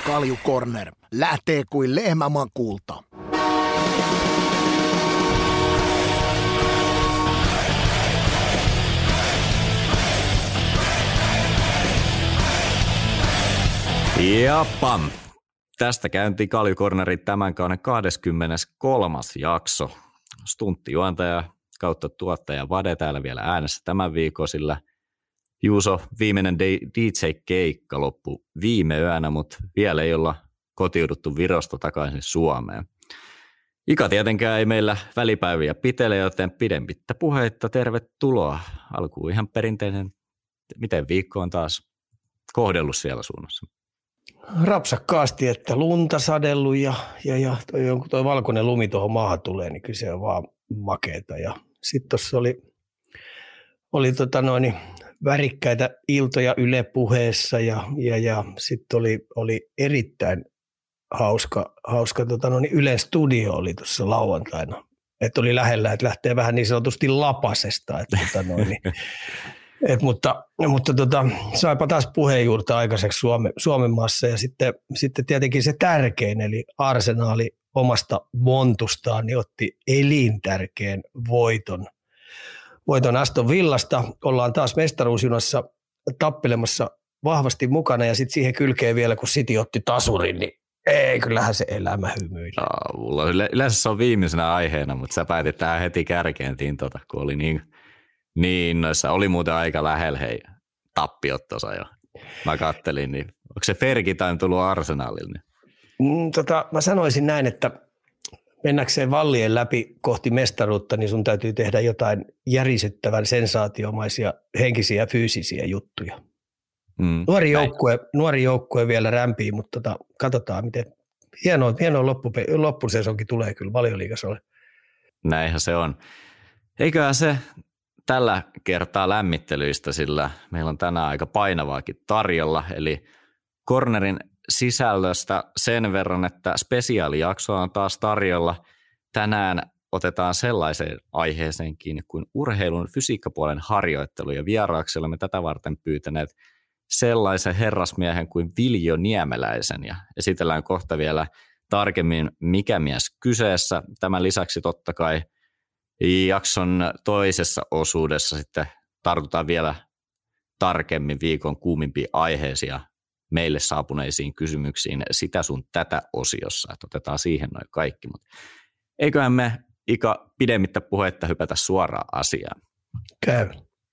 Kalju Corner lähtee kuin lehmämakuulta. Ja pam! Tästä käyntiin Kalju Cornerin tämän kauden 23. jakso. Stunttijuontaja kautta tuottaja Vade täällä vielä äänessä tämän viikon, sillä Juuso viimeinen DJ-keikka loppui viime yönä, mutta vielä ei olla kotiuduttu Virosta takaisin Suomeen. Ika tietenkään ei meillä välipäiviä pitele, joten pidemmittä puheitta tervetuloa. Alkuun ihan perinteinen, miten viikko on taas kohdellut siellä suunnassa? Rapsakkaasti, että lunta sadellut ja toi valkoinen lumi tuohon maahan tulee, niin kyllä se on vaan makeeta. Ja sitten tuossa oli värikkäitä iltoja Yle Puheessa ja sitten oli erittäin hauska Ylen studio oli tuossa lauantaina. Että oli lähellä, että lähtee vähän niin sanotusti lapasesta. Mutta saipa taas puheenjuurta aikaiseksi Suomen maassa ja sitten tietenkin se tärkein, eli Arsenaali omasta montustaan niin otti elintärkeän voiton Aston Villasta. Ollaan taas mestaruusjunassa tappelemassa vahvasti mukana ja sitten siihen kylkeen vielä, kun City otti tasurin, niin ei, kyllähän se elämä hymyilee. Yleensä se on viimeisenä aiheena, mutta sä päätit tähän heti kärkeen kun oli niin noissa oli muuten aika lähellä tappiot tuossa jo. Mä kattelin, niin onko se Fergie time tullut Arsenalille? Mä sanoisin näin, että mennäkseen vallien läpi kohti mestaruutta, niin sun täytyy tehdä jotain järisyttävän sensaatiomaisia henkisiä ja fyysisiä juttuja. Nuori joukkue vielä rämpii, mutta katsotaan, miten hienoa loppusesonkin tulee kyllä Valioliigassa ole. Näinhän se on. Eiköhän se tällä kertaa lämmittelyistä, sillä meillä on tänään aika painavaakin tarjolla, eli Cornerin sisällöstä sen verran, että spesiaalijaksoa on taas tarjolla. Tänään otetaan sellaiseen aiheeseen kiinni kuin urheilun fysiikkapuolen harjoittelu, ja vieraaksi olemme tätä varten pyytäneet sellaisen herrasmiehen kuin Viljo Niemeläisen, ja esitellään kohta vielä tarkemmin, mikä mies kyseessä. Tämän lisäksi totta kai jakson toisessa osuudessa sitten tartutaan vielä tarkemmin viikon kuumimpiin aiheisiin ja meille saapuneisiin kysymyksiin sitä sun tätä osiossa, että otetaan siihen noin kaikki. Mutta eiköhän me Ika pidemmittä puhetta hypätä suoraan asiaan. Käy.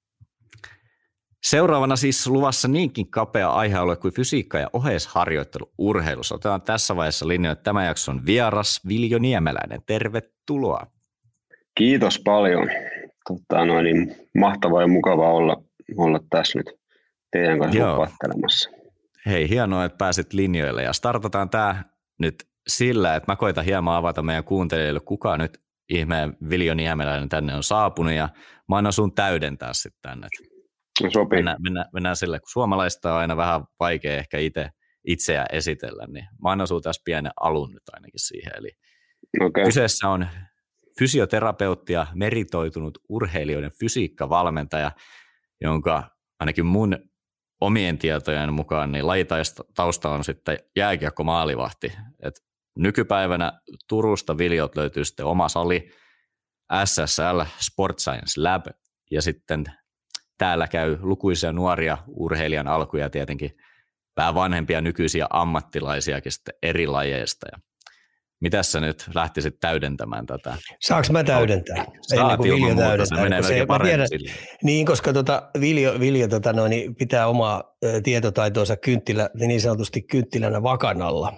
Seuraavana siis luvassa niinkin kapea aihealue kuin fysiikka ja oheisharjoittelu urheilussa. Otetaan tässä vaiheessa linjoille tämän jakson vieras Viljo Niemeläinen. Tervetuloa. Kiitos paljon. Mahtavaa ja mukavaa olla tässä nyt teidän kanssa lupattelemassa. Hei, hienoa, että pääsit linjoille ja startataan tämä nyt sillä, että mä koitan hieman avata meidän kuuntelijoille, kuka nyt ihmeen Viljo Niemeläinen tänne on saapunut ja mä annan sun täydentää sitten tänne. Sopii. Mennään sille, kun suomalaista on aina vähän vaikea ehkä itseä esitellä, niin mä annan sun tässä pienen alun nyt ainakin siihen. Eli kyseessä on fysioterapeutti ja meritoitunut urheilijoiden fysiikkavalmentaja, jonka ainakin mun omien tietojen mukaan niin lajitausta on sitten jääkiekko-maalivahti. Et nykypäivänä Turusta Viljot löytyy sitten oma sali SSL Sport Science Lab ja sitten täällä käy lukuisia nuoria urheilijan alkuja tietenkin vähän vanhempia nykyisiä ammattilaisiakin sitten eri lajeista. Ja mitäs sä nyt lähtisit täydentämään tätä? Saanko mä täydentää? Saat ilman muuta, se menee melkein paremmin sille. Niin, koska Viljo pitää omaa tietotaitoonsa niin sanotusti kynttilänä vakanalla.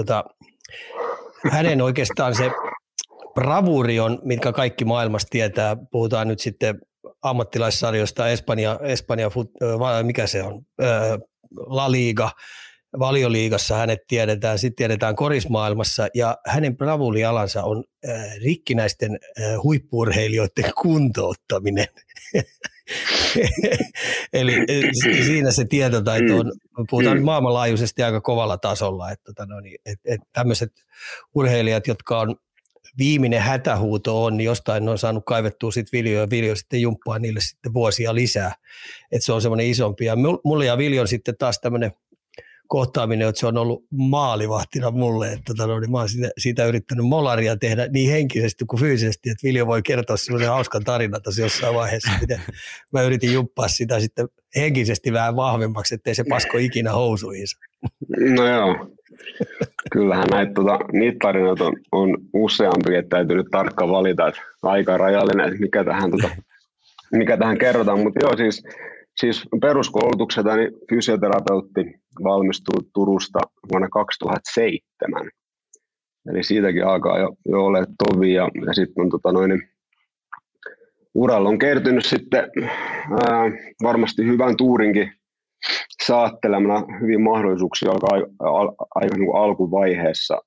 Hänen oikeastaan se bravuuri on, mitkä kaikki maailmassa tietää, puhutaan nyt sitten ammattilaissarjoista, Espanja, mikä se on, La Liga, Valioliigassa hänet tiedetään, sitten tiedetään korismaailmassa ja hänen bravuurialansa on rikkinäisten huippu-urheilijoiden kuntouttaminen. Eli siinä se tietotaito on, puhutaan maailmanlaajuisesti aika kovalla tasolla, että tämmöiset urheilijat, jotka on viimeinen hätähuuto on, niin jostain on saanut kaivettua sitten Viljo ja Viljo sitten jumppaa niille sitten vuosia lisää, että se on semmoinen isompi ja mulla ja Viljon sitten taas tämmöinen kohtaaminen, että se on ollut maalivahtina mulle, että mä oon siitä yrittänyt molaria tehdä niin henkisesti kuin fyysisesti, että Viljo voi kertoa sellaisen hauskan tarinan tässä jossain vaiheessa, miten mä yritin juppaa sitä sitten henkisesti vähän vahvemmaksi, ettei se pasko ikinä housuihinsa. No joo, kyllähän niitä tarinoita on useampi, että täytyy nyt tarkkaan valita, että aika rajallinen, että mikä tähän kerrotaan, mutta joo siis peruskoulutuksella niin fysioterapeutti valmistui Turusta vuonna 2007. Eli siitäkin alkaa jo ole tovi ja sitten on uralla on kertynyt sitten varmasti hyvän tuurinkin saattelemana hyvin mahdollisuuksia aika niin kuin alkuvaiheessa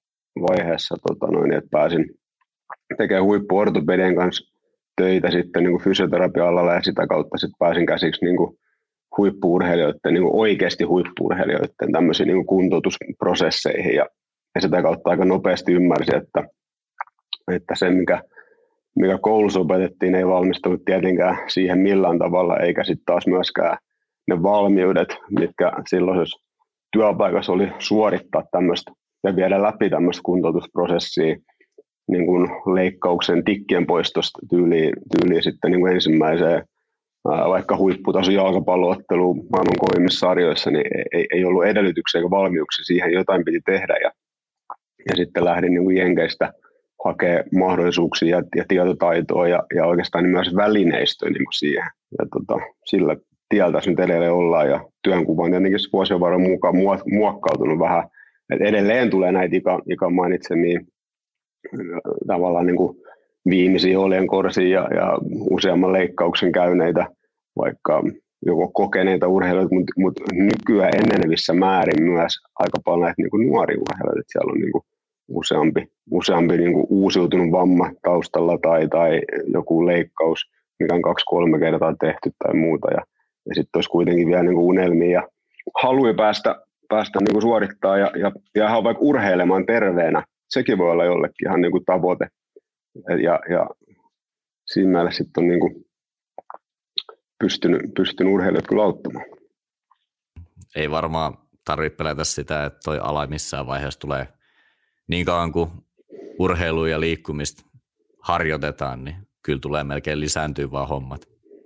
että pääsin tekemään huippuortopedien kanssa töitä sitten niin kuin fysioterapia-alalla ja sitä kautta sitten pääsin käsiksi niin kuin huippu-urheilijoiden, niin kuin oikeasti huippu-urheilijoiden tämmöisiin niin kuin kuntoutusprosesseihin ja sitä kautta aika nopeasti ymmärsin, että se mikä koulussa opetettiin ei valmistunut tietenkään siihen millään tavalla eikä sitten taas myöskään ne valmiudet, mitkä silloisessa työpaikassa oli suorittaa tämmöistä ja viedä läpi tämmöistä kuntoutusprosessia niin kuin leikkauksen tikkien poistosta tyyliin sitten niin kuin ensimmäiseen vaikka huipputason jalkapallootteluun maailman kovimmissa sarjoissa, niin ei ollut edellytyksiä eikä valmiuksia siihen, jotain piti tehdä ja sitten lähdin niin kuin Jenkeistä hakemaan mahdollisuuksia ja tietotaitoa ja oikeastaan niin myös välineistöä niin kuin siihen. Ja sillä tieltä nyt edelleen ollaan ja työnkuva on tietenkin vuosien varrella mukaan muokkautunut vähän. Et edelleen tulee näitä Ikan mainitsemia tavallaan niin kuin viimeisiä oljenkorsia ja useamman leikkauksen käyneitä, vaikka joko kokeneita urheilijoita, mutta nykyään enenevissä määrin myös aika paljon näitä niin kuin nuoria urheilijoita. Siellä on niin kuin useampi niin kuin uusiutunut vamma taustalla tai joku leikkaus, mikä on 2-3 kertaa tehty tai muuta. Ja sitten olisi kuitenkin vielä niin kuin unelmia ja haluja päästä niin kuin suorittaa ja ihan vaikka urheilemaan terveenä. Sekin voi olla jollekin ihan niin kuin tavoite. Ja siinä mielessä sitten on niin kuin pystynyt urheilijat kyllä auttamaan. Ei varmaan tarvitse pelätä sitä, että toi ala missään vaiheessa tulee niin kauan kuin urheilua ja liikkumista harjoitetaan, niin kyllä tulee melkein lisääntyä vaan hommat.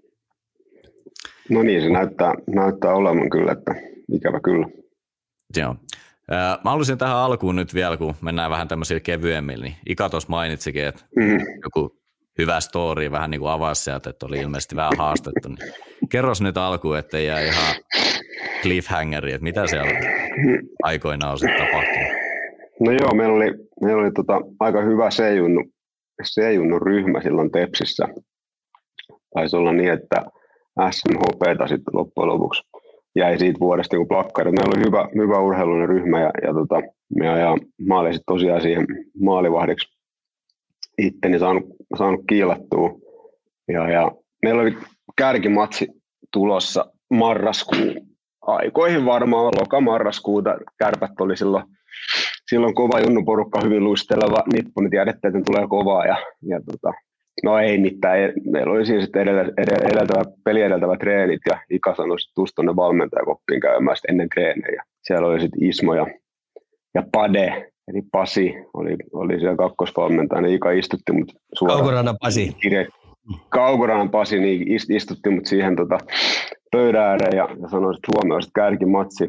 No niin, se näyttää olevan kyllä, että ikävä kyllä. Joo. Mä haluaisin tähän alkuun nyt vielä, kun mennään vähän tämmöisillä kevyemmillä, niin Ika tuossa mainitsikin, että joku hyvä story vähän niin kuin avasi sieltä, että oli ilmeisesti vähän haastettu. Niin kerros nyt alkuun, ettei jää ihan cliffhangeri, että mitä siellä aikoinaan on sitten tapahtunut. No joo, meillä oli aika hyvä C-junnu ryhmä silloin Tepsissä. Taisi olla niin, että SMHP:tä sitten loppujen lopuksi jäi siitä vuodesta niin plakkari. Meillä oli hyvä urheilullinen ryhmä ja mä olin sitten tosiaan siihen maalivahdiksi itteni saanut kiilattua. Ja meillä oli kärkimatsi tulossa marraskuun aikoihin varmaan, loka-marraskuuta. Kärpät oli silloin kova junnuporukka, hyvin luisteleva nippu, niin tiedettiin, että tulee kovaa. No ei mitään, meillä oli siinä sitten peli edeltävä treenit ja Ika sanoi, että tuus tuonne valmentajakoppiin käymään ennen treenejä. Siellä oli sitten Ismo ja Pade, eli Pasi oli siellä kakkosvalmentajana. Ika istutti mut suoraan. Kaukoranan Pasi niin istutti mut siihen pöydän ääreen ja sanoi, että huomenna on sitten kärkimatsi.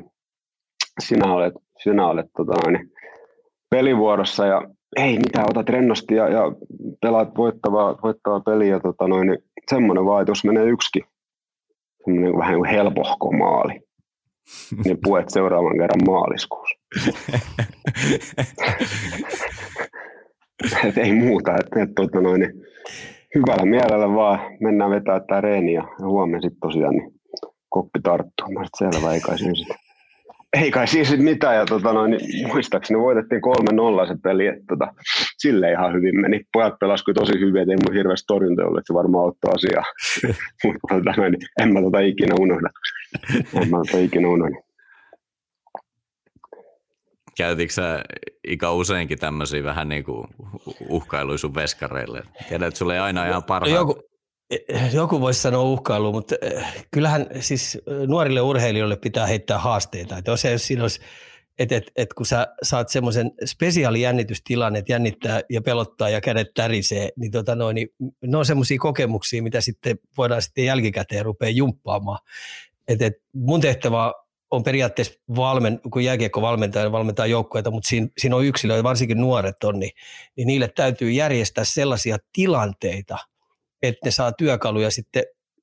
Sinä olet pelivuorossa ja ei mitään, otat rennosti ja pelaat voittavaa peliä. Niin semmoinen vaan, että jos menee yksikin semmoinen vähän kuin helpohko maali, niin puet seuraavan kerran maaliskuussa. Et ei muuta, niin hyvällä mielellä vaan mennään vetää tää reeni ja huomenna sitten tosiaan niin koppi tarttuu. Mä sit selvä, ei kai siis mitään, ja niin muistaakseni voitettiin 3-0 se peli, että sille ihan hyvin meni. Pojat pelasivat tosi hyvin, ettei mun hirveästi torjunta ollut, että se varmaan ottaa asiaa. Mutta niin, en mä ikinä unohda. Käytitkö sä Ika useinkin tämmöisiä vähän niin kuin uhkailuja sun veskareille? Tiedät, että sulla ei aina ihan parhaat Joku voisi sanoa uhkailu, mutta kyllähän siis nuorille urheilijoille pitää heittää haasteita. Että jos siinä olisi, että kun sä saat semmoisen spesiaalijännitystilanne, että jännittää ja pelottaa ja kädet tärisee, niin, niin ne on semmoisia kokemuksia, mitä sitten voidaan sitten jälkikäteen rupea jumppaamaan. Et mun tehtävä on periaatteessa kun jääkiekkovalmentaja valmentaa joukkueita, mutta siinä on yksilöitä, varsinkin nuoret on, niin niille täytyy järjestää sellaisia tilanteita, että ne saa työkaluja sitten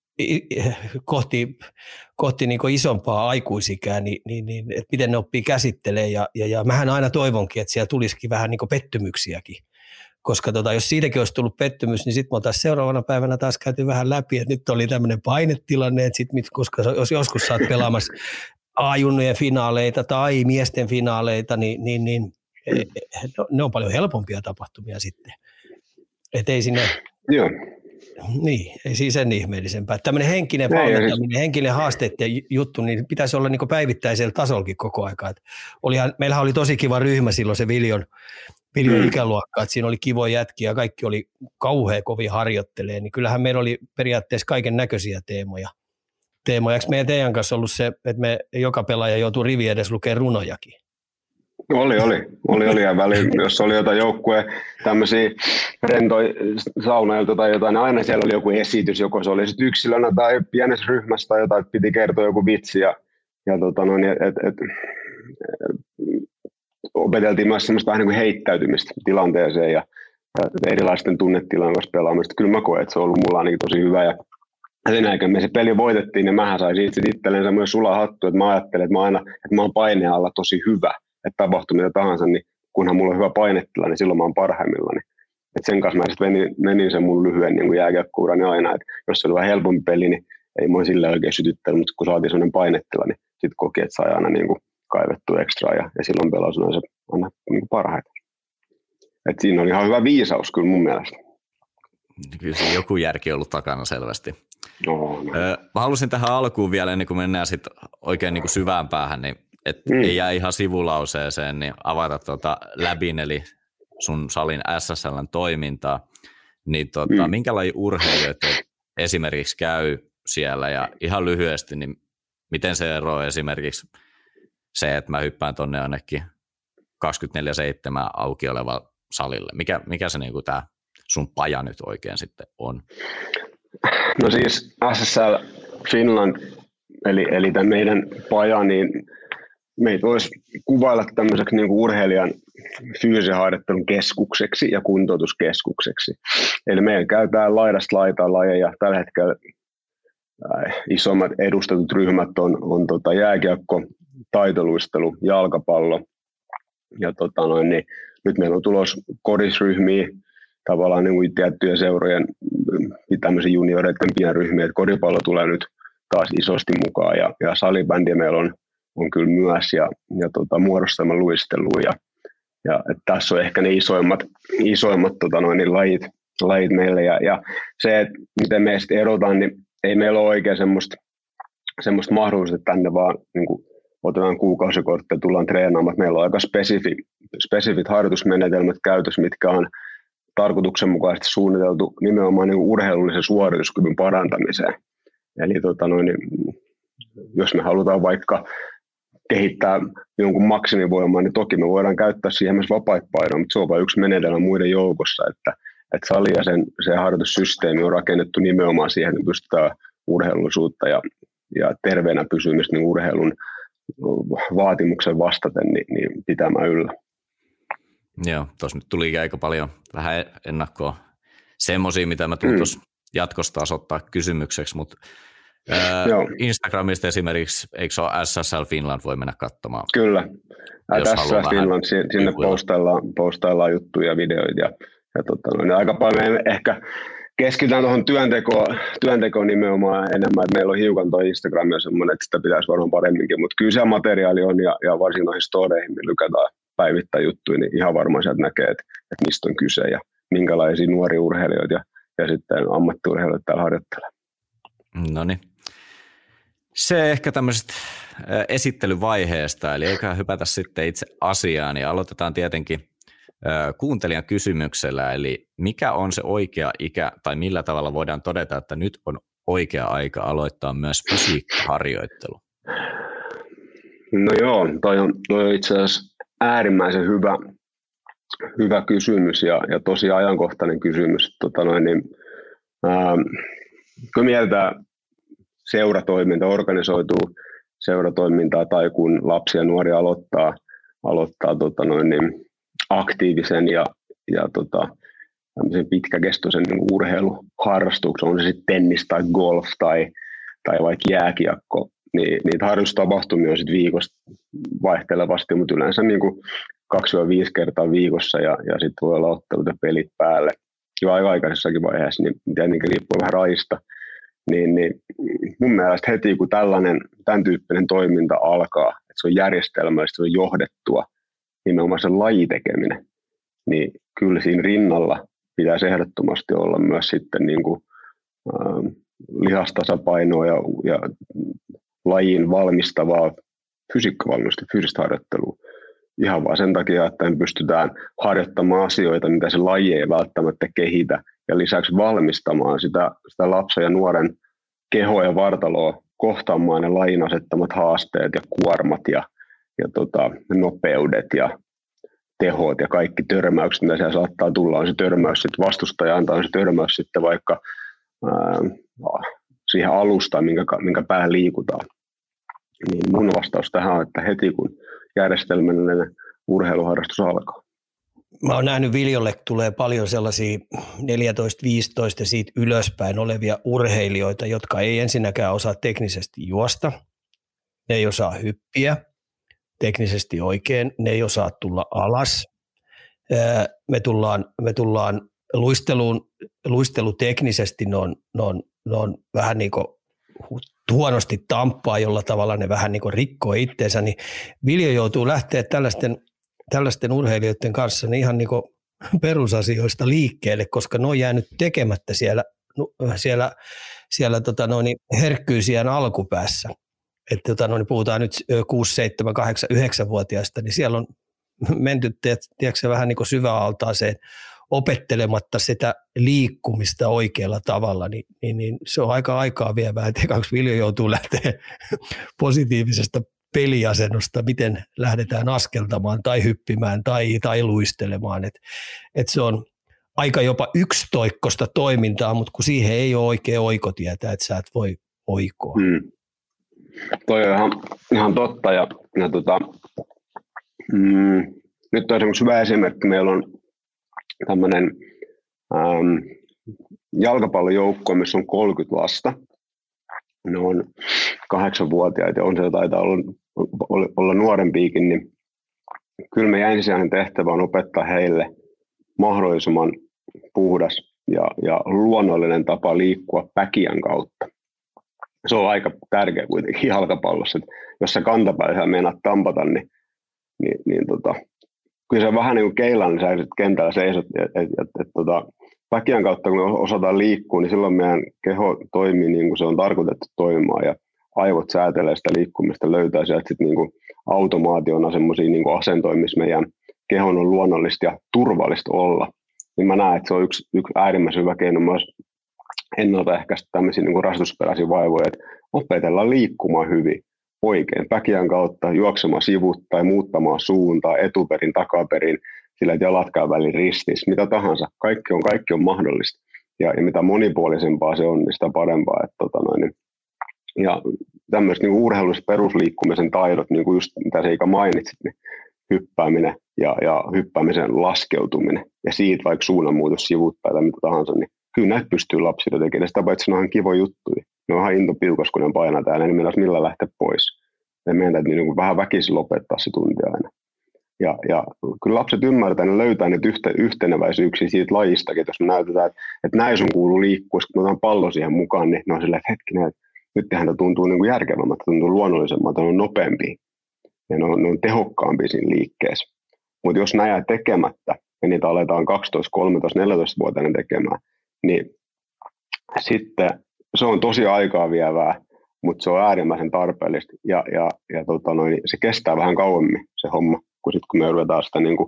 kohti niin kuin isompaa aikuisikää, niin että miten ne oppii käsittelee ja mähän aina toivonkin, että siellä tulisikin vähän niin kuin pettymyksiäkin, koska jos siitäkin olisi tullut pettymys, niin sitten me oltaisiin seuraavana päivänä taas käyty vähän läpi, että nyt oli tämmöinen painetilanne, että koska jos joskus sä oot pelaamassa A-junnujen finaaleita tai miesten finaaleita, niin ne on paljon helpompia tapahtumia sitten, että ei sinne... Joo. Niin, ei siis sen ihmeellisempää. Tämmöinen henkinen valmentaminen, henkinen haasteiden juttu, niin pitäisi olla niin päivittäisellä tasollakin koko aika. Meillähän oli tosi kiva ryhmä silloin se Viljon ikäluokka, että siinä oli kivoja jätkiä ja kaikki oli kauhean kovin harjoittelee, niin kyllähän meillä oli periaatteessa kaiken näköisiä teemoja. Eikö meidän teidän kanssa ollut se, että joka pelaaja joutuu rivi edes lukemaan runojakin? Oli ja väliin, jos oli jotain joukkueen tämmöisiä rentoja saunailta tai jotain, niin aina siellä oli joku esitys, joko se oli sitten yksilönä tai pienessä ryhmässä tai jotain, piti kertoa joku vitsi ja opeteltiin myös semmoista vähän niin kuin heittäytymistä tilanteeseen ja erilaisten tunnetilan kanssa pelaamista. Kyllä mä koen, että se on ollut mulla ainakin tosi hyvä ja sen jälkeen me se peli voitettiin ja mähän sain siitä itselleen semmoinen sulahattu, että mä ajattelin, että mä oon paineen alla tosi hyvä. Että tapahtui mitä tahansa, niin kunhan mulla on hyvä painetila, niin silloin mä oon parhaimmillani. Et sen kanssa mä sitten menin sen mun lyhyen niin jääkiekko-urani aina, että jos se oli vähän helpompi peli, niin ei mua sillä oikein sytyttänyt, mutta kun saatiin sellainen painetila, niin sitten koki, että sai aina niin kuin kaivettua ekstraa ja silloin pelasi noin se aina niin kuin parhaita. Et siinä oli ihan hyvä viisaus kyllä mun mielestä. Kyllä se joku järki on ollut takana selvästi. No. Mä halusin tähän alkuun vielä, ennen kuin mennään sitten oikein niin kuin syvään päähän, niin että ei jää ihan sivulauseeseen, niin avata läbin, eli sun salin SSL:n toimintaa, niin minkälaisia urheilijoita esimerkiksi käy siellä, ja ihan lyhyesti, niin miten se eroaa esimerkiksi se, että mä hyppään tonne ainakin 24/7 auki oleva salille. Mikä se niinku tää sun paja nyt oikein sitten on? No siis SSL Finland, eli tämän meidän paja, niin meitä voisi kuvailla tämmöiseksi niin kuin urheilijan fyysisen harjoittelun keskukseksi ja kuntoutuskeskukseksi. Eli meillä käytetään laidasta laitaan lajeja. Tällä hetkellä isommat edustetut ryhmät on jääkiekko, taitoluistelu, jalkapallo. Ja niin nyt meillä on tulossa kodisryhmiä, tavallaan niin kuin tiettyjä seurojen tämmöisiä junioreiden pienryhmiä. Koripallo tulee nyt taas isosti mukaan ja salibändiä meillä on kyllä myös ja muodostelma luistelua ja tässä on ehkä ne isoimmat lajit meille ja se, että miten me sitten erotaan, niin ei meillä ole oikein semmoista mahdollisuutta tänne vaan niin kuin otetaan kuukausikortteja, tullaan treenaamaan. Meillä on aika spesifit harjoitusmenetelmät käytössä, mitkä on tarkoituksenmukaisesti suunniteltu nimenomaan niin urheilullisen suorituskyvyn parantamiseen. Eli jos me halutaan vaikka kehittää jonkun maksimivoimaa, niin toki me voidaan käyttää siihen myös vapaita painoa, mutta se on vain yksi menetelmä muiden joukossa, että sali ja se harjoitussysteemi on rakennettu nimenomaan siihen, että pystytään urheilullisuutta ja terveenä pysymistä niin urheilun vaatimuksen vastaten niin pitämään yllä. Joo, tuossa nyt tulikin aika paljon vähän ennakkoa semmoisia, mitä mä tulen tuossa jatkossa taas ottaa kysymykseksi, mutta Instagramista esimerkiksi, eikö se ole SSL Finland, voi mennä katsomaan? Kyllä, SSL Finland, sinne postaillaan juttuja ja videoita ja aika paljon ehkä keskitytään tuohon työntekoon nimenomaan enemmän, että meillä on hiukan tuo Instagram ja semmoinen, että sitä pitäisi varmaan paremminkin, mutta kyllä se materiaali on ja varsin noihin storeihin, me lykätään päivittää juttuja, niin ihan varmaan sieltä näkee, että mistä on kyse ja minkälaisia nuoria urheilijoita ja sitten ammattiurheilijoita täällä harjoittelee. No niin. Se ehkä tämmöisestä esittelyvaiheesta, eli eiköhän hypätä sitten itse asiaan ja aloitetaan tietenkin kuuntelijan kysymyksellä, eli mikä on se oikea ikä tai millä tavalla voidaan todeta, että nyt on oikea aika aloittaa myös fysiikkaharjoittelu? No joo, toi on itse asiassa äärimmäisen hyvä kysymys ja tosi ajankohtainen kysymys. Kun mietitään seuratoiminta, organisoituu seuratoimintaa tai kun lapsi ja nuori aloittaa aktiivisen ja pitkäkestoisen urheiluharrastuksen, on se sitten tennis tai golf tai vaikka jääkiekko, niin niitä harrastustapahtumia on sitten viikosta vaihtelevasti, mutta yleensä niin kuin 2-5 kertaa viikossa ja sitten voi olla ottelut ja pelit päälle. Jo aika aikaisessakin vaiheessa, niin tietenkin riippuu vähän rajista. Niin mun mielestä heti kun tämän tyyppinen toiminta alkaa, että se on järjestelmällistä, se on johdettua, nimenomaan se lajitekeminen, niin kyllä siinä rinnalla pitäisi ehdottomasti olla myös sitten niin kuin, lihastasapainoa ja lajin valmistavaa fysiikkavalmennusta, fyysistä harjoittelua. Ihan vaan sen takia, että me pystytään harjoittamaan asioita, mitä se laji ei välttämättä kehitä, ja lisäksi valmistamaan sitä lapsen ja nuoren kehoa ja vartaloa kohtaamaan ne lajin asettamat haasteet ja kuormat ja nopeudet ja tehot ja kaikki törmäykset, mitä siellä saattaa tulla. On se törmäys sitten vastustajaan tai on se törmäys sitten vaikka siihen alustaan, minkä päähän liikutaan. Niin mun vastaus tähän on, että heti kun järjestelmällinen urheiluharrastus alkaa. Mä oon nähnyt Viljolle tulee paljon sellaisia 14-15 siitä ylöspäin olevia urheilijoita, jotka ei ensinnäkään osaa teknisesti juosta, ne ei osaa hyppiä teknisesti oikein, ne ei osaa tulla alas. Me tullaan luisteluteknisesti, ne on vähän niin kuin huonosti tamppaa, jolla tavalla ne vähän niin kuin rikkoo itteensä, niin Viljo joutuu lähteä tällaisten urheilijoiden kanssa niin ihan niin kuin perusasioista liikkeelle, koska ne on jäänyt tekemättä siellä herkkyysien alkupäässä. Että puhutaan nyt 6, 7, 8, 9-vuotiaista, niin siellä on menty tiedätkö, vähän niin kuin syväaltaaseen opettelematta sitä liikkumista oikealla tavalla, niin se on aika aikaa vievää, että ekaksi Viljo joutuu lähteä positiivisesta peliasennosta, miten lähdetään askeltamaan tai hyppimään tai luistelemaan. Et se on aika jopa yksitoikkoista toimintaa, mutta kun siihen ei ole oikein oikotietä, että sä et voi oikoa. Toi on ihan totta. Nyt on esimerkiksi hyvä esimerkki. Meillä on tämmöinen jalkapallojoukko, missä on 30 lasta. Ne on 8-vuotiaita ja se taitaa olla nuorempiikin, niin kyllä meidän ensisijainen tehtävä on opettaa heille mahdollisimman puhdas ja luonnollinen tapa liikkua päkiän kautta. Se on aika tärkeä kuitenkin jalkapallossa, että jos sä kantapäällä meinaat tampata, niin kyllä se vähän niin kuin keilaan, niin sä kentällä seisot, päkiän kautta kun me osataan liikkua, niin silloin meidän keho toimii niin kuin se on tarkoitettu toimimaan ja aivot säätelee sitä liikkumista, löytää sieltä sitten niin kuin automaationa semmoisia niin kuin asentoja, missä meidän kehon on luonnollista ja turvallista olla. Niin mä näen, että se on yksi äärimmäisen hyvä keino myös ennaltaehkäistä tämmöisiä niin kuin rasitusperäisiä vaivoja, että opetellaan liikkumaan hyvin oikein päkiän kautta, juoksemaan sivut tai muuttamaan suuntaa etuperin, takaperin, sillä että jalat käy välin ristissä, mitä tahansa. Kaikki on mahdollista. Ja mitä monipuolisempaa se on, niin sitä parempaa. Ja tämmöiset niin urheilulliset perusliikkumisen taidot, niin kuin just mitä Seika mainitsit, niin hyppääminen ja hyppäämisen laskeutuminen ja siitä vaikka suunnanmuutos sivuttaa tai mitä tahansa, niin kyllä näitä pystyy lapsille tekemään. Sitä paitsi ne on ihan kivoja juttuja. Ne on ihan intopiukas, kun ne painaa täällä, niin meillä millä lähteä pois. Ja meidän täytyy niin vähän väkisin lopettaa se tunti aina. Ja kyllä lapset ymmärtää, ne löytää niitä yhteneväisyyksiä siitä lajistakin, että jos me näytetään, että näin sun kuuluu liikkua, kun me otetaan pallo siihen mukaan, niin ne on silleen, että hetkinen, että nyt tämä tuntuu niin kuin järkevämmältä, tuntuu luonnollisemmalta, ne on nopeampia ja ne on tehokkaampia siinä liikkeessä. Mutta jos näin jää tekemättä ja niitä aletaan 12, 13, 14-vuotiaana tekemään, niin sitten se on tosi aikaa vievää, mutta se on äärimmäisen tarpeellista ja se kestää vähän kauemmin se homma, kun me ruvetaan sitä niin kuin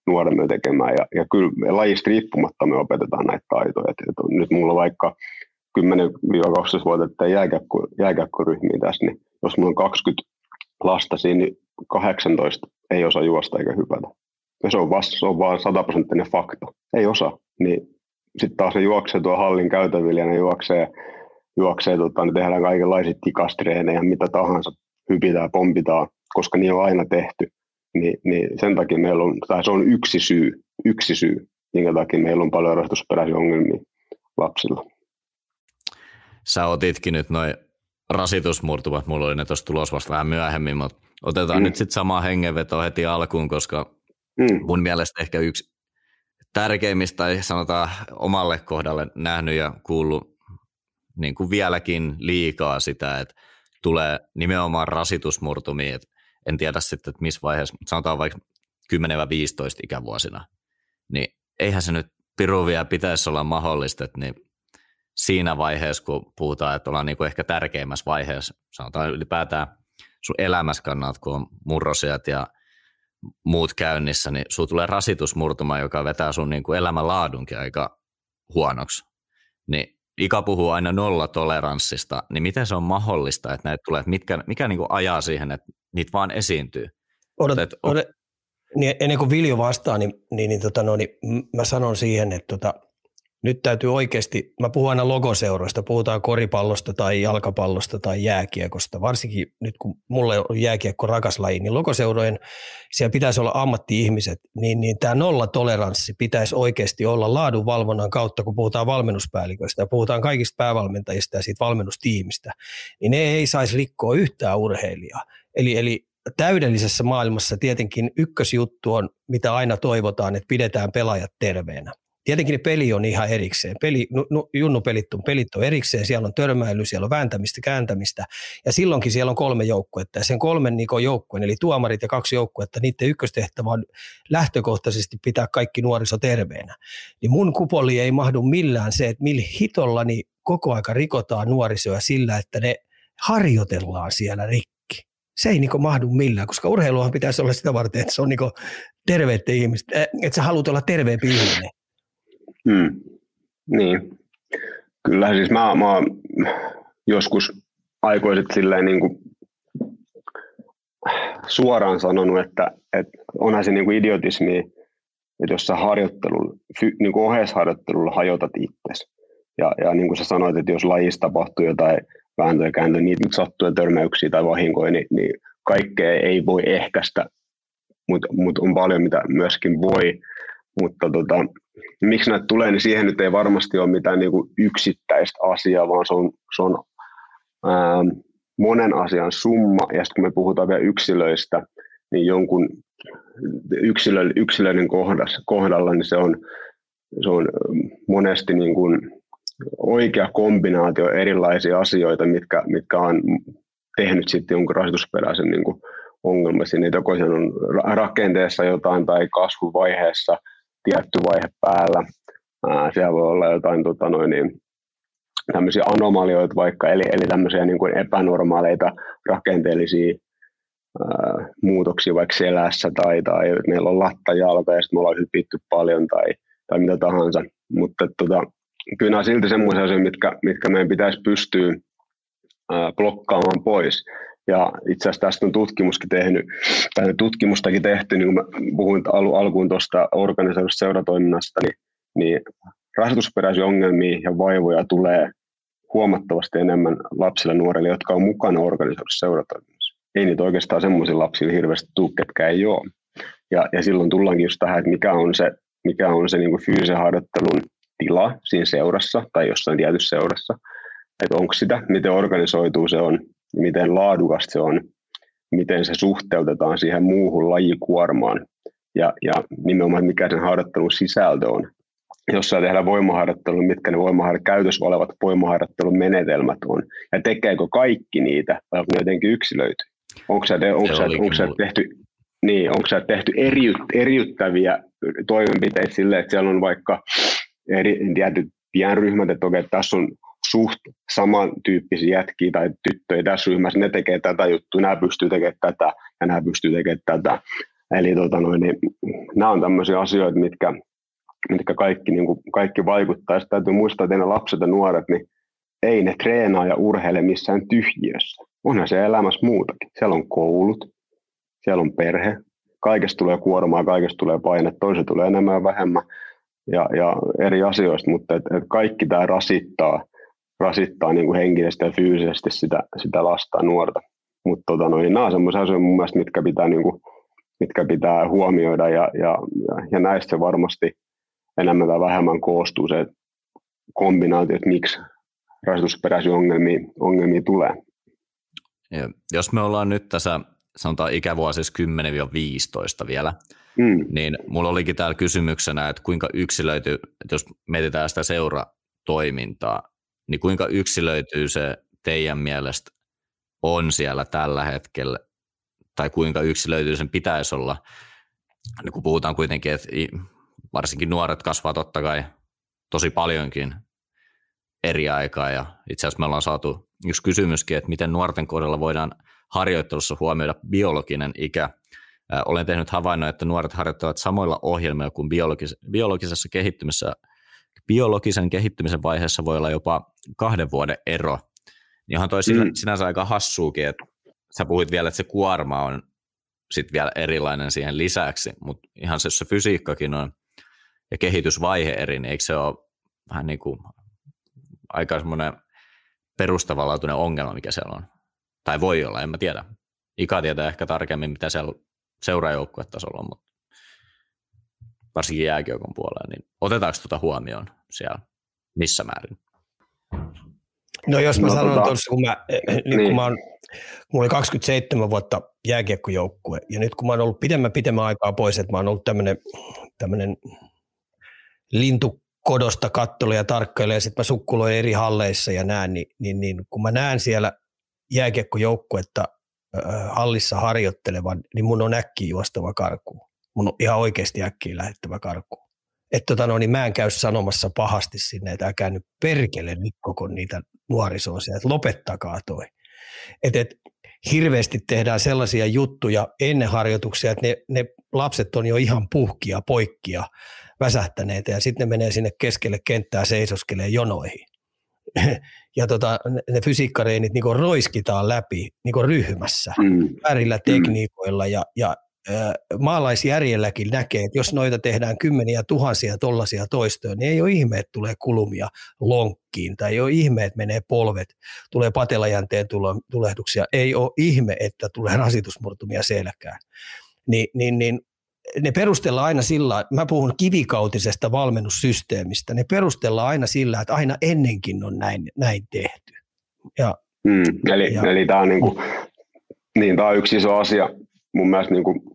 nuoremme tekemään. Ja kyllä me lajista riippumatta me opetetaan näitä taitoja. Nyt mulla vaikka 10-12-vuotiaiden jääkiekkoryhmiä tässä, niin jos mulla on 20 lasta siinä, niin 18 ei osaa juosta eikä hypätä. Ja se on vaan 100% fakta. Ei osaa. Niin sitten taas ne juoksee tuo hallin käytävillä ja ne juoksee ne tehdään kaikenlaisia tikastreenejä, mitä tahansa, hypitään, pompitaan, koska niin on aina tehty. Niin sen takia meillä on, tai se on yksi syy, minkä takia meillä on paljon rastusperäisiä ongelmia lapsilla. Sä otitkin nyt noin rasitusmurtumat, mulla oli ne tuossa tulossa vasta vähän myöhemmin, mutta otetaan nyt sitten sama hengenveto heti alkuun, koska mun mielestä ehkä yksi tärkeimmistä, tai sanotaan omalle kohdalle nähnyt ja kuullut niin kuin vieläkin liikaa sitä, että tulee nimenomaan rasitusmurtumia, että en tiedä sitten, että missä vaiheessa, mutta sanotaan vaikka 10-15 ikävuosina, niin eihän se nyt piru vielä pitäisi olla mahdollista, että niin siinä vaiheessa, kun puhutaan, että ollaan niin kuin ehkä tärkeimmässä vaiheessa, sanotaan ylipäätään sun elämässä kannalta, kun on murrosiat ja muut käynnissä, niin sun tulee rasitusmurtuma, joka vetää sun niin kuin elämänlaadunkin aika huonoksi. Niin Ika puhuu aina nollatoleranssista, niin miten se on mahdollista, että näitä tulee, että mikä niin kuin ajaa siihen, että niitä vaan esiintyy? Niin ennen kuin Viljo vastaa, niin mä sanon siihen, että nyt täytyy oikeasti, mä puhun aina logoseuroista, puhutaan koripallosta tai jalkapallosta tai jääkiekosta, varsinkin nyt kun mulle on jääkiekko rakas laji, niin logoseurojen, siellä pitäisi olla ammatti-ihmiset, niin tämä nollatoleranssi pitäisi oikeasti olla laadunvalvonnan kautta, kun puhutaan valmennuspäälliköistä ja puhutaan kaikista päävalmentajista ja siitä valmennustiimistä, niin ne ei saisi rikkoa yhtään urheilijaa. Eli täydellisessä maailmassa tietenkin ykkösjuttu on, mitä aina toivotaan, että pidetään pelaajat terveenä. Tietenkin peli on ihan erikseen. Pelit on erikseen, siellä on törmäily, siellä on vääntämistä, kääntämistä ja silloinkin siellä on 3 joukkuetta ja sen 3 joukkueen, eli tuomarit ja 2 joukkuetta, niiden ykköstehtävä on lähtökohtaisesti pitää kaikki nuoriso terveenä. Niin mun kupoli ei mahdu millään se, että millä hitolla niin koko aika rikotaan nuorisoa sillä, että ne harjoitellaan siellä rikki. Se ei mahdu millään, koska urheiluhan pitäisi olla sitä varten, että se on terveiden ihmistä, että sä haluat olla terveempi ihminen. Niin. Kyllähän siis mä oon joskus aikoiset silleen suoraan sanonut, että onhan se idiotismi, että jos sä oheisharjoittelulla hajotat itsesi. Ja niin kuin sä sanoit, että jos lajissa tapahtuu jotain vääntöjä, kääntöjä, niitä nyt sattuu ja törmäyksiä tai vahinkoja, niin kaikkea ei voi ehkäistä, mutta on paljon mitä myöskin voi. Mutta miksi näitä tulee, niin siihen nyt ei varmasti ole mitään yksittäistä asiaa, vaan se on monen asian summa. Ja sitten kun me puhutaan vielä yksilöistä, niin jonkun yksilöiden kohdalla niin se on monesti oikea kombinaatio erilaisia asioita, mitkä on tehnyt sitten jonkun rasitusperäisen ongelma. Siinä joko sen on rakenteessa jotain tai kasvuvaiheessa tietty vaihe päällä. Siellä voi olla jotain tämmöisiä anomalioita vaikka, eli tämmöisiä epänormaaleita rakenteellisia muutoksia vaikka selässä tai meillä on lattajalka ja sitten me ollaan hypitty paljon tai mitä tahansa. Mutta kyllä nämä silti semmoisia asioita, mitkä meidän pitäisi pystyä blokkaamaan pois. Ja itse asiassa tästä on tutkimustakin tehty, niin kun mä puhuin alkuun tuosta organisoidusta seuratoiminnasta, niin rasitusperäisiä ongelmia ja vaivoja tulee huomattavasti enemmän lapsille ja nuorille, jotka on mukana organisoidussa seuratoiminnassa. Ei niitä oikeastaan semmoisilla lapsilla hirveästi tule, ketkä ei ole. Ja silloin tullaankin just tähän, että mikä on se fyysisen harjoittelun tila siinä seurassa tai jossain tietyssä seurassa. Että onko sitä, miten organisoituu se on, miten laadukasta se on, miten se suhteutetaan siihen muuhun lajikuormaan ja nimenomaan mikä sen harjoittelun sisältö on. Jos saa tehdä voimaharjoittelun, mitkä ne käytössä olevat voimaharjoittelun menetelmät on ja tekeekö kaikki niitä vai onko ne jotenkin yksilöity? Onko se tehty eriyttäviä toimenpiteitä silleen, että siellä on vaikka tietyt pienryhmät, että okei, tässä on suht samantyyppisiä jätkiä tai tyttöjä tässä ryhmässä, ne tekee tätä juttua, nämä pystyy tekemään tätä ja nämä pystyy tekemään tätä. Eli niin, nämä on tämmöisiä asioita, mitkä kaikki vaikuttaa. Ja täytyy muistaa, että ne lapset ja nuoret, niin ei ne treenaa ja urheile missään tyhjiössä. Onhan se elämässä muutakin. Siellä on koulut, siellä on perhe, kaikesta tulee kuormaa, kaikesta tulee paine, toiset tulee enemmän ja vähemmän ja eri asioista, mutta et kaikki tämä rasittaa niin kuin henkisesti ja fyysisesti sitä lasta ja nuorta. Mutta nämä on sellaisia asioita mun mielestä, mitkä pitää huomioida ja näistä se varmasti enemmän tai vähemmän koostuu se kombinaatio, että miksi rasitusperäisiä ongelmia tulee. Ja jos me ollaan nyt tässä, sanotaan ikävuosissa 10-15 vielä, niin mulla olikin täällä kysymyksenä, että kuinka yksilöityy, että jos mietitään sitä seuratoimintaa, niin kuinka yksilöityy se teidän mielestä on siellä tällä hetkellä, tai kuinka yksilöityy sen pitäisi olla, niin kun puhutaan kuitenkin, että varsinkin nuoret kasvaa totta kai tosi paljonkin eri aikaa, ja itse asiassa me ollaan saatu yksi kysymyskin, että miten nuorten kohdalla voidaan harjoittelussa huomioida biologinen ikä. Olen tehnyt havainnon, että nuoret harjoittavat samoilla ohjelmilla kuin biologisen kehittymisen vaiheessa voi olla jopa 2 vuoden ero. Ihan toi sinänsä aika hassuukin, että sä puhuit vielä, että se kuorma on sitten vielä erilainen siihen lisäksi, mutta ihan se fysiikkakin on ja kehitysvaihe eri, niin eikö se ole vähän niin kuin aika semmoinen perustavanlaatuinen ongelma, mikä siellä on? Tai voi olla, en mä tiedä. Ika tietää ehkä tarkemmin, mitä siellä seuraajoukkuetasolla on, mutta varsinkin jääkiekon puolella, niin otetaanko tuota huomioon siellä missä määrin? No jos mä sanon tuossa, kun mulla oli 27 vuotta jääkiekkojoukkue, ja nyt kun mä oon ollut pitemmän aikaa pois, että mä oon ollut tämmöinen lintukodosta kattelu ja tarkkailu, ja sitten mä sukkuloin eri halleissa ja näen, niin kun mä näen siellä jääkiekkojoukkuetta hallissa harjoittelevan, niin mun on äkkiä juostava karkuun. Mun on ihan oikeasti äkkiä lähettävä karkuun. Että niin mä en käy sanomassa pahasti sinne, että älkää nyt perkele rikkoko niitä nuorisoa siellä, että lopettakaa toi. Että hirveästi tehdään sellaisia juttuja ennen harjoituksia, että ne lapset on jo ihan puhkia, poikkia, väsähtäneitä ja sitten ne menee sinne keskelle kenttää seisoskelee jonoihin. Ja ne fysiikkareinit niin roiskitaan läpi niin ryhmässä, värillä tekniikoilla ja maalaisjärjelläkin näkee, että jos noita tehdään kymmeniä tuhansia tollaisia toistoja, niin ei ole ihme, että tulee kulumia lonkkiin, tai ei ole ihme, että menee polvet, tulee patelajänteen tulehduksia, ei ole ihme, että tulee rasitusmurtumia selkään. Niin ne perustellaan aina sillä, mä puhun kivikautisesta valmennussysteemistä, ne perustellaan aina sillä, että aina ennenkin on näin tehty. Eli tämä on, tämä on yksi iso asia mun mielestä,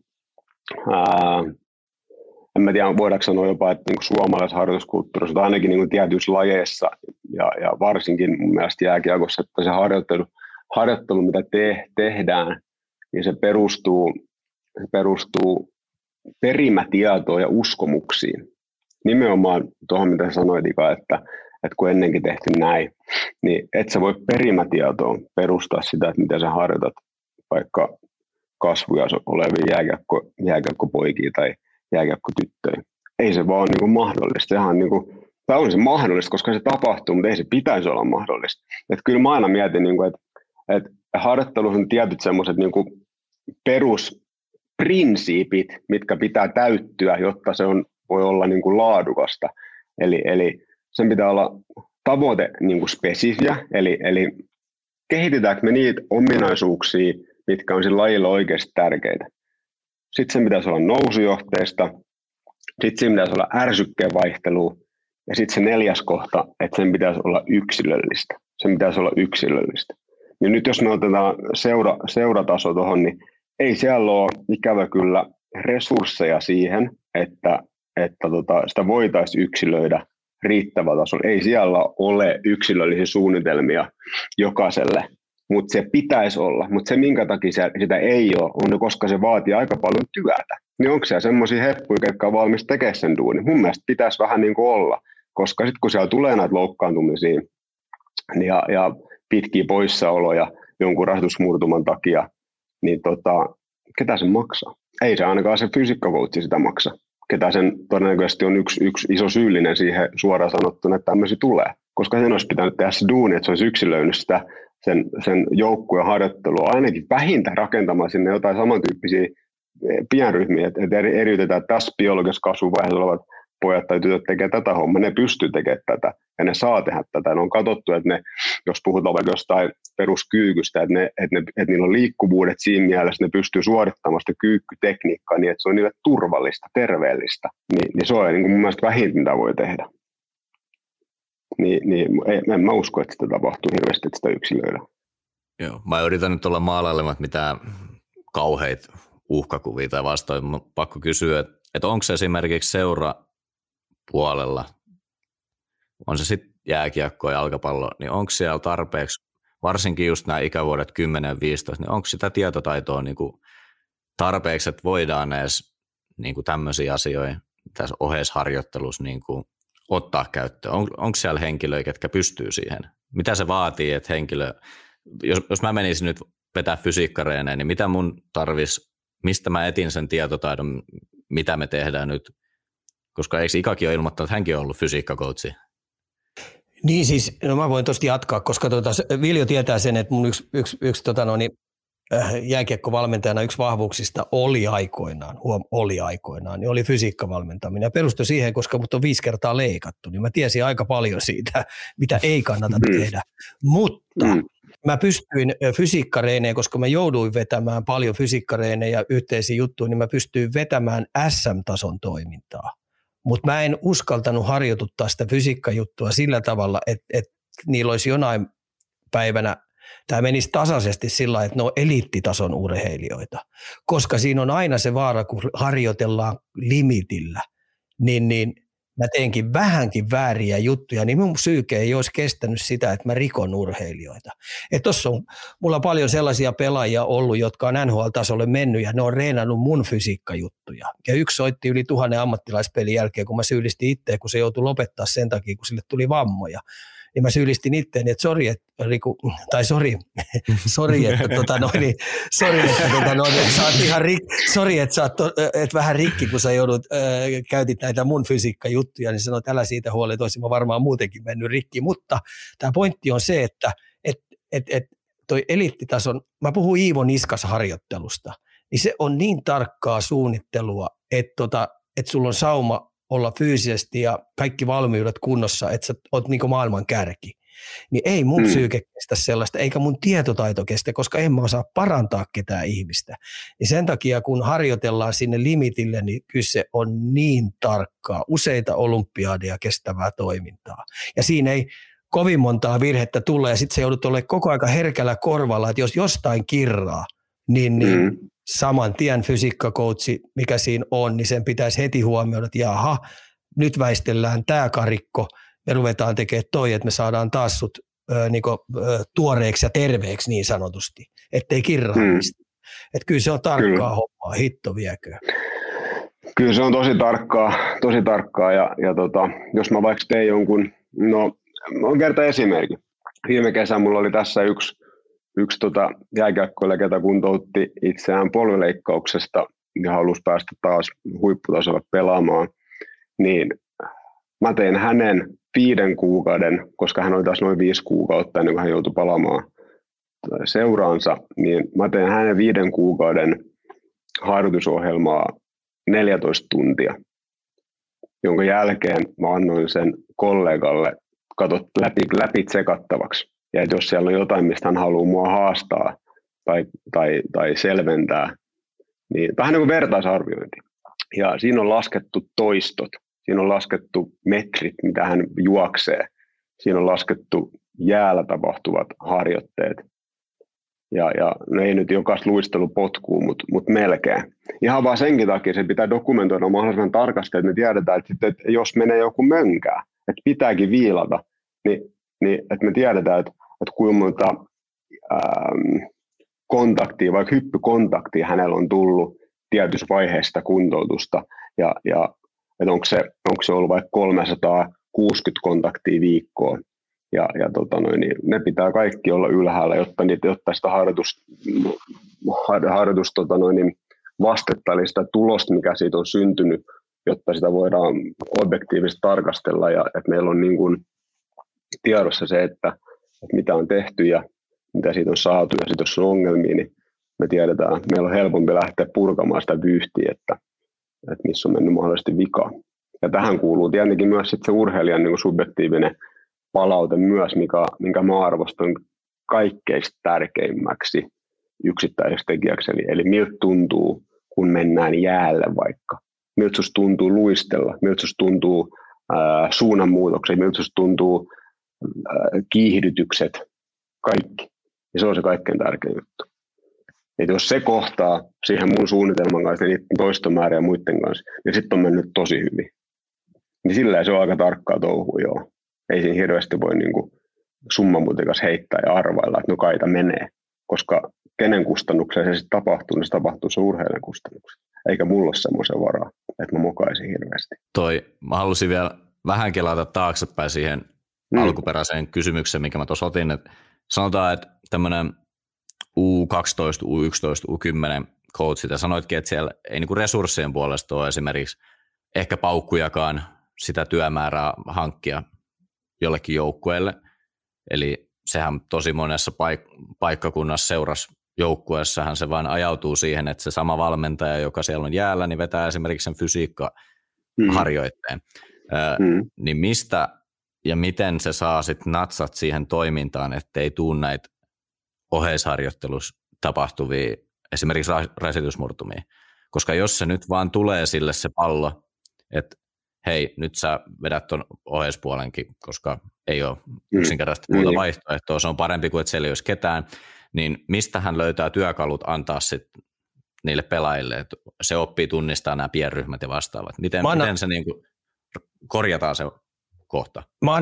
en mä tiedä voidaanko sanoa jopa, että suomalaisessa harjoituskulttuurissa, ainakin tietyissä lajeissa ja varsinkin mun mielestä jääkiekossa, että se harjoittelu mitä tehdään, niin se perustuu perimätietoon ja uskomuksiin. Nimenomaan tuohon, mitä sanoit, Ika, että kun ennenkin tehty näin, niin et sä voi perimätietoon perustaa sitä, että miten sä harjoitat vaikka kasvuja olevia jääkiekkopoikia tai jääkiekkotyttöjä. Ei se vaan mahdollista. Sehän tai on se mahdollista, koska se tapahtuu, mutta ei se pitäisi olla mahdollista. Et kyllä mä aina mietin, että harjoittelussa on tietyt semmoiset perusprinsiipit, mitkä pitää täyttyä, jotta se voi olla laadukasta. Eli sen pitää olla tavoite spesifiä, eli kehitetäänkö me niitä ominaisuuksia, mitkä on sillä lajilla oikeasti tärkeitä. Sitten sen pitäisi olla nousujohteista, sitten siinä pitäisi olla ärsykkeen vaihtelua, ja sitten se 4. kohta, että sen pitäisi olla yksilöllistä. Sen pitäisi olla yksilöllistä. Ja nyt jos me otetaan seurataso tuohon, niin ei siellä ole ikävä kyllä resursseja siihen, että sitä voitaisiin yksilöidä riittävällä tasolla. Ei siellä ole yksilöllisiä suunnitelmia jokaiselle, mutta se pitäisi olla. Mutta se, minkä takia sitä ei ole, on koska se vaatii aika paljon työtä. Niin onko siellä semmoisia heppuja, jotka on valmis tekemään sen duunin? Mun mielestä pitäisi vähän olla, koska sitten kun siellä tulee näitä loukkaantumisia ja pitkiä poissaoloja jonkun rasitusmurtuman takia, niin ketä se maksaa? ei se ainakaan se fysiikkakoutsi sitä maksa, ketä sen todennäköisesti on yksi iso syyllinen siihen suoraan sanottuna, että tämmöisiä tulee. Koska sen olisi pitänyt tehdä se duuni, että se olisi yksilöinyt sitä sen joukkueen harjoittelua, ainakin vähintään rakentamaan sinne jotain samantyyppisiä pienryhmiä, että eriytetään, että tässä biologisessa kasvuvaiheessa olevat pojat tai tytöt tekee tätä hommaa, ne pystyy tekemään tätä ja ne saa tehdä tätä. Ne on katsottu, että ne, jos puhutaan vaikka jostain peruskyykystä, että niillä on liikkuvuudet siinä mielessä, ne pystyy suorittamaan sitä kyykkytekniikkaa niin, että se on niille turvallista, terveellistä. Niin se on niin kuin mun mielestä vähintä, mitä voi tehdä. Niin en mä usko, että sitä tapahtuu hirveästi, että sitä yksilöidään. Joo, mä yritän nyt olla maalailematta mitään kauheita uhkakuvia tai vastoin. Mä pakko kysyä, että onko se esimerkiksi seurapuolella, on se sitten jääkiekko ja jalkapallo, niin onko siellä tarpeeksi, varsinkin just nämä ikävuodet 10-15, niin onko sitä tietotaitoa niin kuin tarpeeksi, että voidaan edes niin kuin tämmöisiä asioita tässä oheisharjoittelussa niin kuin ottaa käyttöön? Onko siellä henkilöitä, jotka pystyy siihen? Mitä se vaatii, että henkilö, jos mä menisin nyt vetää fysiikkareeneen, niin mitä mun tarvitsisi, mistä mä etin sen tietotaidon, mitä me tehdään nyt? Koska eikö Ikakin ole ilmoittanut, että hänkin on ollut fysiikkakoutsi? Niin siis, no mä voin tosta jatkaa, koska Viljo tietää sen, että mun yksi jääkiekkovalmentajana yksi vahvuuksista oli aikoinaan, niin oli fysiikkavalmentaminen. Ja perustui siihen, koska mut on 5 kertaa leikattu, niin mä tiesin aika paljon siitä, mitä ei kannata tehdä. Mutta mä pystyin fysiikkareeneen, koska mä jouduin vetämään paljon fysiikkareenejä ja yhteisiä juttuja, niin mä pystyin vetämään SM-tason toimintaa. Mutta mä en uskaltanut harjoituttaa sitä fysiikkajuttua sillä tavalla, että niillä olisi jonain päivänä, tämä menisi tasaisesti sillä lailla, että ne on eliittitason urheilijoita. Koska siinä on aina se vaara, kun harjoitellaan limitillä, niin mä teenkin vähänkin vääriä juttuja, niin mun psyyke ei olisi kestänyt sitä, että mä rikon urheilijoita. Tuossa on mulla paljon sellaisia pelaajia ollut, jotka on NHL-tasolle mennyt ja ne on reenannut mun fysiikkajuttuja. Ja yksi soitti yli 1000 ammattilaispelin jälkeen, kun mä syyllistin itseä, kun se joutui lopettaa sen takia, kun sille tuli vammoja. Niin mä syyllistin itseäni, että sori, että sä oot vähän rikki, kun sä käytit näitä mun fysiikkajuttuja, niin sanoit, älä siitä huoli, että olisin mä varmaan muutenkin mennyt rikki. Mutta tämä pointti on se, että toi eliittitason, mä puhun Iivo Niskas harjoittelusta, niin se on niin tarkkaa suunnittelua, että sulla on sauma olla fyysisesti ja kaikki valmiudet kunnossa, että sä oot niin kuin maailman kärki. Niin ei mun psyyke kestä sellaista, eikä mun tietotaito kestä, koska en mä osaa parantaa ketään ihmistä. Ja sen takia, kun harjoitellaan sinne limitille, niin kyllä se on niin tarkkaa, useita olympiadeja kestävää toimintaa. Ja siinä ei kovin montaa virhettä tule, ja sitten se joudut olemaan koko aika herkällä korvalla, että jos jostain kirraa, niin saman tien fysiikkakoutsi, mikä siinä on, niin sen pitäisi heti huomioida, että jaha, nyt väistellään tämä karikko ja ruvetaan tekemään toi, että me saadaan taas sut tuoreeksi ja terveeksi niin sanotusti, ettei kirraamista. Että kyllä se on tarkkaa hommaa, hitto viekö. Kyllä se on tosi tarkkaa ja jos mä vaikka tein jonkun, on kerta esimerkki. Viime kesän mulla oli tässä yksi jääkiekkoilija, ketä kuntoutti itseään polvileikkauksesta ja halusi päästä taas huipputasolle pelaamaan, niin mä tein hänen 5 kuukauden, koska hän oli taas noin 5 kuukautta ennen kuin hän joutui palaamaan seuraansa, niin mä tein hänen 5 kuukauden harjoitusohjelmaa 14 tuntia, jonka jälkeen mä annoin sen kollegalle läpi tsekattavaksi. Ja että jos siellä on jotain, mistä hän haluaa mua haastaa tai selventää, niin vähän niin kuin vertaisarviointi. Ja siinä on laskettu toistot, siinä on laskettu metrit, mitä hän juoksee, siinä on laskettu jäällä tapahtuvat harjoitteet. Ja no ei nyt jokaista luistelupotkua, mutta melkein. Ihan vaan senkin takia se pitää dokumentoida mahdollisimman tarkasti, että me tiedetään, että jos menee joku mönkää, että pitääkin viilata, niin että me tiedetään, että kuinka monta kontaktia, vaikka hyppykontaktia hänellä on tullut tietyssä vaiheessa kuntoutusta, ja että onko se ollut vaikka 360 kontaktia viikkoon, niin ne pitää kaikki olla ylhäällä, jotta sitä harjoitus vastetta, eli sitä tulosta, mikä siitä on syntynyt, jotta sitä voidaan objektiivisesti tarkastella ja että meillä on niin kuin tiedossa se, että mitä on tehty ja mitä siitä on saatu ja sitten jos on ongelmia, niin me tiedetään, meillä on helpompi lähteä purkamaan sitä vyyhtiä, että missä on mennyt mahdollisesti vikaa. Ja tähän kuuluu tietenkin myös sit se urheilijan niin kuin subjektiivinen palaute myös, minkä mä arvostan kaikkein tärkeimmäksi yksittäiseksi tekijäksi. Eli miltä tuntuu, kun mennään jäälle vaikka. Miltä susta tuntuu luistella, miltä susta tuntuu suunnanmuutokset, miltä susta tuntuu kiihdytykset, kaikki. Ja se on se kaikkein tärkein juttu. Et jos se kohtaa siihen mun suunnitelman kanssa ja niiden toistomäärä ja muiden kanssa, niin sitten on mennyt tosi hyvin. Niin sillä se on aika tarkkaa touhua, joo. Ei siinä hirveästi voi niinku summamutikas heittää ja arvailla, että no kaita menee. Koska kenen kustannukseen se sitten tapahtuu, niin se tapahtuu se urheilijan kustannukseen. Eikä mulla ole semmoisen varaa, että mä mokaisin hirveästi. Mä halusin vielä vähän kelata taaksepäin siihen alkuperäiseen kysymykseen, mikä mä tuossa otin. Että sanotaan, että tämmöinen U12, U11, U10 coachit, ja sanoitkin, että siellä ei niinku resurssien puolesta ole esimerkiksi ehkä paukkujakaan sitä työmäärää hankkia jollekin joukkueelle. Eli sehän tosi monessa paikkakunnassa seurasjoukkueessahan se vaan ajautuu siihen, että se sama valmentaja, joka siellä on jäällä, niin vetää esimerkiksi sen fysiikkaharjoitteen. Niin mistä ja miten se saa sitten natsat siihen toimintaan, ettei tule näitä oheisharjoittelussa tapahtuvia esimerkiksi rasitysmurtumia. Koska jos se nyt vaan tulee sille se pallo, että hei, nyt sä vedät ton oheispuolenkin, koska ei ole yksinkertaisesti muuta vaihtoehtoa, se on parempi kuin että siellä ei olisi ketään, niin mistä hän löytää työkalut antaa sitten niille pelaajille, että se oppii tunnistaa nämä pienryhmät ja vastaavat. Miten se niinku korjataan se kohta? Mä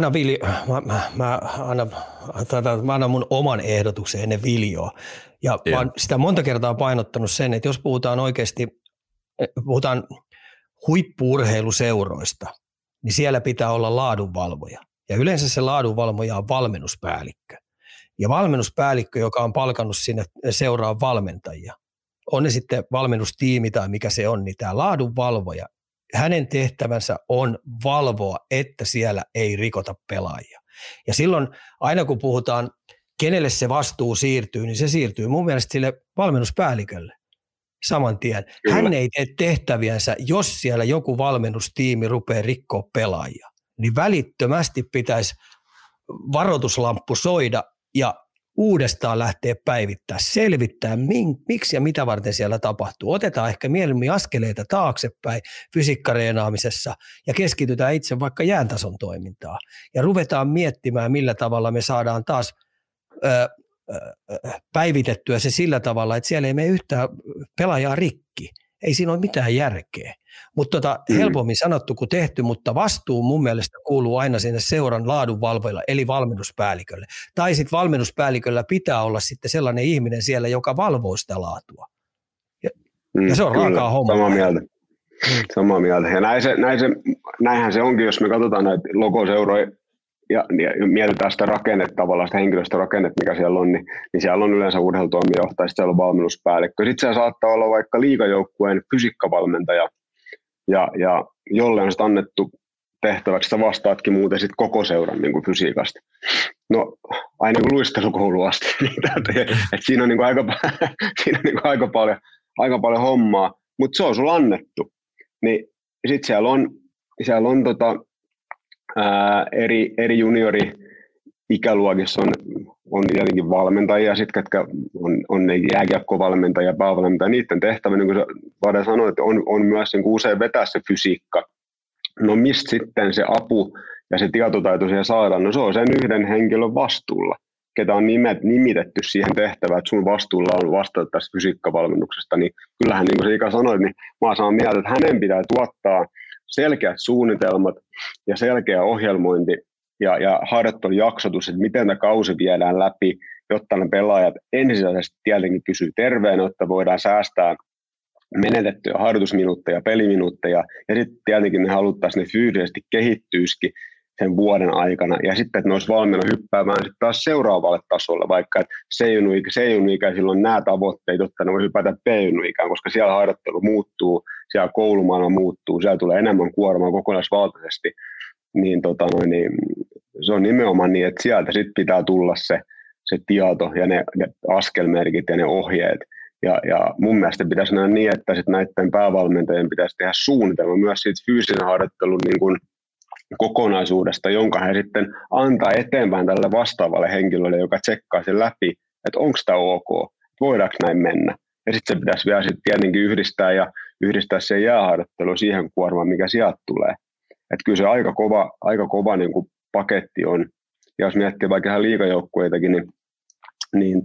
annan mun oman ehdotuksen ennen Viljoa. Ja mä oon sitä monta kertaa painottanut sen, että jos puhutaan oikeasti, puhutaan huippu-urheiluseuroista, niin siellä pitää olla laadunvalvoja. Ja yleensä se laadunvalvoja on valmennuspäällikkö. Ja valmennuspäällikkö, joka on palkannut sinne seuraan valmentajia, on ne sitten valmennustiimi tai mikä se on, niin tämä laadunvalvoja, hänen tehtävänsä on valvoa, että siellä ei rikota pelaajia. Ja silloin aina kun puhutaan, kenelle se vastuu siirtyy, niin se siirtyy mun mielestä sille valmennuspäällikölle saman tien. Hän ei tee tehtäviänsä, jos siellä joku valmennustiimi rupeaa rikkoa pelaajia, niin välittömästi pitäisi varoituslamppu soida ja uudestaan lähteä päivittää, selvittää, miksi ja mitä varten siellä tapahtuu. Otetaan ehkä mieluummin askeleita taaksepäin fysiikkareenaamisessa ja keskitytään itse vaikka jääntason toimintaan. Ja ruvetaan miettimään, millä tavalla me saadaan taas päivitettyä se sillä tavalla, että siellä ei mene yhtään pelaajaa rikki. Ei siinä ole mitään järkeä. Mutta helpommin sanottu kuin tehty, mutta vastuu mun mielestä kuuluu aina sinne seuran laadunvalvojille, eli valmennuspäällikölle. Tai sitten valmennuspäälliköllä pitää olla sitten sellainen ihminen siellä, joka valvoo sitä laatua. Ja se on raakaa hommaa. Samaa mieltä. Ja näinhän se onkin, jos me katsotaan näitä logoseuroja ja mietitään sitä rakennetta, tavallaan sitä henkilöstörakennetta, mikä siellä on, niin siellä on yleensä urheilutoimijohtaja, sitten siellä on valmennuspäällikkö. Sitten siellä saattaa olla vaikka liigajoukkueen fysiikkavalmentaja, ja jolle on sitten annettu tehtäväksi, että vastaatkin muuten sitten koko seuran niin kuin fysiikasta. No, aina kuin luistelukouluun asti. Siinä on niin kuin aika paljon hommaa, mutta se on sulla annettu. Niin sitten siellä on eri juniori-ikäluokissa on tietenkin valmentajia, sit, ketkä on ne jääkiekkovalmentajia, päävalmentajia, niiden tehtävä, niin kuin voidaan sanoa, että on myös niin kuin usein vetää se fysiikka. No mistä sitten se apu ja se tietotaito siihen saadaan? No se on sen yhden henkilön vastuulla, ketä on nimitetty siihen tehtävään, että sun vastuulla on vastata tästä fysiikkavalmennuksesta, niin kyllähän niin kuin se Ika sanoi, niin mä oon saanut mieltä, että hänen pitää tuottaa selkeät suunnitelmat ja selkeä ohjelmointi ja harjoittelujaksotus, että miten tämä kausi viedään läpi, jotta ne pelaajat ensisijaisesti tietenkin pysyy terveenä, jotta voidaan säästää menetettyjä harjoitusminuutteja, peliminuutteja, ja sitten tietenkin ne haluttaisiin ne fyysisesti kehittyisikin, sen vuoden aikana, ja sitten, että ne olisi valmiina hyppäämään sitten taas seuraavalle tasolle, vaikka että C-junnu-ikäisillä on nämä tavoitteet, jotta ne voi hypätä B-junnu-ikään, koska siellä harjoittelu muuttuu, siellä koulumaailma muuttuu, siellä tulee enemmän kuormaa kokonaisvaltaisesti, niin, niin se on nimenomaan niin, että sieltä sitten pitää tulla se tieto ja ne askelmerkit ja ne ohjeet, ja mun mielestä pitäisi mennä niin, että sit näiden päävalmentajien pitäisi tehdä suunnitelma myös siitä fyysisen harjoittelun niin kuin kokonaisuudesta, jonka he sitten antaa eteenpäin tälle vastaavalle henkilölle, joka tsekkaa sen läpi, että onko tämä ok, voidaanko näin mennä. Ja sitten se pitäisi vielä sitten tietenkin yhdistää se jääharjoittelu siihen kuormaan, mikä sieltä tulee. Että kyllä se aika kova niin kuin paketti on. Ja jos miettii vaikka ihan liigajoukkueitakin, niin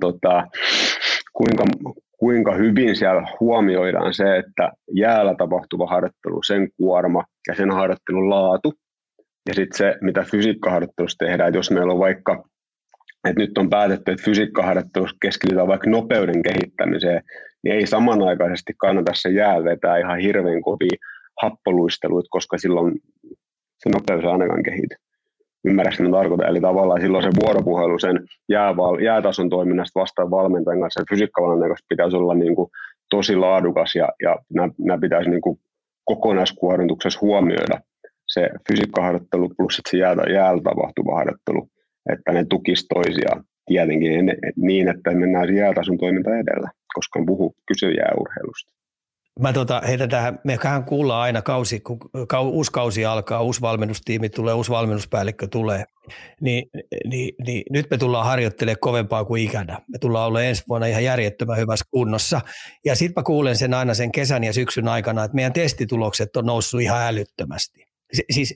kuinka hyvin siellä huomioidaan se, että jäällä tapahtuva harjoittelu, sen kuorma ja sen harjoittelun laatu, ja sitten se, mitä fysiikkaharjoittelussa tehdään, että jos meillä on vaikka, että nyt on päätetty, että fysiikkaharjoittelussa keskitytään vaikka nopeuden kehittämiseen, niin ei samanaikaisesti kannata se jää vetää ihan hirveän kovia happoluisteluita, koska silloin se nopeus ei ainakaan kehity. Ymmärrätkö, mitä tarkoitan? Eli tavallaan silloin se vuoropuhelu sen jäätason toiminnasta vastaan valmentajan kanssa, fysiikkavalmentajan kanssa pitäisi olla niin kuin tosi laadukas, ja nämä pitäisi niin kuin kokonaiskuormituksessa huomioida se fysiikkaharjoittelu plus se jäällä tapahtuva harjoittelu, että ne tukisi toisiaan tietenkin niin, että mennään jäätason toiminta edellä, koska on kyse jääurheilusta. Mä heitän tähän, mehän kuullaan aina kun uusi kausi alkaa, uusi valmennustiimi tulee, uusi valmennuspäällikkö tulee, niin nyt me tullaan harjoittelemaan kovempaa kuin ikänä. Me tullaan olemaan ensi vuonna ihan järjettömän hyvässä kunnossa. Ja sitten mä kuulen sen aina sen kesän ja syksyn aikana, että meidän testitulokset on noussut ihan älyttömästi. Siis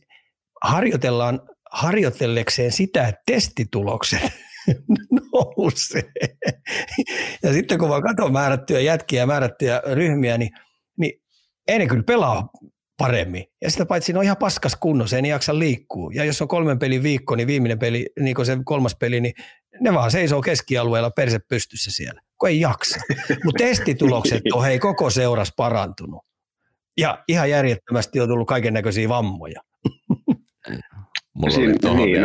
harjoitellekseen sitä, että testitulokset nousee. Ja sitten kun mä katson määrättyjä jätkiä ja määrättyjä ryhmiä, niin ei ne kyllä pelaa paremmin. Ja sitä paitsi ne on ihan paskas kunnossa, ei ne jaksa liikkua. Ja jos on 3 pelin viikko, niin viimeinen peli, niin kuin se 3. peli, niin ne vaan seisoo keskialueella perse pystyssä siellä, kun ei jaksa. Mutta testitulokset on koko seuras parantunut. Ja ihan järjettömästi on tullut kaiken näköisiä vammoja. Mulla oli tohon vielä.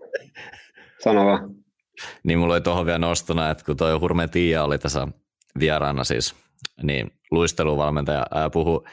Sano vaan. Niin mulla oli tuohon vielä nostona, että kun toi Hurme Tiia oli tässä vieraana siis, niin luisteluvalmentaja puhui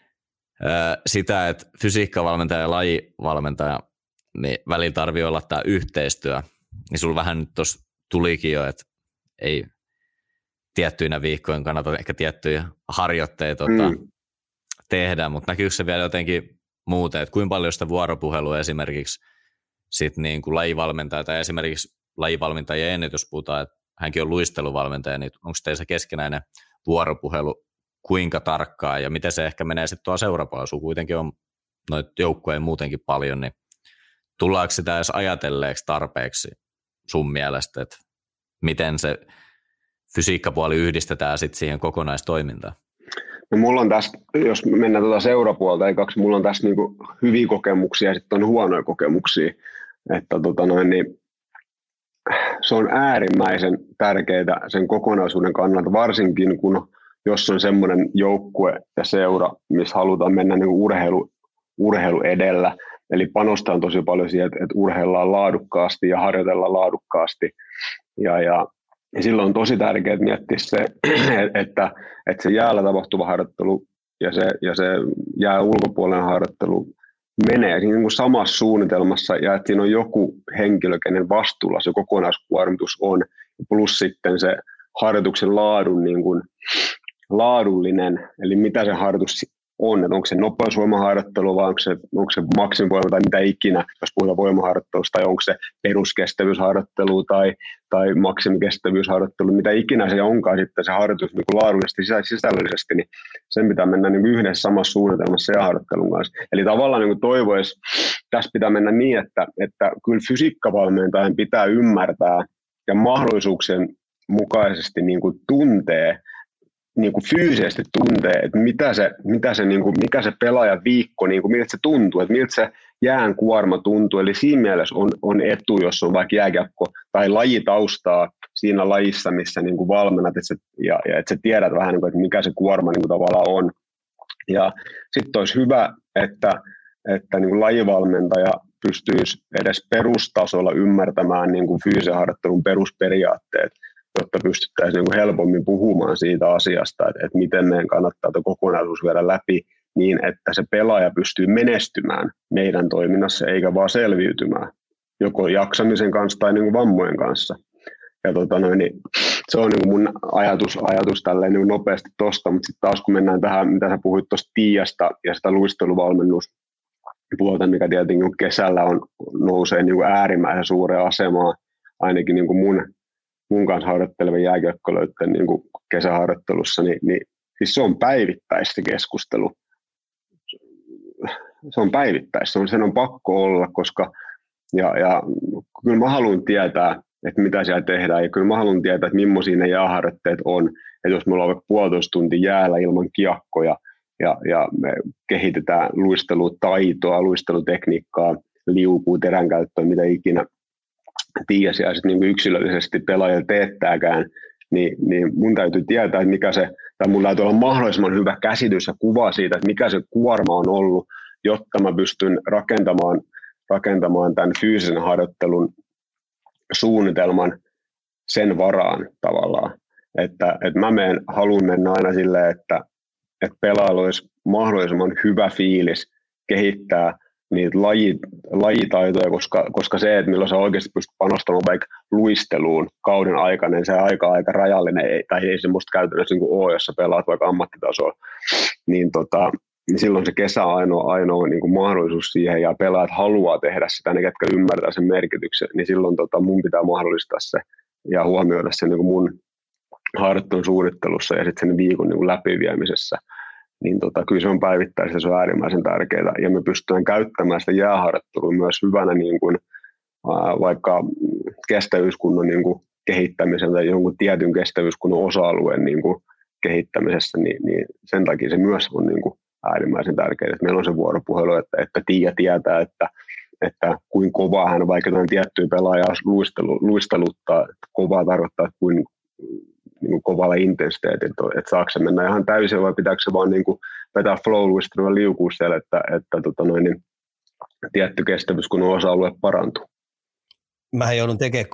sitä, että fysiikkavalmentaja ja lajivalmentaja, niin välillä tarvii olla tämä yhteistyö. Niin sulla vähän nyt tuossa tulikin jo, että ei tiettyinä viikkojen kannata ehkä tiettyjä harjoitteita tehdä, mutta näkyykö se vielä jotenkin muuten, että kuinka paljon sitä vuoropuhelua esimerkiksi sit niin kuin lajivalmentaja tai esimerkiksi lajivalmentajien ennen, jos puhutaan, että hänkin on luisteluvalmentaja, niin onko teillä keskenäinen vuoropuhelu kuinka tarkkaa ja miten se ehkä menee sitten tuolla seurapuolella? Sulla kuitenkin on noita joukkueja muutenkin paljon, niin tullaanko sitä edes ajatelleeksi tarpeeksi sun mielestä, että miten se fysiikkapuoli yhdistetään sitten siihen kokonaistoimintaan? No mulla on tässä, jos mennään seurapuolta ekaksi, mulla on tässä niinku hyviä kokemuksia ja sitten on huonoja kokemuksia, että niin se on äärimmäisen tärkeää sen kokonaisuuden kannalta, varsinkin jos on semmoinen joukkue ja seura, missä halutaan mennä niin urheilu edellä, eli panostaa tosi paljon siihen, että urheillaan laadukkaasti ja harjoitellaan laadukkaasti, ja silloin on tosi tärkeää miettiä se, että se jäällä tapahtuva harjoittelu ja se jää ulkopuolinen harjoittelu menee niin kuin samassa suunnitelmassa ja että siinä on joku henkilö, kenen vastuulla se kokonaiskuormitus on, plus sitten se harjoituksen laadun niin kuin laadullinen, eli mitä se harjoitus on, että onko se nopeusvoimaharjoittelu vai onko se maksimivoima tai mitä ikinä, jos puhutaan voimaharjoittelusta, tai onko se peruskestävyysharjoittelu tai maksimikestävyysharjoittelu, mitä ikinä se onkaan sitten se harjoitus niin kuin laadullisesti sisällöllisesti, niin sen pitää mennä niin kuin yhdessä samassa suunnitelmassa ja harjoittelun kanssa. Eli tavallaan niin kuin toivoisi, tässä pitää mennä niin, että kyllä fysiikkavalmentajan pitää ymmärtää ja mahdollisuuksien mukaisesti niin kuin tuntee, niin kuin fyysisesti tuntee, että mikä se pelaajan viikko, niin kuin miltä se tuntuu, että miltä se jään kuorma tuntuu. Eli siinä mielessä on etu, jos on vaikka jääkiekko tai lajitaustaa siinä lajissa, missä niin kuin valmennat, että sä tiedät vähän, niin kuin, että mikä se kuorma niin kuin tavallaan on. Ja sitten olisi hyvä, että että niin kuin lajivalmentaja pystyisi edes perustasolla ymmärtämään niin kuin fyysisen harjoittelun perusperiaatteet, jotta pystyttäisiin niin kuin helpommin puhumaan siitä asiasta, että miten meidän kannattaa tuo kokonaisuus viedä läpi niin, että se pelaaja pystyy menestymään meidän toiminnassa eikä vaan selviytymään joko jaksamisen kanssa tai niin kuin vammojen kanssa. Ja niin se on niin kuin mun ajatus tälleen niin kuin nopeasti tuosta, mutta sitten taas kun mennään tähän, mitä sä puhuit tuosta Tiiasta ja sitä luisteluvalmennuspuolta, mikä tietenkin kesällä nousee niin kuin äärimmäisen suureen asemaan, ainakin niin kuin mun kanssa harjoittelevien jääkiekkoilijoiden niin kuin kesäharjoittelussa, niin siis se on päivittäistä keskustelu. Se on päivittäistä, sen on pakko olla, koska ja kyllä mä haluan tietää, että mitä siellä tehdään, ja kyllä mä haluan tietää, että millaisia ne jääharjoitteet on, että jos me ollaan vaikka 1,5 tuntia jäällä ilman kiekkoja, ja me kehitetään luistelutaitoa, luistelutekniikkaa, liukuu, teränkäyttöä, mitä ikinä Tiia siellä sitten niin yksilöllisesti pelaajille teettääkään, niin mun täytyy tietää, että mikä se, tai mun täytyy olla mahdollisimman hyvä käsitys ja kuva siitä, että mikä se kuorma on ollut, jotta mä pystyn rakentamaan tämän fyysisen harjoittelun suunnitelman sen varaan tavallaan. Että mä haluan mennä aina silleen, että pelaajalla olisi mahdollisimman hyvä fiilis kehittää niitä lajitaitoja, koska se, että milloin sä oikeasti pystyt panostamaan vaikka luisteluun kauden aikana, niin se aika rajallinen, tai ei semmoista käytännössä niin kuin ole, jos sä pelaat vaikka ammattitasolla, niin silloin se kesä on ainoa niin kuin mahdollisuus siihen, ja pelaajat haluaa tehdä sitä, ne ketkä ymmärtää sen merkityksen, niin silloin mun pitää mahdollistaa se ja huomioida se niin kuin mun harjoittelun suunnittelussa ja sitten sen viikon niin kuin läpiviemisessä. Niin kyllä se on päivittäistä, se on äärimmäisen tärkeää, ja me pystytään käyttämään sitä jääharjoittelua myös hyvänä niin kuin, vaikka kestävyyskunnon niin kuin kehittämisen tai jonkun tietyn kestävyyskunnon osa-alueen niin kuin kehittämisessä, niin sen takia se myös on niin kuin äärimmäisen tärkeää, että meillä on se vuoropuhelu, että Tiia tietää, että kuinka kovaa hän vaikka jotain tiettyä pelaajaa luisteluttaa, että kovaa tarkoittaa, että kuin kovalla intensiteetillä, että saako se mennä ihan täysin vai pitääkö se vaan niin kuin vetää flow-luistelua ja liukua siellä, että niin tietty kestävyys, kun osa-alue parantuu. Mähän joudun tekemään,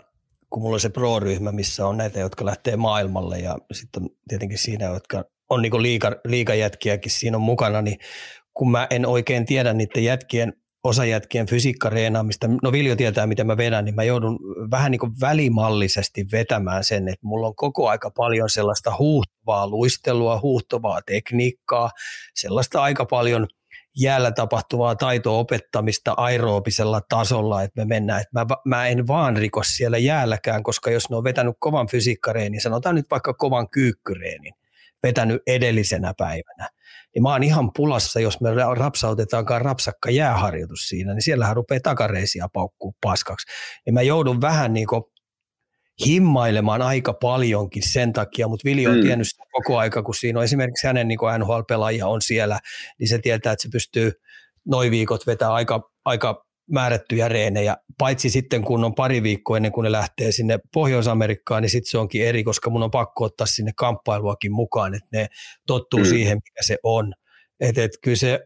kun mulla on se pro-ryhmä, missä on näitä, jotka lähtee maailmalle, ja sitten on tietenkin siinä, jotka on niin kuin liigajätkiäkin siinä on mukana, niin kun mä en oikein tiedä niiden osajätkien fysiikkareenaamista, no Viljo tietää, miten mä vedän, niin mä joudun vähän niin kuin välimallisesti vetämään sen, että mulla on koko aika paljon sellaista huuhtuvaa luistelua, huuhtuvaa tekniikkaa, sellaista aika paljon jäällä tapahtuvaa taito-opettamista aeroobisella tasolla, että me mennään, että mä en vaan riko siellä jäälläkään, koska jos ne on vetänyt kovan fysiikkareenin, sanotaan nyt vaikka kovan kyykkyreenin, vetänyt edellisenä päivänä, niin mä oon ihan pulassa, jos me rapsautetaankaan rapsakka jääharjoitus siinä, niin siellähän rupeaa takareisia paukkuu paskaksi. Niin mä joudun vähän niin kuin himmailemaan aika paljonkin sen takia, mutta Viljo on tiennyt koko aika, kun siinä on esimerkiksi hänen niin kuin NHL-pelaajia on siellä, niin se tietää, että se pystyy noin viikot vetää aika määrättyjä reenejä, paitsi sitten kun on pari viikkoa ennen kuin ne lähtee sinne Pohjois-Amerikkaan, niin sitten se onkin eri, koska mun on pakko ottaa sinne kamppailuakin mukaan, että ne tottuu siihen, mikä se on. Että kyllä se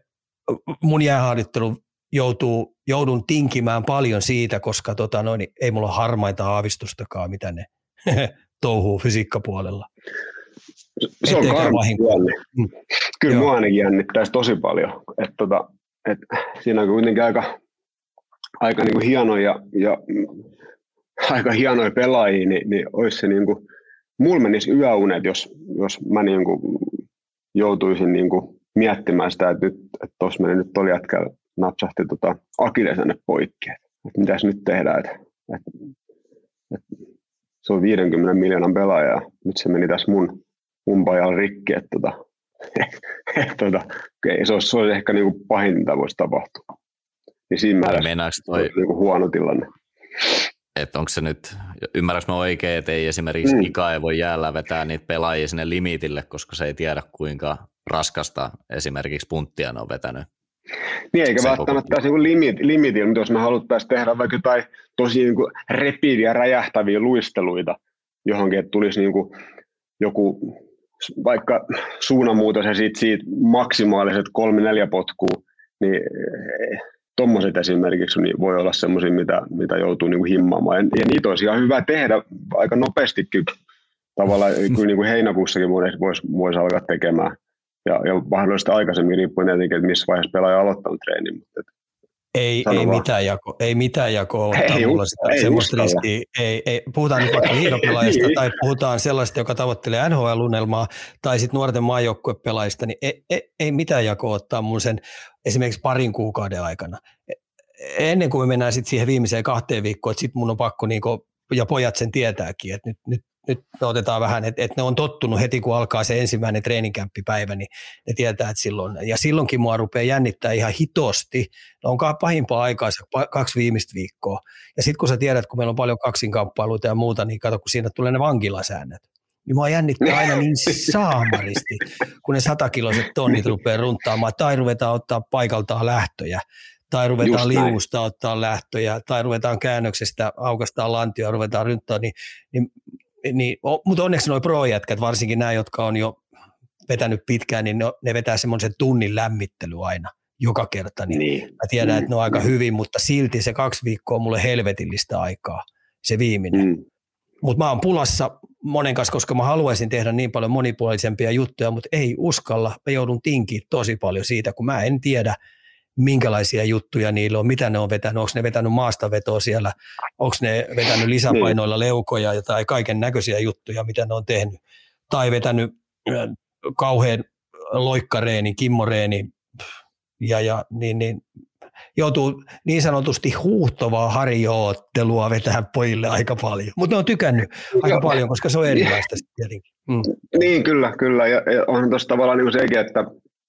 mun jääharjoittelu joudun tinkimään paljon siitä, koska ei mulla ole harmaita aavistustakaan, mitä ne touhuu fysiikkapuolella. Se on karmea. Kyllä mua ainakin jännittäisi tosi paljon. Että siinä on kuitenkin aika niin kuin hienoja ja aika hienoja pelaajia, niin olisi se niin kuin, mulla menisi yöunet, jos mä niin kuin joutuisin niin kuin miettimään sitä, että tuossa meni nyt oli jätkä napsahti Akille tänne poikki, että mitäs nyt tehdään, että se on 50 miljoonan pelaaja ja nyt se meni tässä mun pajalla rikki, että se olisi ehkä niin kuin pahin, mitä voisi tapahtua. Niin siinä määrässä on niin huono tilanne. Että onko se nyt, ymmärrätkö mä oikein, että ei esimerkiksi Ika ei voi jäällä vetää niitä pelaajia sinne limitille, koska se ei tiedä kuinka raskasta esimerkiksi punttia ne on vetänyt. Niin, eikä välttämättä limitillä, mutta jos me haluttaisiin tehdä vaikka jotain tosi niin kuin repiviä, räjähtäviä luisteluita johonkin, että tulisi niin kuin joku vaikka suunnanmuutos ja siitä maksimaaliset 3-4 potkua, niin tommoset esimerkiksi niin voi olla semmoisia, mitä joutuu niin kuin himmaamaan. Ja niitä olisi ihan hyvä tehdä aika nopeastikin. Tavallaan kyllä niin kuin heinäkuussakin voisi alkaa tekemään. Ja mahdollisesti aikaisemmin riippuen tietenkin, että missä vaiheessa pelaaja aloittaa treenin. Mutta Ei mitään jakoa ottaa mulla sitä semmoista riskiä. Puhutaan nyt vaikka liigapelaajasta tai puhutaan sellaista, joka tavoittelee NHL-unelmaa tai sitten nuorten maajoukkuepelaajista, niin ei mitään jakoa ottaa mun sen esimerkiksi parin kuukauden aikana. Ennen kuin me mennään sitten siihen viimeiseen 2 viikkoon, että sitten mun on pakko, ja pojat sen tietääkin, että nyt me otetaan vähän, että ne on tottunut heti, kun alkaa se ensimmäinen treeninkämppipäivä, niin ne tietää, että silloinkin mua rupeaa jännittää ihan hitosti. Ne on pahimpaa aikaa 2 viimeistä viikkoa. Ja sitten kun sä tiedät, kun meillä on paljon kaksinkamppailuita ja muuta, niin kato, kun siinä tulee ne vankilasäännöt. Niin mua jännittää aina niin saamaristi, kun ne 100-kiloiset tonnit rupeaa runttaamaan, tai ruvetaan ottaa paikaltaan lähtöjä, tai ruvetaan liuusta ottaa lähtöjä, tai ruvetaan käännöksestä aukastaa lantioa, ruvetaan rynttaa, mutta onneksi nuo pro-jätkät, varsinkin nämä, jotka on jo vetänyt pitkään, niin ne vetää semmoisen tunnin lämmittely aina joka kerta. Niin mä tiedän, että ne on aika hyvin, mutta silti se 2 viikkoa on mulle helvetillistä aikaa, se viimeinen. Mutta mä oon pulassa monen kanssa, koska mä haluaisin tehdä niin paljon monipuolisempia juttuja, mutta ei uskalla. Mä joudun tinkiin tosi paljon siitä, kun mä en tiedä, minkälaisia juttuja niillä on, mitä ne on vetänyt, onko ne vetänyt maastavetoa siellä, onko ne vetänyt lisäpainoilla leukoja tai kaiken näköisiä juttuja, mitä ne on tehnyt, tai vetänyt kauhean loikkareeni, kimmoreeni, ja niin joutuu niin sanotusti huuhtovaa harjoittelua vetää pojille aika paljon, mutta ne on tykännyt aika paljon, koska se on erilaista tietenkin. Niin, kyllä, ja onhan tuossa tavallaan niin sekin, että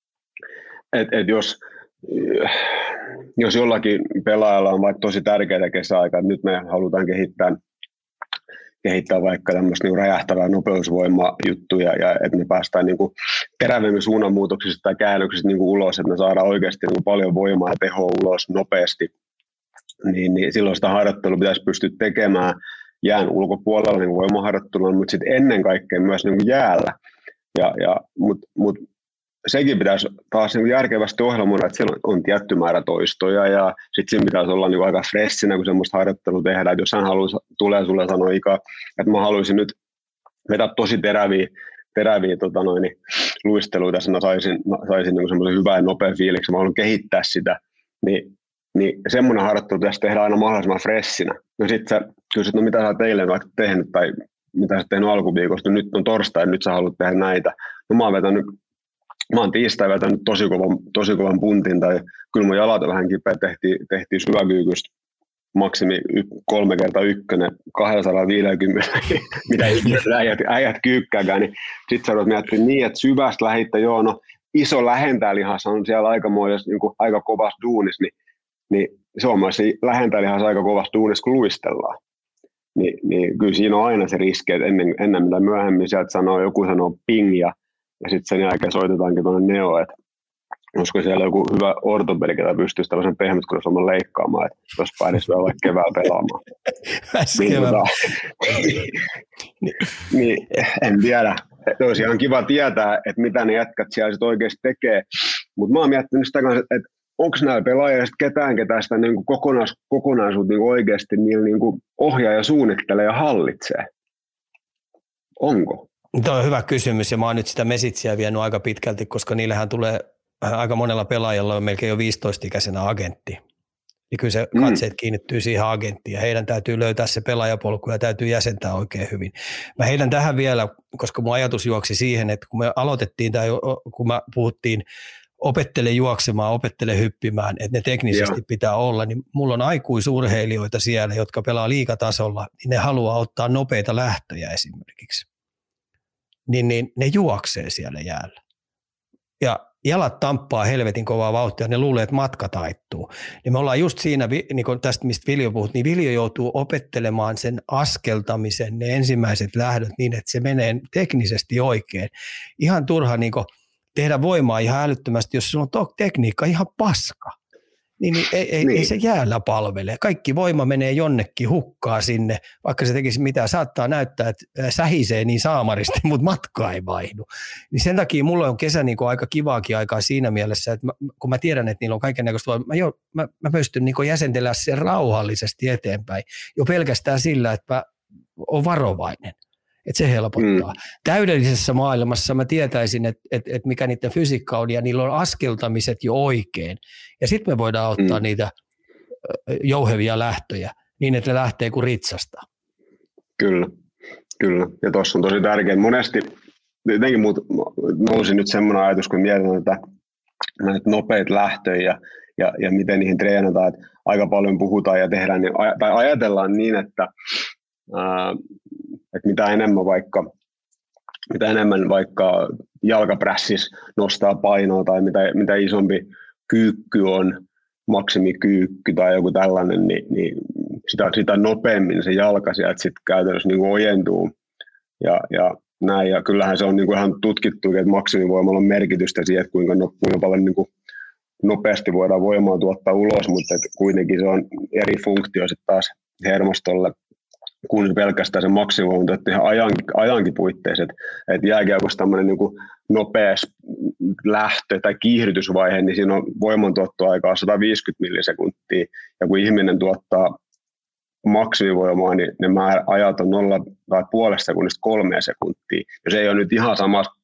jos jollakin pelaajalla on vaikka tosi tärkeää kesäaikaa, että nyt me halutaan kehittää vaikka tämmöistä niin räjähtävää nopeusvoimajuttuja ja että me päästään niin terävemmin suunnanmuutoksista tai käännöksistä niin ulos, että me saadaan oikeasti niin paljon voimaa ja tehoa ulos nopeasti, niin silloin sitä harjoittelua pitäisi pystyä tekemään jään ulkopuolella niin voimaharjoittelua, mutta sitten ennen kaikkea myös niin jäällä. Mutta sekin pitäisi taas niin järkevästi ohjelmoida, että siellä on tietty määrä toistoja ja sitten siinä pitäisi olla niin aika freshinä, kun semmoista harjoittelua tehdään. Että jos hän tulee sulle sanoa että mä haluaisin nyt vetää tosi teräviä luisteluita, että mä saisin niin semmoisen hyvän ja nopean fiiliksen, mä haluan kehittää sitä, niin semmoinen harjoittelu pitäisi tehdä aina mahdollisimman freshinä. No sitten sä kysyt, no mitä sä oot eilen vaikka tehnyt tai mitä sä oot tehnyt alkuviikosta, nyt on torstai, nyt sä haluat tehdä näitä. No mä oon tiistai vetänyt tosi kovan puntin, tai kyllä mun jalat on vähän kipeä, tehtiin syväkyykystä maksimi 3x1, 250, mitä äijät kyykkääkään, niin sitten sä voit miettiä niin, että syvästä lähitte, iso lähentäilihas on siellä aika kovassa duunissa, niin se on myös lähentäilihas aika kovassa duunissa, kun luistellaan. Niin kyllä siinä on aina se riski, että ennen mitä myöhemmin sieltä joku sanoo ping ja sitten sen jälkeen soitetaankin tuonne Neo, että olisiko siellä joku hyvä ortopedi, ketä pystyisi tällaisen pehmytkurosloman leikkaamaan, että jos päädisi vielä vaikka keväällä pelaamaan. Niin, en tiedä. Olisi ihan kiva tietää, että mitä ne jätkät siellä sitten oikeasti tekee. Mutta mä oon miettinyt sitä kanssa, että onko näillä pelaajilla ketään, ketä sitä niinku kokonaisuutta niinku oikeasti niillä niinku ohjaa ja suunnittelee ja hallitsee? Onko? Tuo on hyvä kysymys ja mä oon nyt sitä mesitsiä vienyt aika pitkälti, koska niillähän tulee aika monella pelaajalla on melkein jo 15-ikäisenä agentti. Ja kyllä se katseet kiinnittyy siihen agenttiin ja heidän täytyy löytää se pelaajapolku ja täytyy jäsentää oikein hyvin. Mä heidän tähän vielä, koska mun ajatus juoksi siihen, että kun me aloitettiin tai kun me puhuttiin opettele juoksemaan, opettele hyppimään, että ne teknisesti pitää olla, niin mulla on aikuisurheilijoita siellä, jotka pelaa liigatasolla, niin ne haluaa ottaa nopeita lähtöjä esimerkiksi. Niin ne juoksee siellä jäällä. Ja jalat tamppaa helvetin kovaa vauhtia, ne luulee, että matka taittuu. Niin me ollaan just siinä, niin kuin tästä mistä Viljo puhut, niin Viljo joutuu opettelemaan sen askeltamisen, ne ensimmäiset lähdöt niin, että se menee teknisesti oikein. Ihan turha niin kuin tehdä voimaa ihan älyttömästi, jos sulla on tekniikka ihan paska. niin ei se jäällä palvele. Kaikki voima menee jonnekin hukkaa sinne, vaikka se tekisi mitään. Saattaa näyttää, että sähisee niin saamaristi, mutta matka ei vaihdu. Niin sen takia mulla on kesä niin kuin aika kivaakin aikaa siinä mielessä, että kun mä tiedän, että niillä on kaikennäköistä voimaa, mä pystyn niin kuin jäsentellä sen rauhallisesti eteenpäin. Jo pelkästään sillä, että mä oon varovainen. Että se helpottaa. Täydellisessä maailmassa mä tietäisin, että mikä niiden fysiikka on, ja niillä on askeltamiset jo oikein. Ja sitten me voidaan ottaa niitä jouhevia lähtöjä niin, että ne lähtee kuin ritsasta. Kyllä. Ja tuossa on tosi tärkeää. Monesti jotenkin nousi nyt semmoinen ajatus, kun mietin näitä nopeita lähtöjä ja miten niihin treenataan. Että aika paljon puhutaan ja tehdään, tai ajatellaan niin, että mitä enemmän vaikka jalkaprässis nostaa painoa tai mitä isompi kyykky on, maksimikyykky tai joku tällainen, niin sitä nopeammin se jalka sieltä sitten käytännössä niin kuin ojentuu. Ja näin, ja kyllähän se on niin kuin ihan tutkittu, että maksimivoimalla on merkitystä siihen, että kuinka paljon niin kuin nopeasti voidaan voimaa tuottaa ulos, mutta kuitenkin se on eri funktio sitten taas hermostolle, kun pelkästään se maksimivoima ihan ajankin puitteissa, että jääkiekossa tämmöinen niin kuin nopea lähtö tai kiihdytysvaihe, niin siinä on voimantuottoaikaa 150 millisekuntia, ja kun ihminen tuottaa maksimivoimaa, niin ne ajat on 0,5 sekunnista 3 sekuntia, ja se ei ole nyt ihan samassa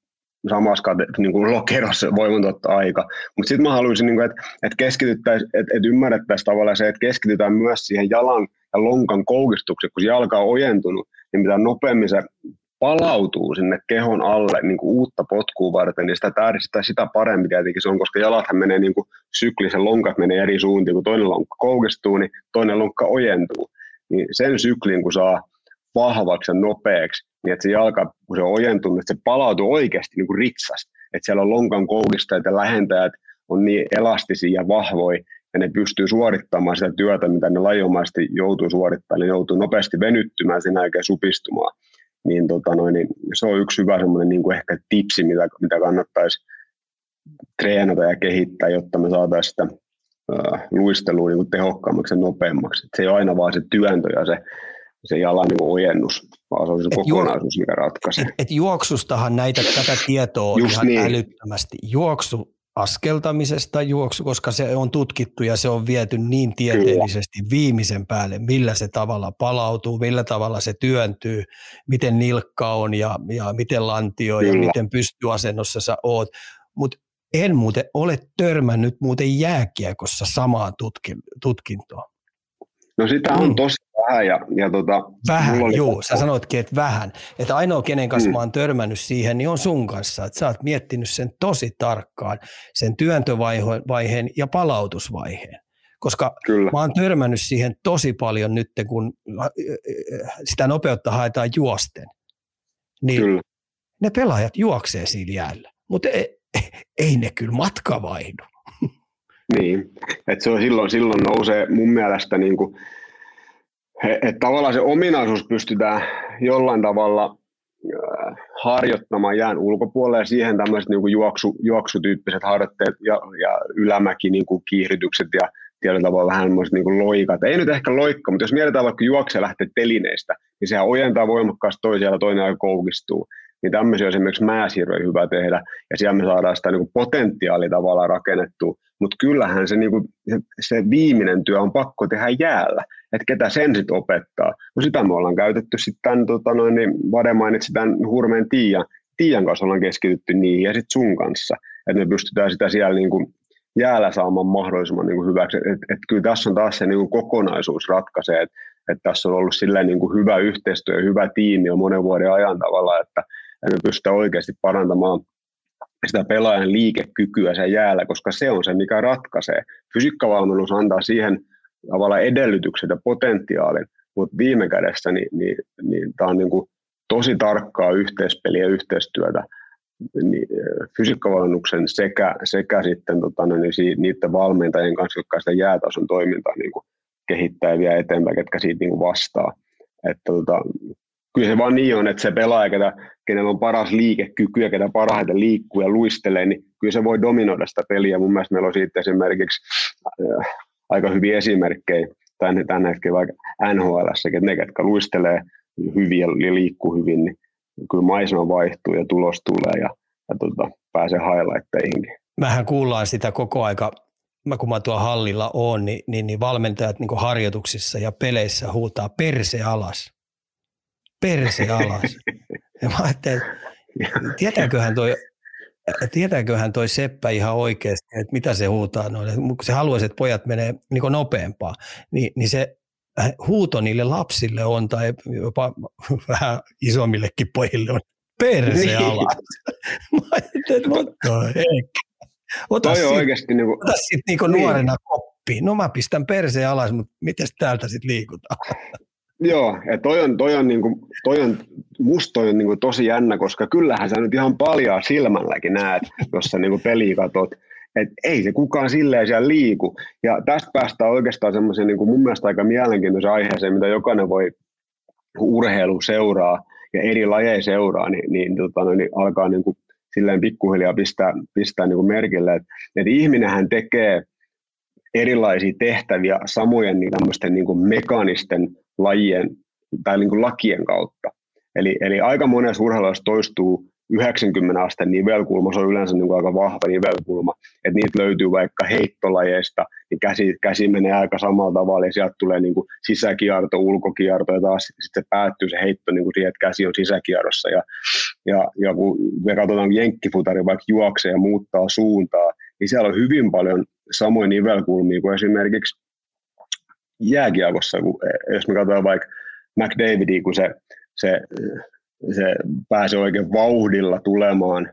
niin kuin lokerossa voimantuottoaika, mutta sitten mä haluaisin, niin että keskityttäisiin, että ymmärrettäisiin tavallaan se, että keskitytään myös siihen jalan ja lonkan koukistukseen, kun se jalka on ojentunut, niin mitä nopeammin se palautuu sinne kehon alle niin kuin uutta potkua varten, niin sitä parempi tietenkin se on, koska jalathan menee niin kuin syklisen, lonkat menee eri suuntiin, kun toinen lonkka koukistuu, niin toinen lonkka ojentuu. Niin sen syklin, kun saa vahvaksi ja nopeaksi, niin että se jalka, kun se on ojentunut, että se palautuu oikeasti niin kuin ritsasta, että siellä on lonkan koukistajat ja lähentäjät on niin elastisia ja vahvoja, ja ne pystyy suorittamaan sitä työtä, mitä ne lajiomaisesti joutuu suorittamaan, ne joutuu nopeasti venyttymään, sen jälkeen supistumaan. Niin, niin se on yksi hyvä semmoinen niin kuin ehkä tipsi, mitä kannattaisi treenata ja kehittää, jotta me saataisiin sitä luistelua niin kuin tehokkaammaksi ja nopeammaksi. Et se ei ole aina vaan se työntö ja se jalan niin kuin ojennus, vaan se on se kokonaisuus, mikä ratkaisee. Juoksustahan tätä tietoa on ihan niin älyttömästi. Askeltamisesta koska se on tutkittu ja se on viety niin tieteellisesti viimeisen päälle, millä se tavalla palautuu, millä tavalla se työntyy, miten nilkka on ja miten lantio ja miten pystyasennossa sä oot. Mutta en muuten ole törmännyt muuten jääkiekossa samaan tutkintoon. No sitä on tosi vähän. Vähän, joo. Sä sanoitkin, että vähän. Että ainoa, kenen kanssa mä oon törmännyt siihen, niin on sun kanssa. Että sä oot miettinyt sen tosi tarkkaan, sen työntövaiheen ja palautusvaiheen. Koska mä oon törmännyt siihen tosi paljon nyt, kun sitä nopeutta haetaan juosten. Niin ne pelaajat juoksee siinä jäällä. Mutta ei ne kyllä matka vaihdu. Niin, että se on silloin nousee mun mielestä niin kuin, että tavallaan se ominaisuus pystytään jollain tavalla harjoittamaan jään ulkopuolelle ja siihen tämmöiset niin kuin juoksutyyppiset harjoitteet ja ylämäki niin kuin kiihdytykset ja tietyllä tavalla vähän niin kuin loikat. Ei nyt ehkä loikka, mutta jos mietitään vaikka juoksee lähtee telineistä, niin sehän ojentaa voimakkaasti toisiaan ja toinen aika koukistuu. Niin tämmöisiä on esimerkiksi mäeshirveän hyvä tehdä, ja siellä me saadaan sitä niin kuin potentiaalia tavallaan rakennettua, mutta kyllähän se, niin kuin, se viimeinen työ on pakko tehdä jäällä, että ketä sen sitten opettaa. No sitä me ollaan käytetty sitten tämän, niin Vade mainitsi tämän Hurmeen Tiian kanssa ollaan keskitytty niihin, ja sitten sun kanssa, että me pystytään sitä siellä niin kuin jäällä saamaan mahdollisimman niin kuin hyväksi, että kyllä tässä on taas se niin kuin kokonaisuus ratkaisee, että tässä on ollut silleen niin kuin hyvä yhteistyö ja hyvä tiimi jo monen vuoden ajan tavalla, että me pystytään oikeasti parantamaan sitä pelaajan liikekykyä sen jäällä, koska se on se, mikä ratkaisee. Fysiikkavalmennus antaa siihen tavallaan edellytykset ja potentiaalin, mutta viime kädessä niin tämä on niin kuin tosi tarkkaa yhteispeliä ja yhteistyötä niin fysiikkavalmennuksen sekä sitten niiden valmentajien kanssa, jotka sitä jäätason toimintaa niin kuin kehittää ja vie eteenpäin, ketkä siitä niin kuin vastaa. Että kyllä se vaan niin on, että se pelaaja, kenellä on paras liikekyky ja ketä parhaiten liikkuu ja luistelee, niin kyllä se voi dominoida sitä peliä. Mun mielestä meillä on siitä esimerkiksi aika hyviä esimerkkejä tämän hetken vaikka NHL:ssäkin, että ne, ketkä luistelee hyvin ja liikkuu hyvin, niin kyllä maisema vaihtuu ja tulos tulee ja pääsee highlightteihinkin. Mähän kuullaan sitä koko aika, kun mä tuolla hallilla oon, niin valmentajat niin harjoituksissa ja peleissä huutaa perse alas. Perse alas. Ja mä ajattelin, tietääköhän toi Seppä ihan oikeasti, että mitä se huutaa noille. Kun se haluaisi, että pojat menee niin nopeampaa, niin se huuto niille lapsille on, tai jopa vähän isommillekin pojille on, perse alas. Mä ajattelin, että ota sitten nuorena koppiin. No mä pistän perseen alas, mutta mites täältä sitten liikutaan? Joo, että musta on tosi jännä, koska kyllähän sä nyt ihan paljaa silmälläkin näet, jos sä peliä katot, että ei se kukaan silleen siellä liiku. Ja tästä päästään oikeastaan semmoisen mun mielestä aika mielenkiintoisen aiheeseen, mitä jokainen voi urheilu seuraa ja eri lajeja seuraa, niin alkaa silleen pikkuhiljaa pistää merkille, että ihminenhän tekee erilaisia tehtäviä samojen tämmöisten mekaanisten lajien tai lakien kautta. Eli aika monessa urheilussa toistuu 90 asteen nivelkulma, se on yleensä aika vahva nivelkulma, että niitä löytyy vaikka heittolajeista, niin käsi menee aika samalla tavalla ja sieltä tulee sisäkierto, ulkokierto ja taas sitten se päättyy se heitto siihen, että käsi on sisäkierrossa ja kun me katsotaan jenkkifutari vaikka juoksee ja muuttaa suuntaa, niin siellä on hyvin paljon samoja nivelkulmia kuin esimerkiksi jääkiekossa, jos me katsotaan vaikka McDavidia, kun se pääsee oikein vauhdilla tulemaan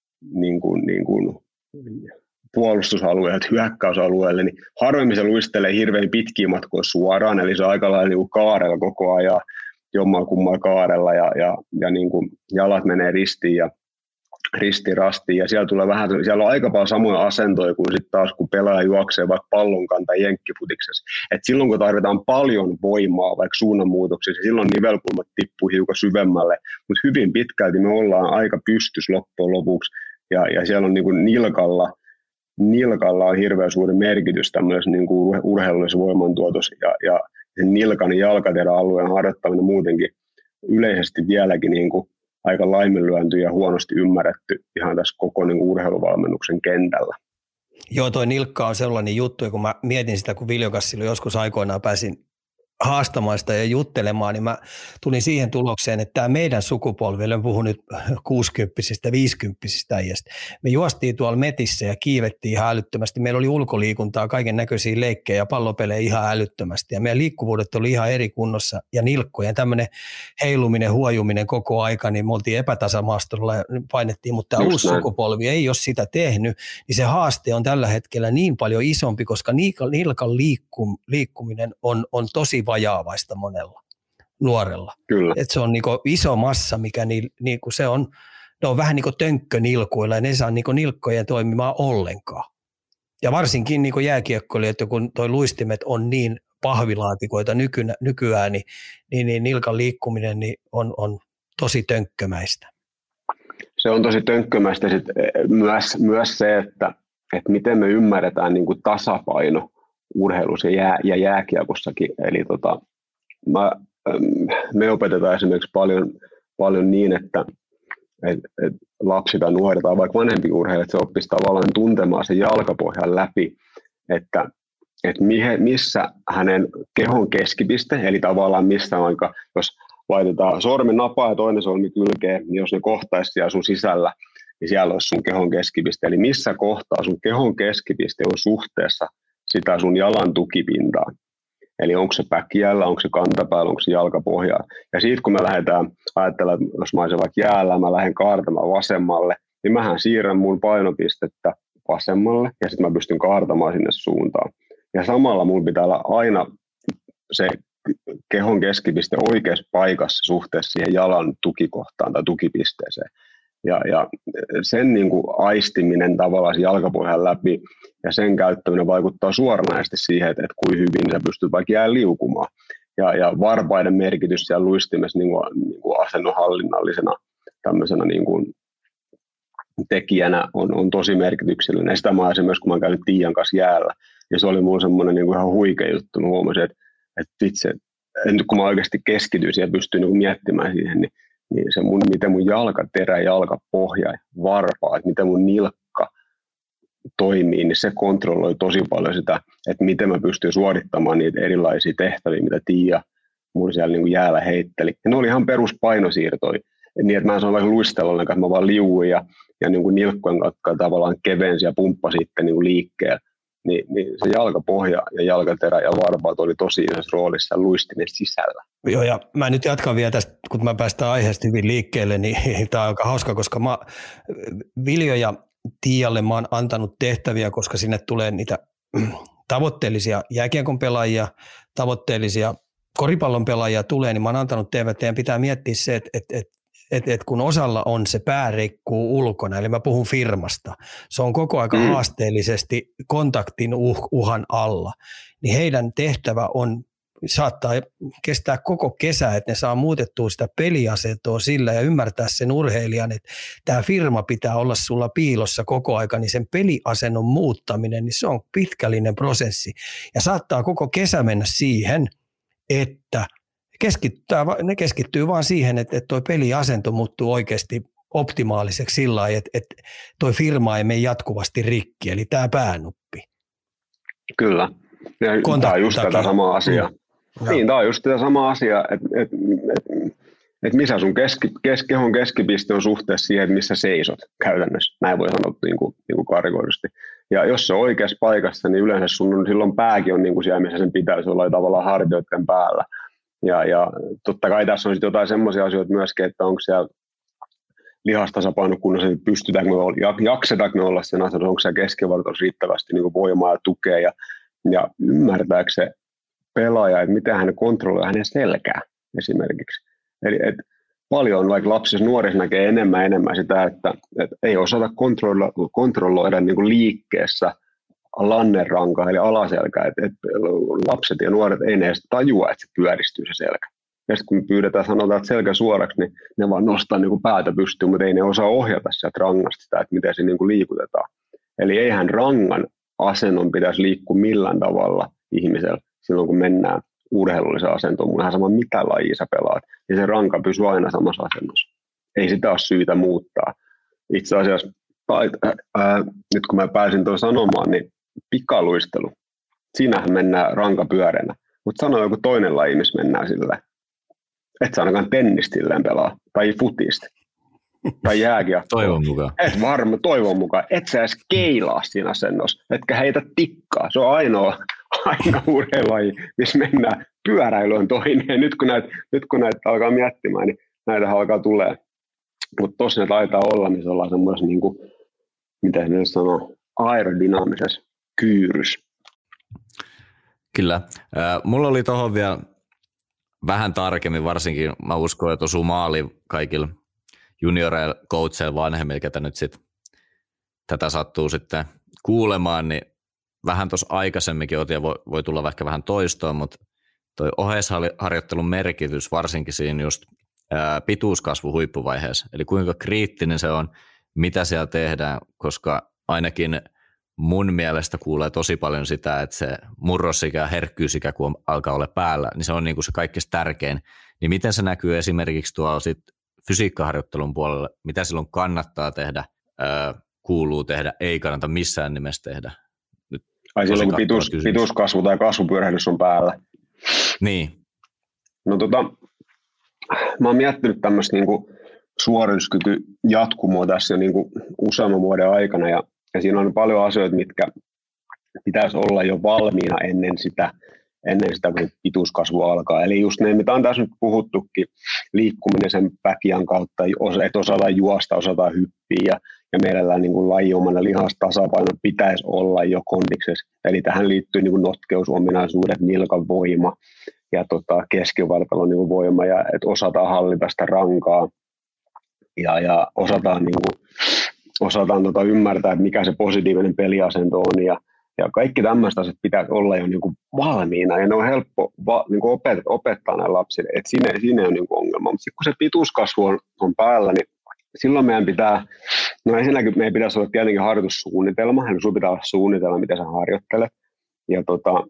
puolustusalueelta hyökkäysalueelle, niin harvemmin se luistelee hirveän pitkiä matkoja suoraan, eli se on aika lailla kaarella koko ajan, jommalla kummalla kaarella, ja jalat menee ristiin rastiin, ja siellä on aika paljon samoja asentoja kuin sitten taas, kun pelaaja juoksee vaikka pallonkaan tai jenkkifutiksessa. Et silloin, kun tarvitaan paljon voimaa vaikka suunnanmuutoksissa, silloin nivelkulmat tippuu hiukan syvemmälle, mutta hyvin pitkälti me ollaan aika pystys loppujen lopuksi, ja siellä on nilkalla on hirveän suuri merkitys tämmöisessä urheilullisessa voimantuotossa, ja sen nilkan ja jalkateräalueen harjoittaminen muutenkin yleisesti vieläkin aika laiminlyönty ja huonosti ymmärretty ihan tässä koko urheiluvalmennuksen kentällä. Joo, toi nilkka on sellainen juttu, ja kun mä mietin sitä, kun Viljokas silloin joskus aikoinaan pääsin haastamaan sitä ja juttelemaan, niin mä tulin siihen tulokseen, että tämä meidän sukupolvi, olen puhunut nyt 60-50 äijästä, me juostiin tuolla metissä ja kiivettiin ihan älyttömästi. Meillä oli ulkoliikuntaa, kaiken näköisiä leikkejä ja pallopelejä ihan älyttömästi, ja meidän liikkuvuudet oli ihan eri kunnossa, ja nilkkojen tämmöinen heiluminen, huojuminen koko aika, niin me oltiin epätasamaastolla ja painettiin, mutta tämä uusi sukupolvi ei ole sitä tehnyt, niin se haaste on tällä hetkellä niin paljon isompi, koska nilkan liikkuminen on tosi vajaavaista monella nuorella. Kyllä. Et se on iso massa, mikä se on vähän niin kuin tönkkönilkuilla, ja ne saa nilkkojen toimimaan ollenkaan. Ja varsinkin jääkiekkoilijat, kun toi luistimet on niin pahvilaatikoita nykyään, niin nilkan liikkuminen on tosi tönkkömäistä. Se on tosi tönkkömäistä myös se, että miten me ymmärretään tasapaino urheilussa ja jääkiekossakin. Eli me opetetaan esimerkiksi paljon niin, että lapsi tai nuori tai vaikka vanhempi urheilija, että se oppisi tavallaan tuntemaan sen jalkapohjan läpi, että missä hänen kehon keskipiste, eli tavallaan missä vaikka, jos laitetaan sormen napaa ja toinen sormi kylkeen, niin jos ne kohtaisi siellä sun sisällä, niin siellä olisi sun kehon keskipiste. Eli missä kohtaa sun kehon keskipiste on suhteessa sitä sun jalan tukipintaa. Eli onko se päkiällä, onko se kantapäällä, onko se jalkapohjaa. Ja siitä kun me lähdetään ajattelemaan, että jos mä olisin vaikka jäällä, mä lähden kaartamaan vasemmalle, niin mähän siirrän mun painopistettä vasemmalle ja sitten mä pystyn kaartamaan sinne suuntaan. Ja samalla mun pitää olla aina se kehon keskipiste oikeassa paikassa suhteessa siihen jalan tukikohtaan tai tukipisteeseen. Ja sen aistiminen tavallaan jalkapohjan läpi ja sen käyttäminen vaikuttaa suoranaisesti siihen, että kuinka hyvin sä pystyt vaikka jää liukumaan. Ja varpaiden merkitys siellä luistimessa asennonhallinnallisena tämmöisenä tekijänä on tosi merkityksellinen. Sitä mä esimerkiksi, kun mä oon käynyt Tiian kanssa jäällä, Ja se oli mulla semmoinen niin kuin ihan huikea juttu. Mä huomasin, että itse, nyt kun mä oikeasti keskityin ja pystyin niin miettimään siihen, niin se miten mun jalkaterä, jalkapohja, varpaa, että miten mun nilkka toimii, niin se kontrolloi tosi paljon sitä, että miten mä pystyn suorittamaan niitä erilaisia tehtäviä, mitä Tiia mun siellä niin kuin jäällä heitteli. Ja ne oli ihan peruspainosiirtoja, niin että mä en saa vaikka luistella, että mä vaan liuin ja niin kuin nilkkojen kautta tavallaan kevensi ja pumppa sitten niin kuin liikkeellä. Niin se jalkapohja ja jalkaterä ja varpaat oli tosi yhdessä roolissa luistimen sisällä. Joo, ja mä nyt jatkan vielä tästä, kun mä päästään aiheesta hyvin liikkeelle, niin tämä on aika hauska, koska Viljo ja Tiialle mä oon antanut tehtäviä, koska sinne tulee niitä tavoitteellisia jääkiekon pelaajia, tavoitteellisia koripallon pelaajia tulee, niin mä oon antanut tehtäviä, että teidän pitää miettiä se, että kun osalla on se pääreikkuu ulkona, eli mä puhun firmasta, se on koko aika haasteellisesti kontaktin uhan alla, niin heidän tehtävä saattaa kestää koko kesä, että ne saa muutettua sitä peliasentoa sillä ja ymmärtää sen urheilijan, että tämä firma pitää olla sulla piilossa koko aika, niin sen peliasennon muuttaminen, niin se on pitkällinen prosessi ja saattaa koko kesä mennä siihen, että ne keskittyy vaan siihen, että toi peliasento muuttuu oikeasti optimaaliseksi sillä lailla, että toi firma ei mene jatkuvasti rikki, eli tämä päänuppi. Kyllä, ja tämä on just tätä samaa asiaa. Niin, tämä on just tätä samaa asiaa, että missä sun kehon keskipiste on suhteessa siihen, että missä seisot käytännössä. Näin voi sanoa niin kuin karikoidusti. Ja jos se on oikeassa paikassa, niin yleensä silloin pääkin on niin kuin siellä, missä sen pitäisi olla tavallaan hartioiden päällä. Ja totta kai tässä on sitten jotain semmoisia asioita myöskin, että onko siellä lihastasapainokunnossa, että pystytäänkö me, jaksetaanko me olla sen asian, onko siellä keskivartalossa riittävästi niin kuin voimaa ja tukea ja ymmärtääkö se pelaaja, että miten hän kontrolloi hänen selkää esimerkiksi. Eli paljon vaikka lapsissa nuorissa näkee enemmän sitä, että ei osata kontrolloida niin kuin liikkeessä lannerankaa eli alaselkää, että lapset ja nuoret ei ne edes tajua, että se pyöristyy se selkä. Ja sitten kun pyydetään sanotaan, että selkä suoraksi, niin ne vaan nostaa niin kuin päätä pystyyn, mutta ei ne osaa ohjata sieltä rangasta sitä, että miten se niin kuin liikutetaan. Eli eihän rangan asennon pitäisi liikkua millään tavalla ihmisellä silloin, kun mennään urheilulliseen asentoon. Mun ihan sama, mitä lajia sä pelaat, niin se ranka pysyy aina samassa asennossa. Ei sitä ole syytä muuttaa. Itse asiassa, nyt kun mä pääsin tuon sanomaan, niin pikaluistelu, siinähän mennään rankapyöränä. Mutta sano joku toinen laji, missä mennään sillä. Et sä ainakaan tennistä silleen pelaa, tai futista, tai jääkiekkoa. Toivon mukaan. Et varma, toivon mukaan. Et sä edes keilaa siinä asennossa, etkä heitä tikkaa. Se on ainoa urheilulaji, missä mennään. Pyöräily on toinen. Nyt kun näitä alkaa miettimään, niin näitä alkaa tulee. Mutta tossa ne taitaa olla, missä ollaan semmoisessa, niin kuin, mitä ne sanoo, aerodynaamisessa kyyrys. Kyllä. Mulla oli tuohon vielä vähän tarkemmin, varsinkin mä uskon, että osuu maali kaikilla junioreilla, coacheilla, vanhemmilla, ketä nyt sit tätä sattuu sitten kuulemaan, niin vähän tuossa aikaisemminkin otin ja voi tulla vaikka vähän toistoon, mutta toi oheisharjoittelun merkitys varsinkin siinä just pituuskasvu huippuvaiheessa, eli kuinka kriittinen se on, mitä siellä tehdään, koska ainakin mun mielestä kuulee tosi paljon sitä, että se murrosikä ja herkkyysikä, kun alkaa olla päällä, niin se on niin kuin se kaikkein tärkein. Niin miten se näkyy esimerkiksi tuolla sit fysiikkaharjoittelun puolella, mitä silloin kannattaa tehdä, kuuluu tehdä, ei kannata missään nimessä tehdä? Nyt ai silloin kun pituuskasvu tai kasvupyörähdys on päällä. Niin. No mä oon miettinyt tämmöistä niinku suorituskyky jatkumoa tässä jo niinku useamman vuoden aikana ja siinä on paljon asioita, mitkä pitäisi olla jo valmiina ennen sitä kun pituuskasvu alkaa. Eli just ne, mitä on tässä nyt puhuttukin, liikkuminen sen päkiän kautta, että osataan juosta, osataan hyppiä ja mielellään niin kuin lajiomainen lihastasapaino pitäisi olla jo kondiksessa. Eli tähän liittyy niin kuin notkeusominaisuudet, nilkan voima ja keskivartalon niin kuin voima ja että osataan hallita sitä rankaa ja osataan ymmärtää, että mikä se positiivinen peliasento on ja kaikki tämmöiset asiat pitäisi olla jo niin kuin valmiina ja ne on helppo niin kuin opettaa näille lapsille, että siinä ei ole niin kuin ongelma. Mutta sitten kun se pituuskasvu on päällä, niin silloin meidän pitää, no ensinnäkin meidän pitäisi olla tietenkin harjoitussuunnitelma, eli sinulla pitää olla suunnitelma, mitä sä harjoittelet. Ja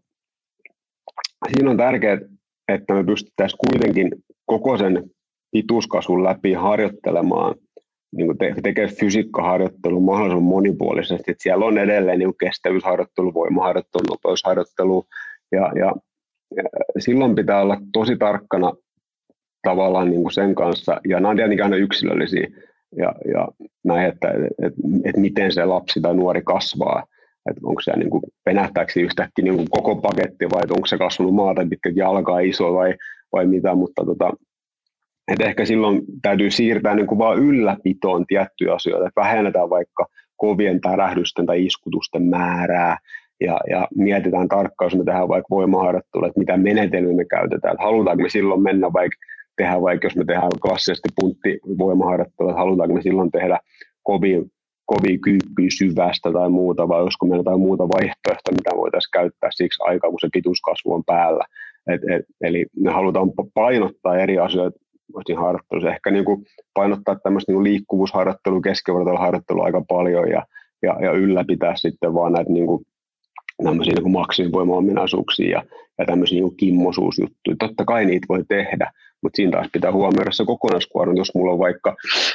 siinä on tärkeää, että me pystyttäisiin kuitenkin koko sen pituuskasvun läpi harjoittelemaan, niin tekemään fysiikkaharjoittelua mahdollisimman monipuolisesti. Että siellä on edelleen niin kestävyysharjoittelu, voimaharjoittelu, nopeusharjoittelu ja silloin pitää olla tosi tarkkana tavallaan niin kuin sen kanssa, ja nämä on tietenkin aina yksilöllisiä, ja näin, että miten se lapsi tai nuori kasvaa, että onko se niin kuin, penähtääkö yhtäkkiä niin kuin koko paketti, vai onko se kasvanut maata pitkät jalkaa iso vai mitä, mutta että ehkä silloin täytyy siirtää niin kuin vaan ylläpitoon tiettyjä asioita, että vähennetään vaikka kovien tärähdysten tai iskutusten määrää, ja mietitään tarkkaan, jos me tehdään vaikka voimaharjoittelua, että mitä menetelmiä me käytetään, että halutaanko me silloin mennä vaikka jos me tehdään klassisesti punttivoimaharjoittelua, että halutaanko me silloin tehdä kovia kyykkyjä syvästä tai muuta, vai olisiko meillä jotain muuta vaihtoehtoa, mitä voitaisiin käyttää siksi aikaa, kun se pituuskasvu on päällä. Eli me halutaan painottaa eri asioita harjoittelussa, ehkä niin kuin painottaa tämmöistä niin kuin liikkuvuusharjoittelua, keskivartaloharjoittelua aika paljon, ja ylläpitää sitten vaan näitä niin kuin tämmöisiä niin maksimivoima-ominaisuuksia ja tämmöisiä niin kimmosuusjuttuja. Totta kai niitä voi tehdä, mutta siinä taas pitää huomioida se kokonaiskuorma. Jos mulla on vaikka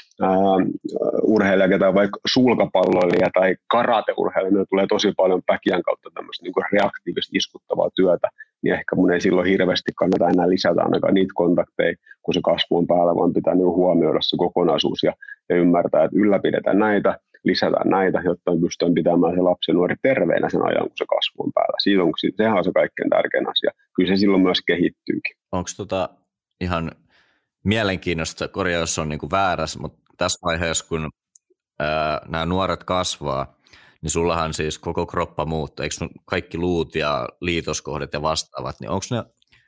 urheilija, ketä vaikka sulkapalloilija tai karateurheilija, niin tulee tosi paljon päkiän kautta tämmöistä niin reaktiivisesti iskuttavaa työtä, niin ehkä mun ei silloin hirveästi kannata enää lisätä ainakaan niitä kontakteja, kun se kasvu on päällä, vaan pitää niin huomioida se kokonaisuus ja ymmärtää, että ylläpidetään näitä, lisätään näitä, jotta pystytään pitämään se lapsi ja nuori terveenä sen ajan, kun se kasvu on päällä. Sehän on se kaikkein tärkein asia. Kyllä se silloin myös kehittyykin. Onko ihan mielenkiintoista, korjaa jos on niinku väärässä, mutta tässä vaiheessa, kun nämä nuoret kasvaa, niin sullahan siis koko kroppa muuttuu. Eikö kaikki luut ja liitoskohdat ja vastaavat, niin onko ne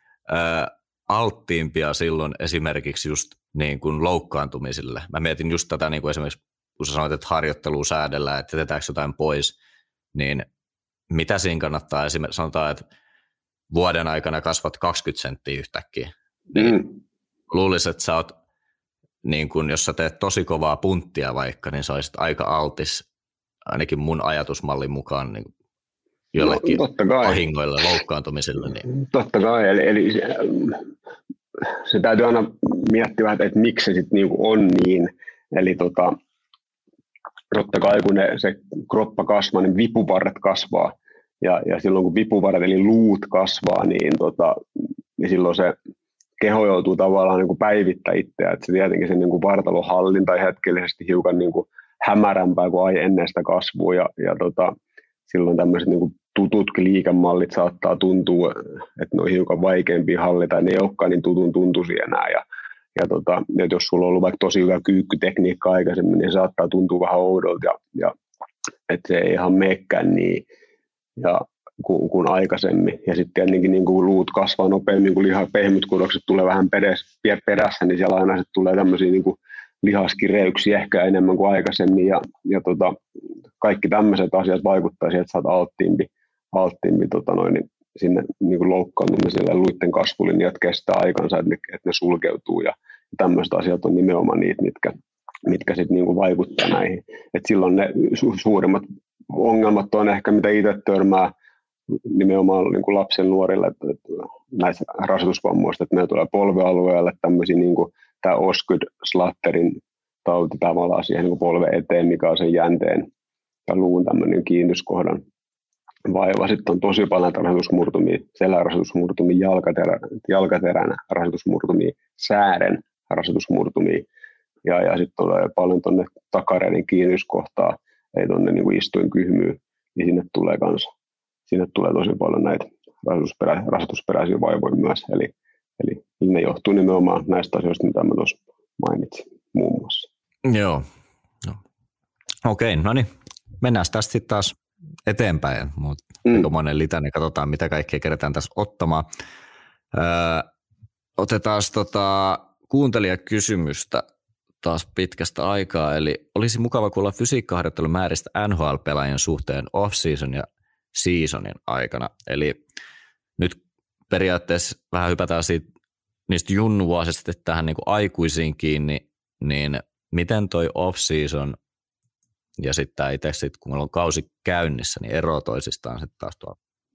alttiimpia silloin esimerkiksi just niin kuin loukkaantumisille? Mä mietin just tätä niin kuin esimerkiksi, kun sä sanoit, että harjoittelua säädellään, että jätetäänkö jotain pois, niin mitä siinä kannattaa esimerkiksi, sanotaan, että vuoden aikana kasvat 20 senttiä yhtäkkiä, niin luulisin, että sä oot, niin kun, jos sä teet tosi kovaa punttia vaikka, niin sä olisit aika altis, ainakin mun ajatusmallin mukaan, niin jollekin vahingoille, loukkaantumisille. Niin. Totta kai, eli se täytyy aina miettiä, että miksi se sitten niinku on niin, eli totta kai kun se kroppa kasvaa, niin vipuvarret kasvaa, ja silloin kun vipuvarret eli luut kasvaa, niin silloin se keho joutuu tavallaan niin kuin päivittämään itseään, että se tietenkin se niin kuin vartalohallinta on hetkellisesti hiukan niin kuin hämärämpää kuin ennen sitä kasvua, ja silloin tämmöiset niin kuin tututkin liikemallit saattaa tuntua, että ne on hiukan vaikeampia hallita, ja ne ei olekaan niin tutun tuntuisia enää, ja jos sulla on ollut vaikka tosi hyvä kyykkytekniikka aikaisemmin, niin se saattaa tuntua vähän oudolta, ja että se ei ihan meekään niin, ja kuin aikaisemmin. Ja sitten tietenkin niin kuin luut kasvaa nopeammin, kun pehmytkudokset tulee vähän perässä, niin siellä aina tulee tämmöisiä niin kuin lihaskireyksiä ehkä enemmän kuin aikaisemmin. Ja kaikki tämmöiset asiat vaikuttaa siihen, että sä oot alttiimpi sinne niin kuin loukkaantumiselle, ja luitten kasvulinjat kestää aikansa, että ne sulkeutuu. Ja tämmöiset asiat on nimenomaan niitä, mitkä sitten niin kuin vaikuttaa näihin. Et silloin ne suurimmat ongelmat on ehkä, mitä itse törmää nimenomaan niin kuin lapsen nuorille, että näissä rasitusvammoista, että meillä tulee polvealueelle tämmöisiä niin kuin tämä Osgood-Schlatterin tauti tavallaan siihen niin kuin polven eteen, mikä on sen jänteen ja luun tämmöinen kiinnyskohdan vaiva. Sitten on tosi paljon rasitusmurtumia, selärasitusmurtumia, jalkaterän rasitusmurtumia, säären rasitusmurtumia, ja sitten tulee paljon tuonne takareiden kiinnyskohtaa, ei tuonne niin kuin istuinkyhmyyn, niin sinne tulee tosi paljon näitä rasitusperäisiä vaivoja myös, eli ne johtuu nimenomaan näistä asioista, mitä mä tuossa mainitsin muun muassa. Joo. No. Okei, no niin, mennään tästä sitten taas eteenpäin, mutta aika monen litan, niin katsotaan, mitä kaikkea kerätään tässä ottamaan. Otetaan kuuntelijakysymystä taas pitkästä aikaa, eli olisi mukava kuulla fysiikkaharjoittelun määristä NHL-pelaajien suhteen off-season ja seasonin aikana. Eli nyt periaatteessa vähän hypätään niistä junnuvuosista tähän niin kuin aikuisiin kiinni, niin miten toi off-season ja sitten itse kun meillä on kausi käynnissä, niin eroaa toisistaan sitten taas tuolla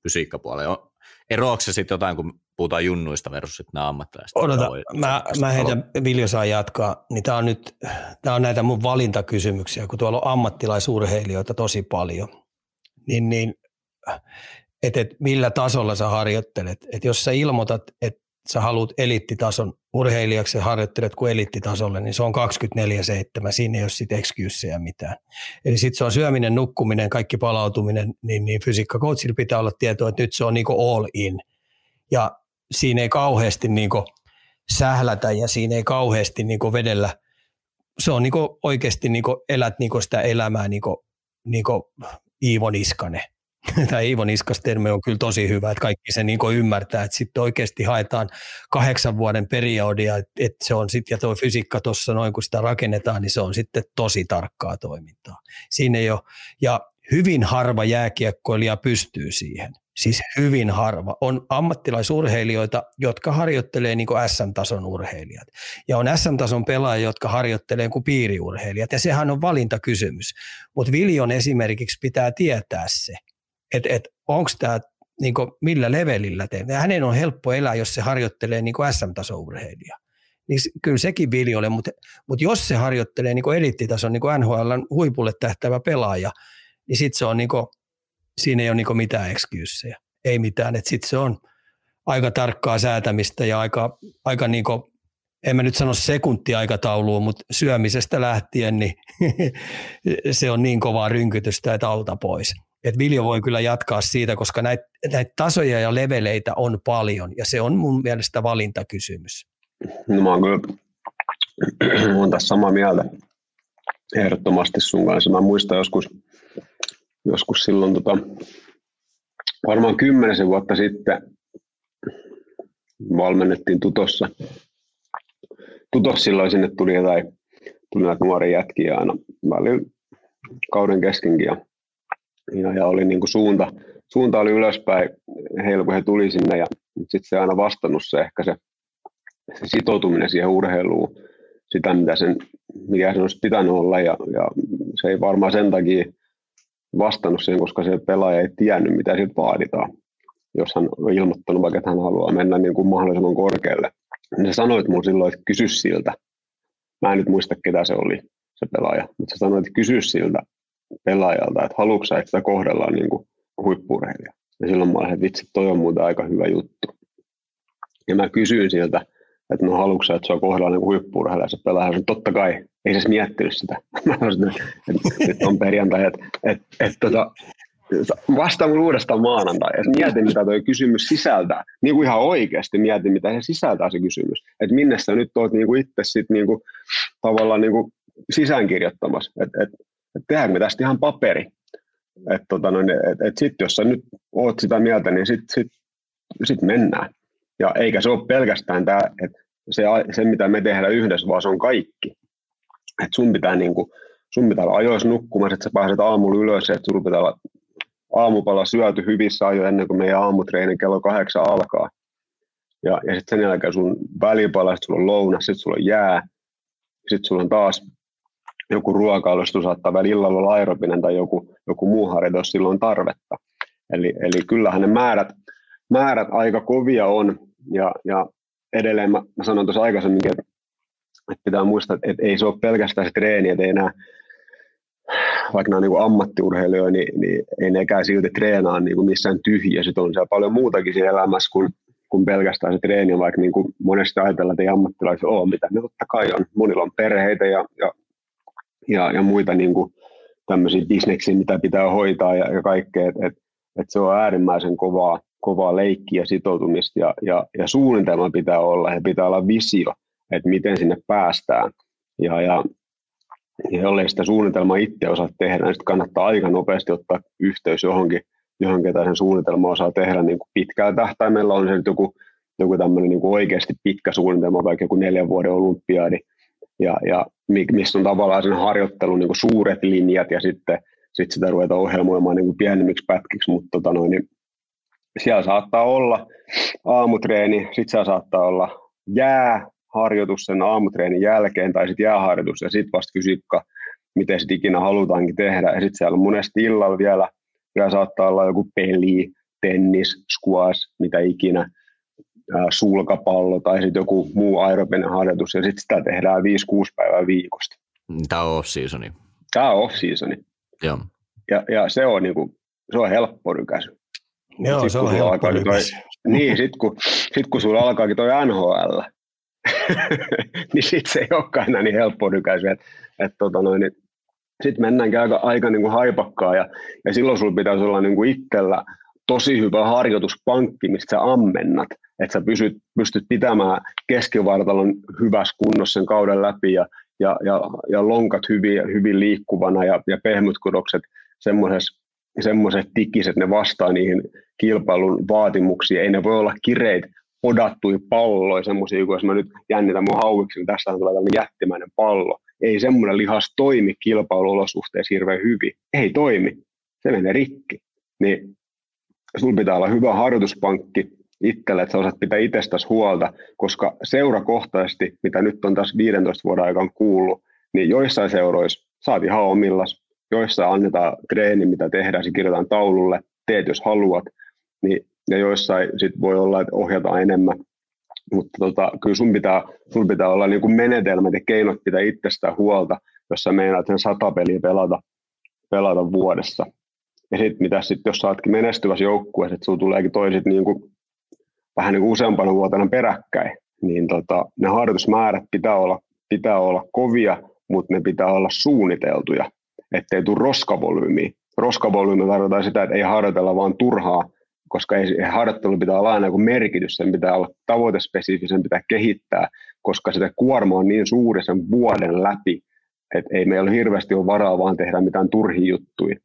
fysiikkapuoleen. Eroako se sitten jotain, kun puhutaan junnuista versus nämä ammattilaiset? Odota, mä heitän, Viljo saa jatkaa, niin tää on näitä mun valintakysymyksiä, kun tuolla on ammattilaisurheilijoita tosi paljon, niin että millä tasolla sä harjoittelet, että jos sä ilmoitat, että sä haluat eliittitason urheilijaksi ja harjoittelet kuin eliittitasolle, niin se on 24/7, siinä ei ole sitten excuseja mitään. Eli sitten se on syöminen, nukkuminen, kaikki palautuminen, niin fysiikkacoachilla pitää olla tietoa, että nyt se on niinku all in. Ja siinä ei kauheasti niinku sählätä ja siinä ei kauheasti niinku vedellä. Se on niinku oikeasti niinku elät niinku sitä elämää niinku Iivo Niskanen. Tämä Iivo Niskas-termi on kyllä tosi hyvä, että kaikki se niin ymmärtää, että sitten oikeasti haetaan 8 vuoden periodia, että se on sitten, ja tuo fysiikka tuossa noin kun sitä rakennetaan, niin se on sitten tosi tarkkaa toimintaa. Siinä ei ole, ja hyvin harva jääkiekkoilija pystyy siihen, siis hyvin harva. On ammattilaisurheilijoita, jotka harjoittelee niin kuin SM-tason urheilijat, ja on SM-tason pelaajia, jotka harjoittelee kuin piiriurheilijat, ja sehän on valintakysymys, mutta Viljon esimerkiksi pitää tietää se, että onko tämä, niinku, millä levelillä tehdään. Hänen on helppo elää, jos se harjoittelee niinku SM-taso-urheilija. Niin kyllä sekin Viljolle, mutta jos se harjoittelee niinku eliittitason, niinku NHL:n huipulle tähtävä pelaaja, niin sitten se on niinku, siinä ei ole niinku mitään excuseja. Ei mitään, että sitten se on aika tarkkaa säätämistä ja aika niinku, en mä nyt sano sekuntiaikataulua, mutta syömisestä lähtien, niin se on niin kovaa rynkytystä, että alta pois. Että Viljo voi kyllä jatkaa siitä, koska näitä tasoja ja leveleitä on paljon, ja se on mun mielestä valintakysymys. No mä oon tässä samaa mieltä ehdottomasti sun kanssa. Mä muistan joskus silloin varmaan 10 vuotta sitten valmennettiin Tutossa. Silloin sinne tuli näitä nuoria jätkiä aina välillä kauden keskenkin ja oli niin kuin suunta oli ylöspäin heillä, kun he tuli sinne, ja sitten se aina vastannut se ehkä se sitoutuminen siihen urheiluun, sitä mikä sen olisi pitänyt olla, ja se ei varmaan sen takia vastannut siihen, koska se pelaaja ei tiennyt, mitä siltä vaaditaan, jos hän on ilmoittanut vaikka, että hän haluaa mennä niin kuin mahdollisimman korkealle. Niin sä sanoit mulle silloin, että kysy siltä. Mä en nyt muista, ketä se oli, se pelaaja, mutta sä sanoit, että kysy siltä pelaajalta, että haluatko sä, että sitä kohdellaan niin kuin huippu-urheilija. Ja silloin mä olin, että vitsi, toi on muuten aika hyvä juttu. Ja mä kysyin siltä, että no haluatko sä, että sua kohdellaan niin kuin huippu-urheilija. Se pelaaja sanoi, totta kai, ei se miettinyt sitä. Mä sanoin, että nyt on perjantai, että vastaa mun uudestaan maanantai. Ja mieti, mitä toi kysymys sisältää. Niin kuin ihan oikeasti mieti, mitä se sisältää se kysymys. Että minne sä nyt oot niin kuin itse sit niin kuin, tavallaan niin kuin sisäänkirjoittamassa. Että tehdäänkö me tästä ihan paperi. Että sitten jos sä nyt oot sitä mieltä, niin sit mennään. Ja eikä se ole pelkästään tämä, että se mitä me tehdään yhdessä, vaan se on kaikki. Että sun pitää olla ajoissa nukkumassa, että sä pääset aamulla ylös, että sun pitää olla aamupala syöty hyvissä ajoin ennen kuin meidän aamutreeni kello 8 alkaa. Ja sitten sen jälkeen sun välipala, sitten sulla on lounas, sitten sulla on jää, sitten sulla on taas joku ruokailu, josta saattaa vielä illalla olla aerobinen tai joku muu harjoitus, jos silloin on tarvetta. Eli kyllähän ne määrät aika kovia on, ja edelleen mä sanoin tuossa aikaisemminkin, että pitää muistaa, että ei se ole pelkästään se treeni, että ei vaikka nämä niin ammattiurheilijoita, niin ei nekään silti treenaa niin missään tyhjiä. Sitten on siellä paljon muutakin siinä elämässä kuin pelkästään se treeni, vaikka niin kuin monesti ajatellaan, että ei ammattilaisia ole, mitä ne totta kai on. Monilla on perheitä ja muita niin kuin tämmöisiä bisneksiä, mitä pitää hoitaa ja kaikkea, että se on äärimmäisen kovaa leikkiä ja sitoutumista ja suunnitelma pitää olla ja pitää olla visio, että miten sinne päästään. Ja jollei sitä suunnitelmaa itse osaa tehdä, niin sitten kannattaa aika nopeasti ottaa yhteys johonkin ketä sen suunnitelma osaa tehdä niin kuin pitkällä tähtäimellä. On se nyt joku tämmöinen niin kuin oikeasti pitkä suunnitelma, vaikka joku 4 vuoden olympiadi, ja missä on tavallaan sen harjoittelun niin kuin suuret linjat, ja sitten sitä ruvetaan ohjelmoimaan niin kuin pienemmiksi pätkiksi, mutta niin siellä saattaa olla aamutreeni, sitten siellä saattaa olla jääharjoitus sen aamutreenin jälkeen, tai sitten jääharjoitus, ja sitten vasta fysiikka, miten sitten ikinä halutaankin tehdä, ja sitten siellä on monesti illalla vielä saattaa olla joku peli tennis, squash, mitä ikinä, sulkapallo tai sitten joku muu aerobinen harjoitus, ja sitten sitä tehdään 5-6 päivää viikosta. Tämä on off-seasoni. Tämä on off-seasoni. Joo. Ja se on, niinku, se on helppo rykäsy. Joo, se on helppo rykäsy. Niin, sit kun sulla alkaakin toi NHL, niin sitten se ei olekaan enää niin helppo rykäisy. Niin sitten mennäänkin aika niin kuin haipakkaa ja silloin sulla pitäisi olla niin kuin itsellä tosi hyvä harjoituspankki, mistä sä ammennat, että sä pystyt pitämään keskivartalon hyvässä kunnossa sen kauden läpi ja lonkat hyvin liikkuvana ja pehmytkudokset semmoiset tikiset, ne vastaa niihin kilpailun vaatimuksiin. Ei ne voi olla kireitä, podattuja palloja, semmoisia, kun jos mä nyt jännitän mun hauiksi, niin tässä on tällainen jättimäinen pallo. Ei semmoinen lihas toimi kilpailuolosuhteessa hirveän hyvin. Ei toimi. Se menee rikki. Niin sulla pitää olla hyvä harjoituspankki itselle, että sä osaat pitää itsestäsi huolta, koska seurakohtaisesti, mitä nyt on tässä 15 vuoden aikana kuullut, niin joissain seuroissa saat ihan omillas, joissain annetaan treeni, mitä tehdään, se kirjoitetaan taululle, teet jos haluat, niin, ja joissain sit voi olla, että ohjataan enemmän. Mutta kyllä sun pitää olla niin kuin menetelmät ja keinot pitää itsestään huolta, jos sä meinaat sen 100 peliä pelata vuodessa. Ja sitten jos sä ootkin menestyvässä joukkueessa, että sulla tuleekin toiset niin kuin, vähän niin kuin useampana vuotena peräkkäin, niin ne harjoitusmäärät pitää olla kovia, mutta ne pitää olla suunniteltuja, ettei tule roskavolyymiä. Roskavolyymi tarkoittaa sitä, että ei harjoitella vaan turhaa, koska harjoittelu pitää olla aina joku merkitys, sen pitää olla tavoitespesifi, sen pitää kehittää, koska sitä kuorma on niin suuri sen vuoden läpi, että ei meillä hirveästi ole varaa vaan tehdä mitään turhia juttuja,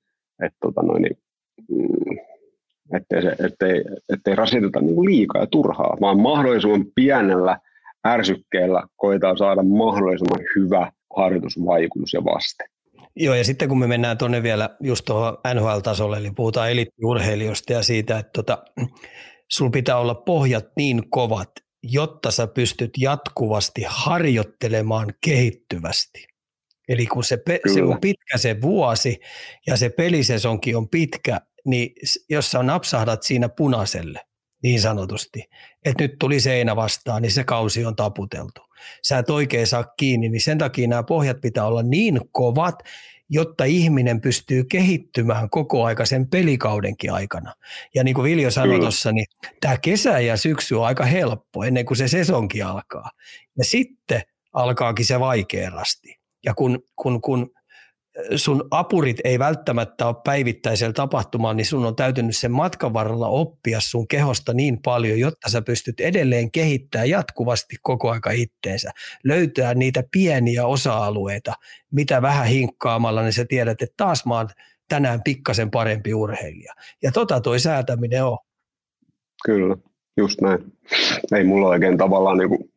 ettei rasiteta niin kuin liikaa ja turhaa, vaan mahdollisimman pienellä ärsykkeellä koetaan saada mahdollisimman hyvä harjoitusvaikutus ja vaste. Joo, ja sitten kun me mennään tuonne vielä just tuohon NHL-tasolle, eli puhutaan eliittiurheilijoista ja siitä, että sulla pitää olla pohjat niin kovat, jotta sä pystyt jatkuvasti harjoittelemaan kehittyvästi. Eli kun se on pitkä se vuosi ja se pelisesonkin on pitkä, niin jos sä napsahdat siinä punaiselle niin sanotusti, että nyt tuli seinä vastaan, niin se kausi on taputeltu. Sä et oikein saa kiinni, niin sen takia nämä pohjat pitää olla niin kovat, jotta ihminen pystyy kehittymään koko aika sen pelikaudenkin aikana. Ja niin kuin Viljo sanoi tuossa, niin tämä kesä ja syksy on aika helppo ennen kuin se sesonkin alkaa. Ja sitten alkaakin se vaikea rasti. Ja kun sun apurit ei välttämättä ole päivittäisellä tapahtumaan, niin sun on täytynyt sen matkan varrella oppia sun kehosta niin paljon, jotta sä pystyt edelleen kehittämään jatkuvasti koko aika itteensä. Löytää niitä pieniä osa-alueita, mitä vähän hinkkaamalla, niin sä tiedät, että taas mä oon tänään pikkasen parempi urheilija. Ja toi säätäminen on. Kyllä, just näin. Ei mulla oikein tavallaan niinku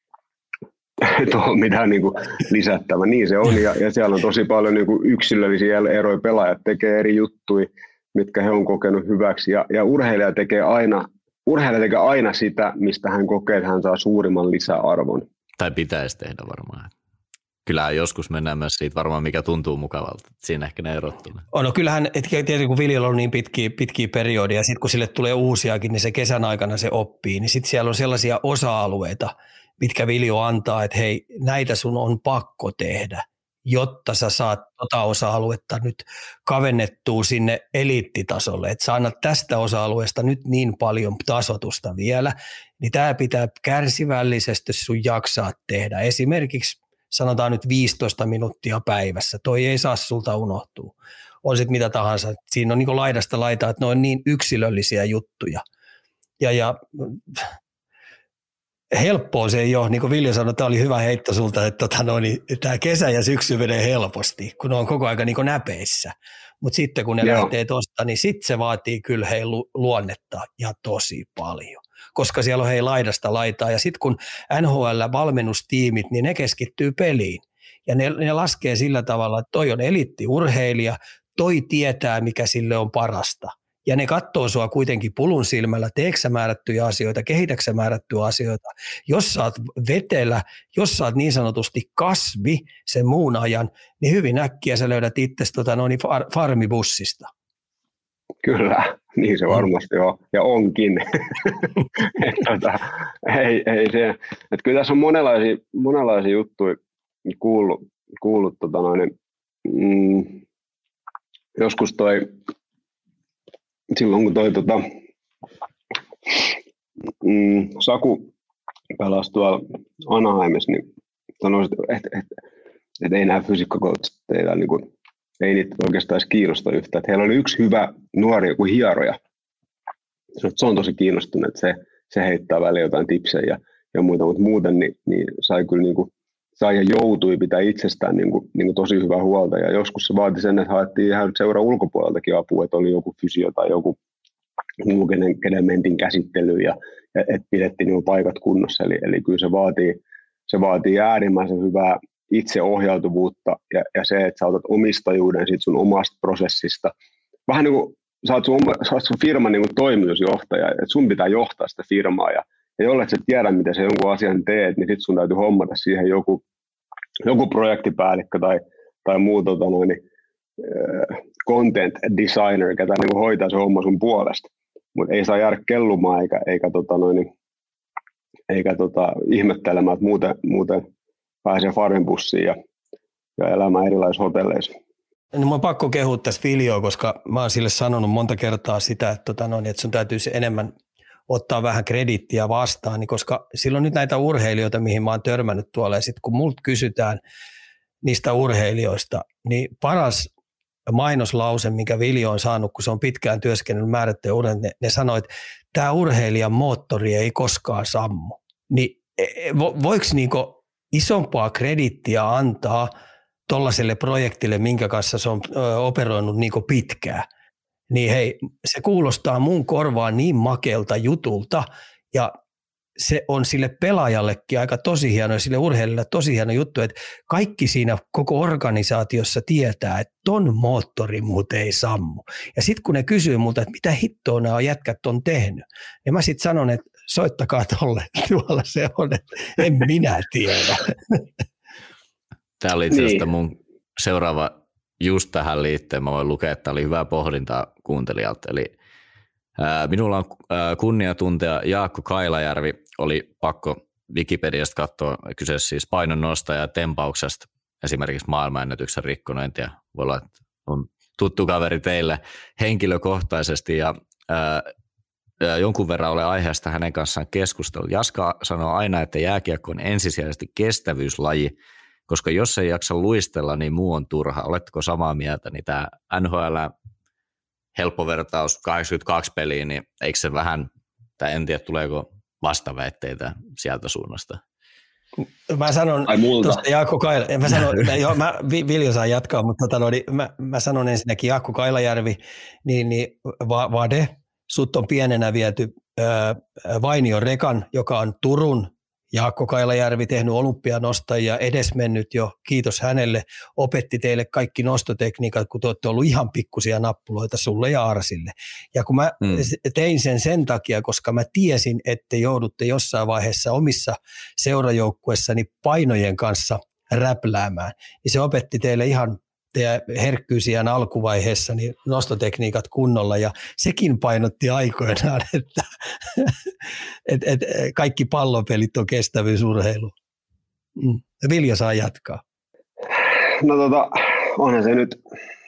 tuohon mitään niin kuin lisättävä. Niin se on, ja siellä on tosi paljon niin kuin yksilöllisiä eroja. Pelaajat tekee eri juttuja, mitkä he on kokenut hyväksi, ja urheilija tekee aina sitä, mistä hän kokee, että hän saa suurimman lisäarvon. Tai pitäisi tehdä varmaan. Kyllähän joskus mennään myös siitä varmaan, mikä tuntuu mukavalta. Siinä ehkä ne erottuu. No kyllähän, tietenkin kun Viljalla on niin pitkiä periodia, ja sitten kun sille tulee uusiakin, niin se kesän aikana se oppii, niin sitten siellä on sellaisia osa-alueita, mitkä Viljo antaa, että hei, näitä sun on pakko tehdä, jotta sä saat osa-aluetta nyt kavennettua sinne eliittitasolle, että sä annat tästä osa-alueesta nyt niin paljon tasotusta vielä, niin tämä pitää kärsivällisesti sun jaksaa tehdä. Esimerkiksi sanotaan nyt 15 minuuttia päivässä, toi ei saa sulta unohtua. On sitten mitä tahansa, siinä on niin kuin laidasta laitaa, että ne on niin yksilöllisiä juttuja. Ja helppoa se ei ole, niin kuin Viljo sanoi, tämä oli hyvä heitto sulta, että tämä kesä ja syksy menee helposti, kun ne on koko ajan niin kuin näpeissä. Mutta sitten kun ne lähtee tuosta, niin sitten se vaatii kyllä luonnetta ja tosi paljon, koska siellä on laidasta laitaa. Ja sitten kun NHL-valmennustiimit, niin ne keskittyy peliin ja ne laskee sillä tavalla, että toi on eliittiurheilija, toi tietää mikä sille on parasta. Ja ne katsoo sua kuitenkin pulun silmällä, teetkö sä määrättyjä asioita, kehitätkö sä määrättyjä asioita. Jos sä oot vetelä, jos sä oot niin sanotusti kasvi sen muun ajan, niin hyvin äkkiä sä löydät itsesi farmibussista. Kyllä, niin se varmasti on, ja onkin. Ei se. Että kyllä tässä on monenlaisia juttuja kuullut joskus silloin kun Saku pelasi tuolla Anaheimissa, niin sanoisin, että ei nämä fysiikkakoutsit teillä niin kuin, ei niitä oikeastaan edes kiinnosta yhtään. Että heillä oli yksi hyvä nuori joku hieroja. Se on tosi kiinnostunut, että se heittää väliin jotain tipsejä ja muuta, mutta muuten niin sai kyllä niin kuin, sai ja joutui pitää itsestään niin kuin tosi hyvää huolta. Ja joskus se vaati sen, että haettiin ihan seuraa ulkopuoleltakin apua, että oli joku fysio tai joku kenen mentin käsittely ja että pidettiin niin paikat kunnossa. Eli kyllä se vaatii äärimmäisen hyvää itseohjautuvuutta ja se, että sä otat omistajuuden siitä sun omasta prosessista. Vähän niin kuin sä oot sun firman niin kuin toimitusjohtaja, että sun pitää johtaa sitä firmaa ja jolle sä tiedä, miten sä jonkun asian teet, niin sit sun täytyy hommata siihen joku projektipäällikkö tai muu content designer, ketä niin kuin hoitaa se homma sun puolesta. Mutta ei saa jäädä kellumaan eikä ihmettelemään, että muuten pääsee farminbussiin ja elämään erilaisissa hotelleissa. No, mä on pakko kehua tässä Viljoa, koska mä oon sille sanonut monta kertaa sitä, että sun täytyisi enemmän ottaa vähän krediittiä vastaan, niin koska silloin nyt näitä urheilijoita, mihin mä oon törmännyt tuolla, ja sitten kun multa kysytään niistä urheilijoista, niin paras mainoslause, minkä Viljo on saanut, kun se on pitkään työskennellyt määrättyä urheilijoita, ne sanoo, että tämä urheilijan moottori ei koskaan sammu. Niin voiko niinku isompaa krediittiä antaa tuollaiselle projektille, minkä kanssa se on operoinut niinku pitkään? Niin hei, se kuulostaa mun korvaan niin makealta jutulta ja se on sille pelaajallekin aika tosi hieno ja sille urheilijalle tosi hieno juttu, että kaikki siinä koko organisaatiossa tietää, että ton moottori muuten ei sammu. Ja sitten kun ne kysyy multa, että mitä hittoa nämä jätkät on tehnyt, niin mä sitten sanon, että soittakaa tolle, tuolla se on, että en minä tiedä. Tämä oli itse asiassa mun seuraava just tähän liittyen. Mä voin lukea, että tämä oli hyvää pohdintaa kuuntelijalta. Eli minulla on kunnia tuntea Jaakko Kailajärvi, oli pakko Wikipediasta katsoa, kyseessä siis painonnostaja ja tempauksesta, esimerkiksi maailmanennätyksen rikkonointia. Voi olla, että on tuttu kaveri teille henkilökohtaisesti ja jonkun verran olen aiheesta hänen kanssaan keskustellut. Jaska sanoo aina, että jääkiekko on ensisijaisesti kestävyyslaji, koska jos ei jaksa luistella, niin muu on turha. Oletteko samaa mieltä? Niin tämä NHL helppo vertaus 82 peliä, niin eikö se vähän, tai en tiedä tuleeko vastaväitteitä sieltä suunnasta? Mä sanon tuosta Jaakko Kaila, Viljo saa jatkaa, mutta mä sanon ensinnäkin Jaakko Kailajärvi, niin Vade, sut on pienenä viety Vainion Rekan, joka on Turun Jaakko Kailajärvi, tehnyt olympianostajia, edesmennyt jo, kiitos hänelle, opetti teille kaikki nostotekniikat, kun te olette ollut ihan pikkusia nappuloita sulle ja Arsille. Ja kun mä tein sen takia, koska mä tiesin, että joudutte jossain vaiheessa omissa seurajoukkuessani painojen kanssa räpläämään, niin se opetti teille ihan teidän herkkyysien alkuvaiheessa niin nostotekniikat kunnolla ja sekin painotti aikoinaan, että kaikki pallopelit on kestävyysurheilu. Vilja saa jatkaa. No onhan se nyt,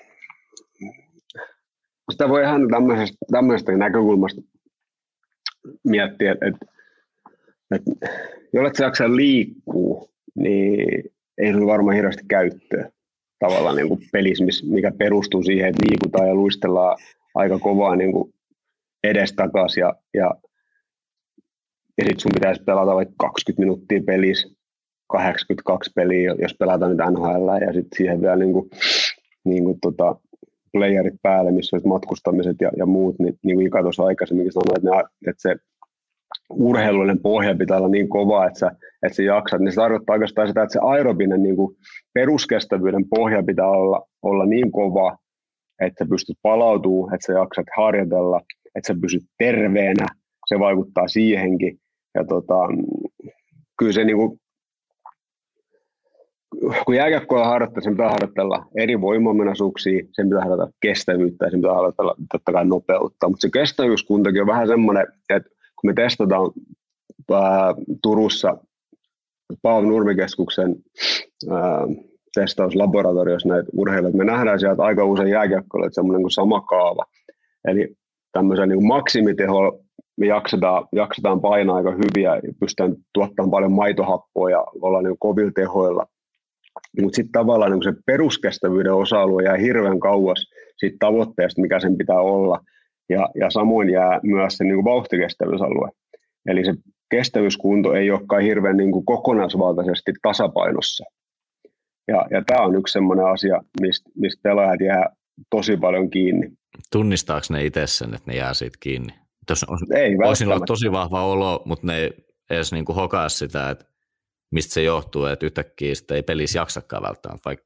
sitä voi ihan tämmöisestä näkökulmasta miettiä, että jollet sä jaksaa liikkuu, niin ei sulla varmaan hirveästi käyttöä. Tavallaan niin kuin pelissä, mikä perustuu siihen, että liikutaan ja luistellaan aika kovaa niin kuin edestakaisin ja sitten sun pitäisi pelata vaikka 20 minuuttia pelissä, 82 peliä, jos pelataan nyt NHL ja sitten siihen vielä niin kuin playerit päälle, missä olisi matkustamiset ja muut, niin kuin Ika tuossa aikaisemminkin sanoi, että se urheilullinen pohja pitää olla niin kova, että sä jaksat, niin se tarkoittaa oikeastaan sitä, että se aerobinen niin kuin peruskestävyyden pohja pitää olla niin kova, että sä pystyt palautumaan, että sä jaksat harjoitella, että sä pysyt terveenä, se vaikuttaa siihenkin. Ja kyllä se niin kuin, kun jääkiekkoa harjoittaa, sen pitää harjoitella eri voimamenaisuuksia, sen pitää harjoitella kestävyyttä ja sen pitää harjoitella totta kai nopeutta. Mutta se kestävyyskuntakin on vähän semmoinen, että kun me testataan Turussa Paavo Nurmikeskuksen testauslaboratoriossa näitä urheilijoita, me nähdään sieltä aika usein jääkiekkoilla, että semmoinen kuin sama kaava. Eli tämmöisen niin maksimiteholla me jaksetaan painaa aika hyviä ja pystytään tuottamaan paljon maitohappoa ja olla niin kovilla tehoilla. Mutta sitten tavallaan niin se peruskestävyyden osa-alue jää hirveän kauas siitä tavoitteesta, mikä sen pitää olla. Ja samoin jää myös se niin vauhtikestävyysalue. Eli se kestävyyskunto ei olekaan hirveän niin kokonaisvaltaisesti tasapainossa. Ja tämä on yksi sellainen asia, mistä pelaajat jää tosi paljon kiinni. Tunnistaako ne itse sen, että ne jää siitä kiinni? Ei olisi ollut tosi vahva olo, mutta ne ei edes niin hokaa sitä, että mistä se johtuu, että yhtäkkiä sitten ei pelissä jaksakaan välttämättä, vaikka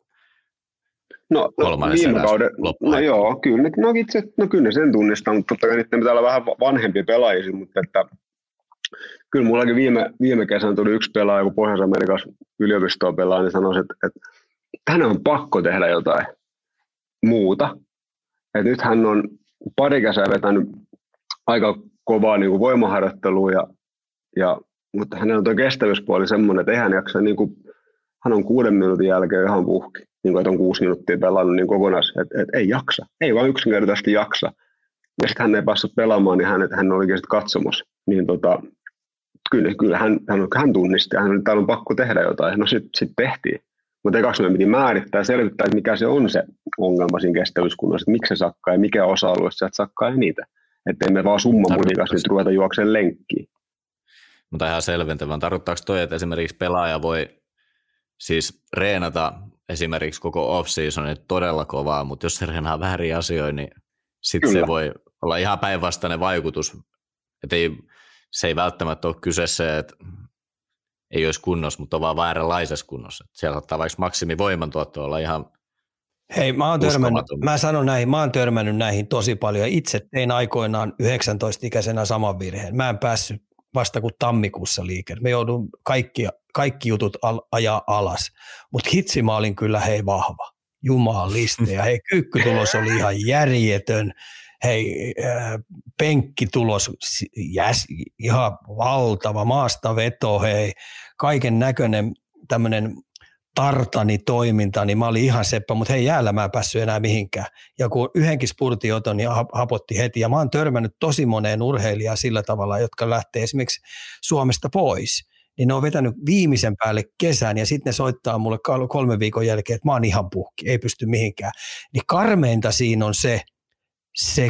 viime kauden, joo, kyllä, kyllä ne sen tunnistaa, mutta totta kai niiden pitää olla vähän vanhempia pelaajia, mutta että kyllä mullakin viime kesänä tuli yksi pelaaja, kun Pohjois-Amerikassa yliopistoa pelaa, niin sanoi, että hänen on pakko tehdä jotain muuta. Että nyt hän on pari kesää vetänyt aika kovaa niin kuin voimaharjoittelua, mutta hänellä on tuo kestävyyspuoli semmoinen, että ei hän jaksa, niin kuin, hän on 6 minuutin jälkeen ihan puhki, niin kuin, että on 6 minuuttia pelannut niin kokonaan, että ei jaksa, ei vaan yksinkertaisesti jaksa. Ja sitten hän ei päässyt pelaamaan, niin hän olikin sitten katsomassa. Niin kyllä hän tunnisti, täällä on pakko tehdä jotain, no sitten tehtiin. Mutta ekaksi me piti määrittää ja selvittää, että mikä se on se ongelma siinä kestävyyskunnossa, että miksi se sakkaa ja mikä osa-alue sieltä sakkaa eniten. Että emme vaan summamulikas nyt ruveta juokseen lenkkiin. Mutta ihan selventävän. Tarkoittaako toi, että esimerkiksi pelaaja voi siis reenata esimerkiksi koko off-seasonin todella kovaa, mutta jos se reenaa väärin asioita, niin sitten se voi olla ihan päinvastainen vaikutus. Että se ei välttämättä ole kyse se, että ei olisi kunnossa, mutta on vaan vääränlaisessa kunnossa. Siellä saattaa vaikka maksimivoimantuotto olla ihan hei, mä sanon näihin, mä oon törmännyt näihin tosi paljon. Itse tein aikoinaan 19-ikäisenä saman virheen. Mä en päässyt vasta kuin tammikuussa liikkeelle. Me joudun kaikki jutut ajaa alas. Mutta hitsi mä olin kyllä vahva. Jumaliste. Ja kyykkytulos oli ihan järjetön. Penkkitulos ihan valtava. Maastaveto, kaiken näköinen tämmöinen tartani-toiminta, niin mä olin ihan seppä, mutta jäällä mä en päässyt enää mihinkään. Ja kun yhdenkin spurtin oton, niin hapotti heti. Ja mä oon törmännyt tosi moneen urheilijaan sillä tavalla, jotka lähtee esimerkiksi Suomesta pois. Niin ne on vetänyt viimeisen päälle kesän ja sitten ne soittaa mulle 3 viikon jälkeen, että mä oon ihan puhki, ei pysty mihinkään. Niin karmeinta siinä on se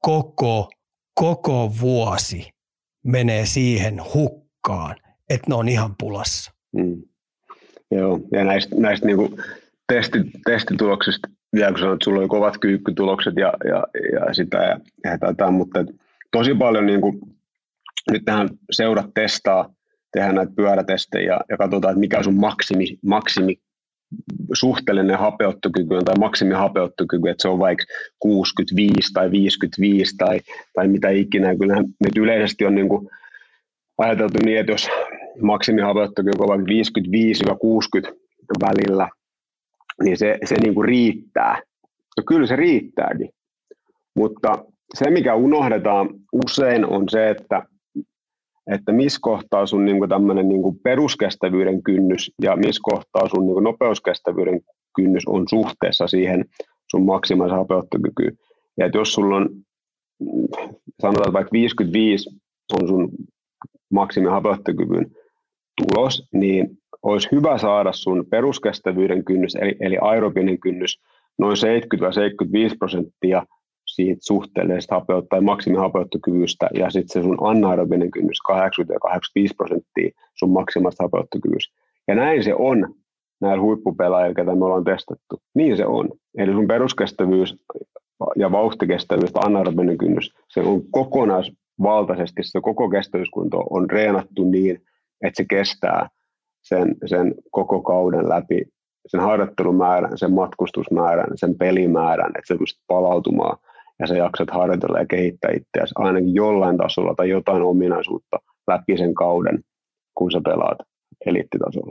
koko vuosi menee siihen hukkaan, että ne on ihan pulassa. Joo, ja näistä niinku testituloksista, vielä kun sanoit, että sulla oli kovat kyykkytulokset ja sitä ja tätä, mutta tosi paljon niinku, nyt tähän seurat testaa, tehdään näitä pyörätestejä ja katsotaan, että mikä on sun maksimi suhteellinen hapeuttokyky tai maksimihapeuttokyky, että se on vaikka 65 tai 55 tai mitä ikinä. Kyllähän nyt yleisesti on niinku ajateltu niin, että jos maksimihapeuttokyky on vaikka 55-60 välillä, niin se niinku riittää. No kyllä se riittääkin, mutta se mikä unohdetaan usein on se, että missä kohtaa sun niinku tämmöinen niinku peruskestävyyden kynnys ja missä kohtaa sun niinku nopeuskestävyyden kynnys on suhteessa siihen sun maksimaalisen hapeuttokykyyn. Ja että jos sulla on, sanotaan että vaikka 55 on sun maksimihapeuttokyvyn tulos, niin olisi hyvä saada sun peruskestävyyden kynnys, eli aerobinen kynnys, noin 70-75% siitä suhteellisesta tai maksimihapeuttokyvystä, ja sitten se sun anaerobinen kynnys 80-85% sun maksimaalista hapeuttokyvystä. Ja näin se on näillä huippupelaajilla, ketä me ollaan testattu. Niin se on. Eli sun peruskestävyys ja vauhtikestävyys, anaerobinen kynnys, se on kokonaisvaltaisesti, se koko kestävyyskunto on reenattu niin, että se kestää sen koko kauden läpi, sen harjoittelumäärän, sen matkustusmäärän, sen pelimäärän, että se pystyt palautumaan ja sä jaksat harjoitella ja kehittää itseäsi ainakin jollain tasolla tai jotain ominaisuutta läpi sen kauden, kun sä pelaat eliittitasolla.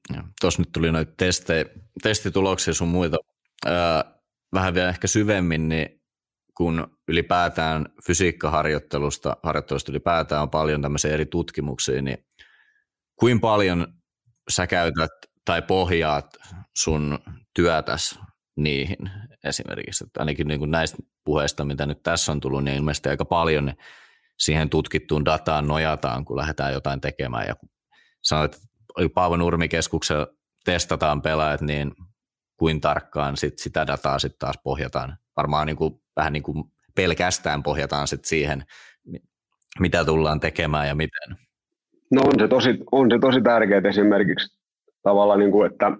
Tuossa nyt tuli noita testituloksia sun muita. Vähän vielä ehkä syvemmin, niin kun ylipäätään fysiikkaharjoittelusta ylipäätään on paljon tämmöisiä eri tutkimuksia, niin kuinka paljon sä käytät tai pohjaat sun työtäs niihin esimerkiksi? Että ainakin niin kuin näistä puheista, mitä nyt tässä on tullut, niin ilmeisesti aika paljon siihen tutkittuun dataan nojataan, kun lähdetään jotain tekemään. Ja kun sanoit, että Paavo Nurmi-keskuksella testataan pelaajat, niin kuin tarkkaan sitä dataa sitten taas pohjataan. Varmaan niin kuin, vähän niin kuin pelkästään pohjataan sitten siihen, mitä tullaan tekemään ja miten. No on se tosi tärkeää esimerkiksi tavallaan, niin kuin, että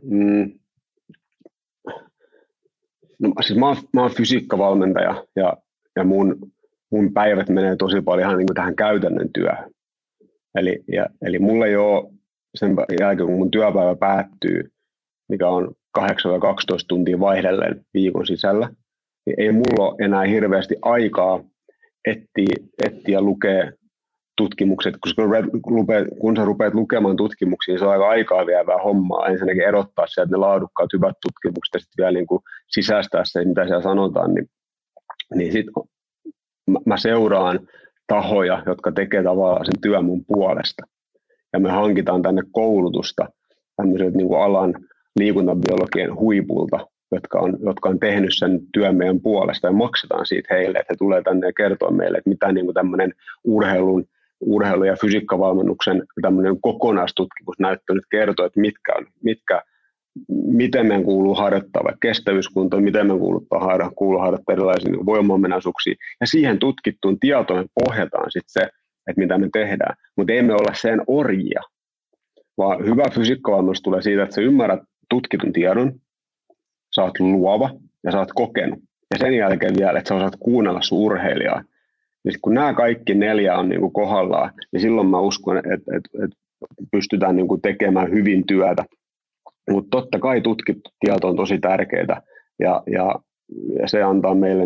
siis mä oon fysiikkavalmentaja ja mun päivät menee tosi paljon ihan niin kuin tähän käytännön työhön. Eli mulla ei ole sen jälkeen, kun mun työpäivä päättyy, mikä on 8-12 tuntia vaihdellen viikon sisällä, niin ei mulla ole enää hirveästi aikaa etsiä lukea tutkimukset, koska kun sä rupeat lukemaan tutkimuksia, niin se on aika aikaa vievää hommaa. Ensinnäkin erottaa sieltä ne laadukkaat hyvät tutkimukset ja sitten vielä niin kuin sisäistää se, mitä siellä sanotaan, niin sitten mä seuraan tahoja, jotka tekee tavallaan sen työn mun puolesta. Ja me hankitaan tänne koulutusta tämmöiset niin kuin alan liikuntabiologien huipulta, jotka on tehnyt sen työn meidän puolesta ja maksetaan siitä heille, että he tulee tänne ja kertoo meille, että mitä niin kuin tämmöinen urheilu- ja fysiikkavalmennuksen tämmöinen kokonaistutkimusnäyttö nyt kertoo, että miten meidän kuuluu harjoittaa vaikka kestävyyskuntoon, miten meidän kuuluu harjoittaa erilaisia voimamenaisuuksia. Ja siihen tutkittuun tietoon me pohjataan sitten se, että mitä me tehdään. Mutta emme olla sen orjia, vaan hyvä fysiikkavalmennus tulee siitä, että sä ymmärrät tutkitun tiedon, sä oot luova ja sä oot kokenut. Ja sen jälkeen vielä, että sä osaat kuunnella sun urheilijaa. Ja kun nämä kaikki 4 on niin kuin kohdallaan, niin silloin mä uskon, että pystytään niin kuin tekemään hyvin työtä. Mutta totta kai tutkittu tieto on tosi tärkeää ja se antaa meille,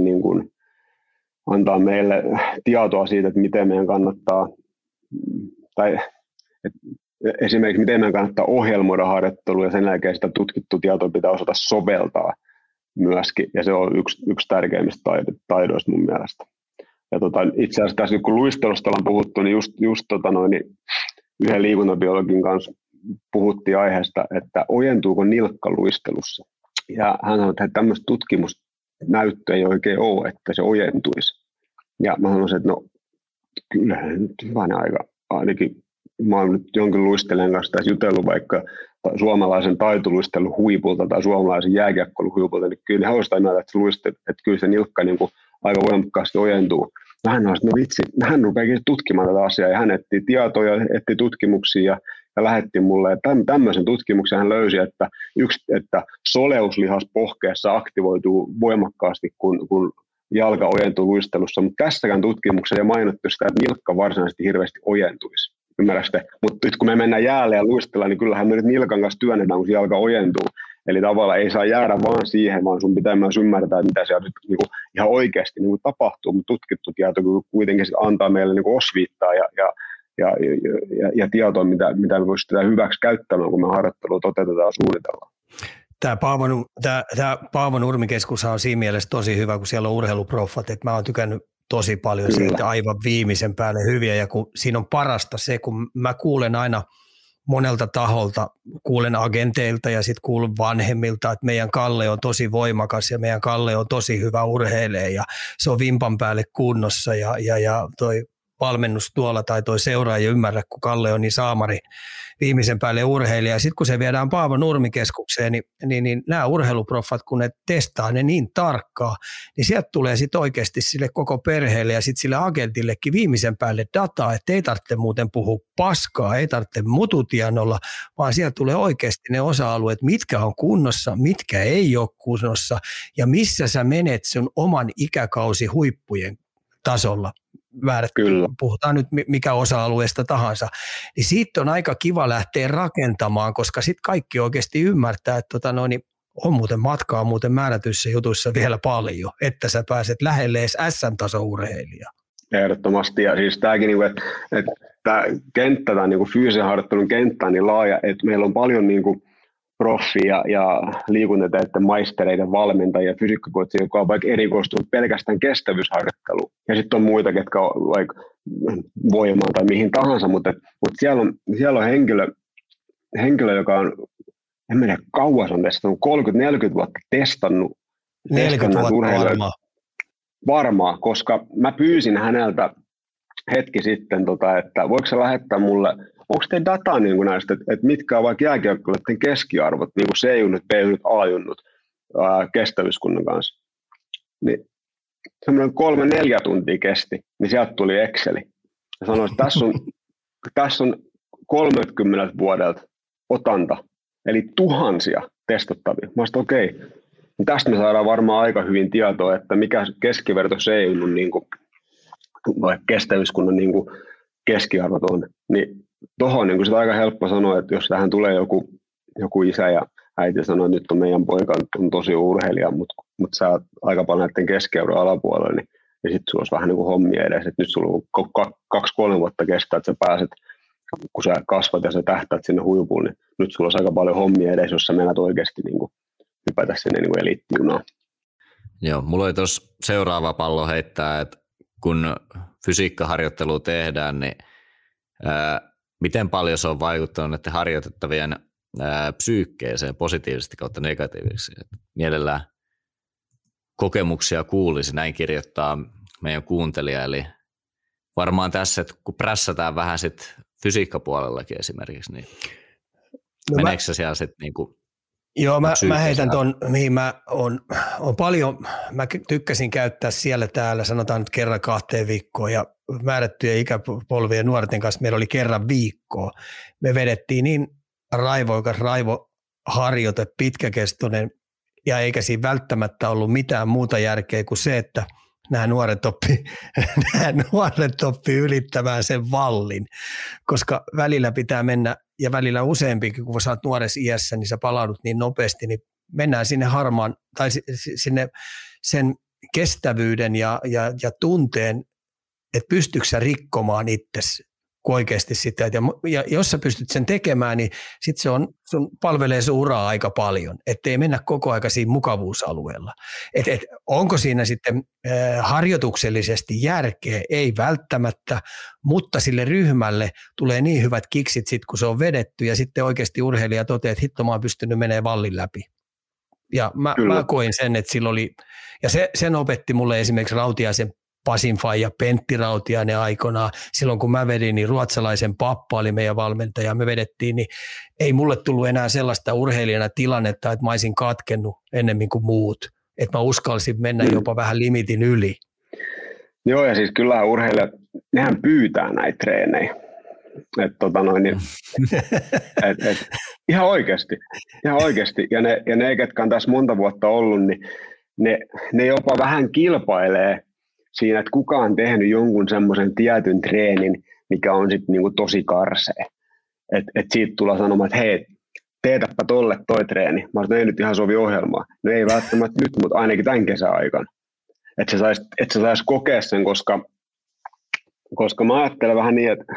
tietoa siitä, että miten meidän kannattaa, tai esimerkiksi miten meidän kannattaa ohjelmoida harjoittelua ja sen jälkeen sitä tutkittua tietoa pitää osata soveltaa myöskin. Ja se on yksi tärkeimmistä taidoista mun mielestä. Ja itse asiassa tässä kun luistelusta ollaan puhuttu, niin just yhden liikuntabiologin kanssa puhuttiin aiheesta, että ojentuuko nilkka luistelussa. Ja hän sanoi, että tämmöistä tutkimusnäyttöä ei oikein ole, että se ojentuisi. Ja mä sanoisin, että no kyllähän nyt hyvänä aika, ainakin mä oon nyt jonkin luistelijan kanssa tässä jutellut vaikka suomalaisen taitoluistelun huipulta tai suomalaisen jääkiekkoilun huipulta, niin kyllä he olisivat mieltä, että kyllä se nilkka niin kuin aika voimakkaasti ojentuu. Hän on, no vitsi, hän rupeakin tutkimaan tätä asiaa ja hän etti tietoja, etti tutkimuksia ja lähetti mulle. Tämmöisen tutkimuksen hän löysi, että soleuslihas pohkeessa aktivoituu voimakkaasti, kun jalka ojentuu luistelussa. Mutta tässäkään tutkimuksessa ei mainittu sitä, että nilkka varsinaisesti hirveästi ojentuisi. Ymmärrätte? Mutta nyt kun me mennään jäälle ja luistellaan, niin kyllähän me nyt nilkan kanssa työnnetään, kun se jalka ojentuu. Eli tavallaan ei saa jäädä vaan siihen, vaan sun pitää myös ymmärtää, että mitä siellä nyt niinku ihan oikeasti niinku tapahtuu. Mutta tutkittu tieto kuitenkin antaa meille niinku osviittaa ja tietoa, mitä me pystytään hyväksi käyttämään, kun me harjoittelua toteutetaan ja suunnitellaan. Tämä Paavo Nurmi-keskus on siinä mielessä tosi hyvä, kun siellä on urheiluproffat, että mä oon tykännyt tosi paljon siitä aivan viimeisen päälle hyviä, ja kun siinä on parasta se, kun mä kuulen aina monelta taholta, kuulen agenteilta ja sitten kuulen vanhemmilta, että meidän Kalle on tosi voimakas ja meidän Kalle on tosi hyvä urheilija ja se on vimpan päälle kunnossa ja toi valmennus tuolla tai toi seuraaja ymmärrä, kun Kalle on niin saamari viimeisen päälle urheilija. Sitten kun se viedään Paavo Nurmi-keskukseen, niin nämä urheiluproffat, kun ne testaa ne niin tarkkaan, niin sieltä tulee sitten oikeasti sille koko perheelle ja sitten sille agentillekin viimeisen päälle dataa, että ei tarvitse muuten puhua paskaa, ei tarvitse mututianolla, vaan sieltä tulee oikeasti ne osa-alueet, mitkä on kunnossa, mitkä ei ole kunnossa ja missä sä menet sun oman ikäkausi huippujen tasolla. Kyllä. Puhutaan nyt mikä osa-alueesta tahansa, niin siitä on aika kiva lähteä rakentamaan, koska sitten kaikki oikeasti ymmärtää, että on muuten matkaa muuten määrätyissä jutuissa vielä paljon, että sä pääset lähelle edes SM-taso-urheilijaa. Ehdottomasti, ja siis tämäkin, että tämä kenttä, tämä niin fyysisen harjoittelun kenttä on niin laaja, että meillä on paljon niin kuin proffia ja liikuntatieteiden maistereiden valmentajia, fysiikkakoutseja, jotka on vaikka erikoistunut pelkästään kestävyysharjoitteluun. Ja sitten on muita, ketkä on vaikka voimaan tai mihin tahansa, mutta siellä on henkilö, joka on, en tiedä kauas on testannut, 30-40 vuotta testannut. 40 vuotta varmaan. Varmaan, koska mä pyysin häneltä hetki sitten, että voiko se lähettää mulle, onko te dataa niin näistä, että mitkä on vaikka jääkiekkoilijoiden keskiarvot, niin kuin C-junnut, B-junnut, A-junnut kestävyyskunnan kanssa. Niin semmoinen 3-4 tuntia kesti, niin sieltä tuli Exceli. Ja sanoi, että tässä on 30 vuodelta otanta, eli tuhansia testattavia. Mä sanoin, okei, niin tästä me saadaan varmaan aika hyvin tietoa, että mikä keskiverto C-junnun niin kuin vaikka kestävyyskunnan niin kuin keskiarvot on, niin tuohon niin sitä aika helppo sanoa, että jos tähän tulee joku isä ja äiti sanoo, että nyt on meidän poika on tosi urheilija, mutta sä oot aika paljon näiden keskiarvon alapuolella, niin sitten sulla olisi vähän niin kuin hommia edes, että nyt sulla on 2-3 vuotta kestää, että sä pääset, kun sä kasvat ja sä tähtäät sinne huipuun, niin nyt sulla olisi aika paljon hommia edes, jos sä menet oikeasti niin kuin hypätä sinne niin kuin eliittijunaan. Joo, mulla oli tuossa seuraava pallo heittää, että kun fysiikkaharjoittelua tehdään, niin miten paljon se on vaikuttanut näiden harjoitettavien psyykkeeseen positiivisesti kautta negatiivisesti. Mielellään kokemuksia kuulisi, näin kirjoittaa meidän kuuntelija. Eli varmaan tässä, että kun prässätään vähän sitten fysiikkapuolellakin esimerkiksi, niin meneekö se siellä sitten niin kuin joo, mä heitän ton, mihin mä on paljon, mä tykkäsin käyttää siellä täällä, sanotaan nyt kerran 2 viikkoon ja määrättyjä ikäpolvien nuorten kanssa meillä oli kerran viikkoa. Me vedettiin niin raivoikas raivoharjoite, pitkäkestoinen ja eikä siinä välttämättä ollut mitään muuta järkeä kuin se, että nämä nuoret oppii ylittämään sen vallin, koska välillä pitää mennä ja välillä useampikin, kun sä oot nuoressa iässä, niin sä palaudut niin nopeasti, niin mennään sinne harmaan tai sinne sen kestävyyden ja tunteen, että pystytkö sä rikkomaan itsesi oikeasti sitä. Ja jos sä pystyt sen tekemään, niin sitten sun palvelee sun uraa aika paljon, ettei mennä koko aika siinä mukavuusalueella. Onko siinä sitten harjoituksellisesti järkeä? Ei välttämättä, mutta sille ryhmälle tulee niin hyvät kiksit sit, kun se on vedetty ja sitten oikeasti urheilija toteaa, että hitto mä oon pystynyt menemään vallin läpi. Ja mä koin sen, että sillä oli, ja sen opetti mulle esimerkiksi Rautiaisen Pasin faija Pentti Rautiainen aikanaan. Silloin kun mä vedin, niin ruotsalaisen Pappa oli meidän valmentaja. Me vedettiin, niin ei mulle tullut enää sellaista urheilijana tilannetta, että mä olisin katkennut ennemmin kuin muut. Että mä uskalsin mennä jopa vähän limitin yli. Joo, ja siis kyllähän urheilijat, nehän pyytää näitä treenejä. Ihan oikeasti. Ja ne, ketkä on tässä monta vuotta ollut, niin ne jopa vähän kilpailee siinä, että kuka on tehnyt jonkun semmoisen tietyn treenin, mikä on sitten niinku tosi karsea. Et siitä tullaan sanomaan, että hei, teetäpä tolle toi treeni. Mä sanoin, ei nyt ihan sovi ohjelmaa. No ei välttämättä nyt, mutta ainakin tämän kesän aikana. Että sä sais kokea sen, koska mä ajattelen vähän niin, että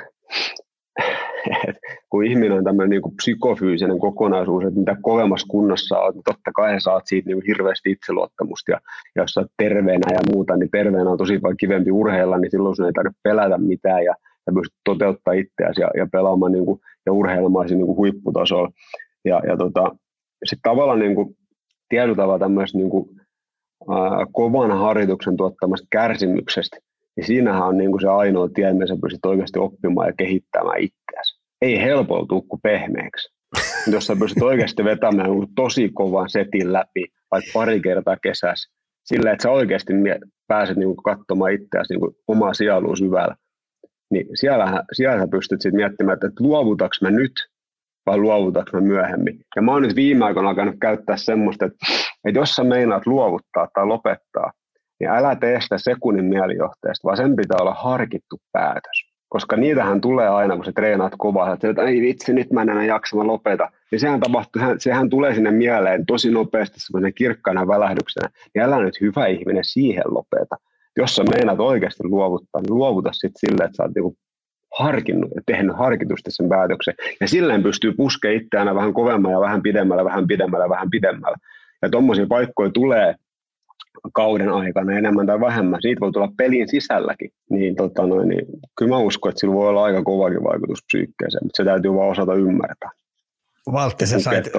kun ihminen on tämmöinen niin kuin psykofyysinen kokonaisuus, että mitä kovemmassa kunnossa olet, niin totta kai saat siitä niin kuin hirveästi itseluottamusta. Ja jos sä oot terveenä ja muuta, niin terveenä on tosi paljon kivempi urheilla, niin silloin sun ei tarvitse pelätä mitään ja pystyt toteuttamaan itseäsi ja pelaamaan niin kuin, ja urheilemaan niin kuin huipputasolla. Sitten tavallaan niin kuin, tietyllä tavalla tämmöistä niin kuin, kovan harjoituksen tuottamasta kärsimyksestä, niin siinähän on niin kuin se ainoa tie, että sä pystyt oikeasti oppimaan ja kehittämään itseäsi. Ei helpolla tule kuin pehmeäksi. Jos sä pystyt oikeasti vetämään tosi kovan setin läpi, vaikka pari kertaa kesässä, sillä että sä oikeasti pääset niin kuin katsomaan itseäsi niin kuin omaa sielua syvällä, niin siellä sä pystyt sitten miettimään, että luovutaks mä nyt vai luovutaks mä myöhemmin. Ja mä oon nyt viime aikoina alkanut käyttää semmoista, että jos sä meinaat luovuttaa tai lopettaa, niin älä tee sitä sekunnin mielijohteesta, vaan sen pitää olla harkittu päätös. Koska niitähän tulee aina, kun sä treenaat kovaa, että ei vitsi, nyt mä en enää jaksa, mä lopeta. Niin sehän tulee sinne mieleen tosi nopeasti semmoinen kirkkaana välähdyksenä. Niin älä nyt hyvä ihminen siihen lopeta. Jos sä meinaat oikeasti luovuttaa, niin luovuta sitten silleen, että sä oot niinku harkinnut ja tehnyt harkitusti sen päätöksen. Ja silleen pystyy puskemaan itseään vähän kovemmin ja vähän pidemmällä. Ja tuommoisia paikkoja tulee kauden aikana enemmän tai vähemmän. Siitä voi tulla pelin sisälläkin. Niin, niin kyllä mä uskon, että sillä voi olla aika kovakin vaikutus psyykkeeseen, mutta se täytyy vaan osata ymmärtää. Valtti,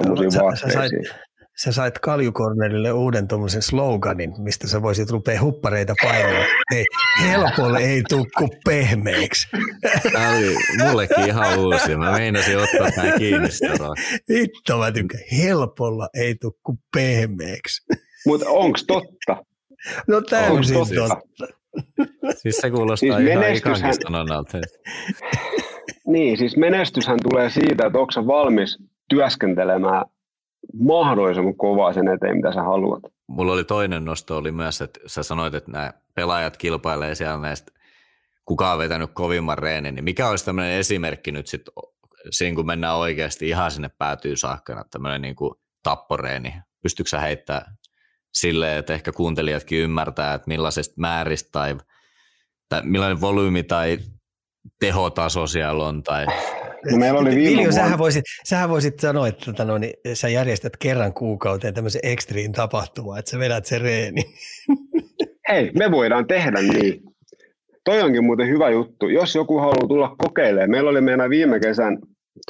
sä sait Kaljukornerille uuden tuommoisen sloganin, mistä sä voisit rupea huppareita painamaan. Ei, helpolle ei tule kuin pehmeiksi. Tämä oli mullekin ihan uusi. Mä meinasin ottaa tämän kiinni. Hitto, mä tykkään. Helpolla ei tule kuin pehmeiksi. Mutta onko totta? No täysin totta. Siis se kuulostaa siis ihan ikankin sanonnalta. Niin, siis menestyshän tulee siitä, että onko sä valmis työskentelemään mahdollisimman kovaa sen eteen, mitä sä haluat. Mulla oli toinen nosto oli myös, että sä sanoit, että nämä pelaajat kilpailee siellä näistä, kuka on vetänyt kovimman reenin, niin mikä olisi tämmöinen esimerkki nyt sitten siinä, kun mennään oikeasti ihan sinne päätyy saakka, tämmöinen niin kuin tapporeeni. Pystytkö sä heittämään silleen, että ehkä kuuntelijatkin ymmärtää, että millaisesta määristä tai millainen volyymi tai tehotaso siellä on tai... No meillä oli Viljo, sähän voisit sanoa, että sä järjestät kerran kuukauteen tämmöisen extreme tapahtuman, että sä vedät sen reeni. Hei, me voidaan tehdä niin. Toi onkin muuten hyvä juttu. Jos joku haluaa tulla kokeilemaan. Meillä oli meidän viime kesän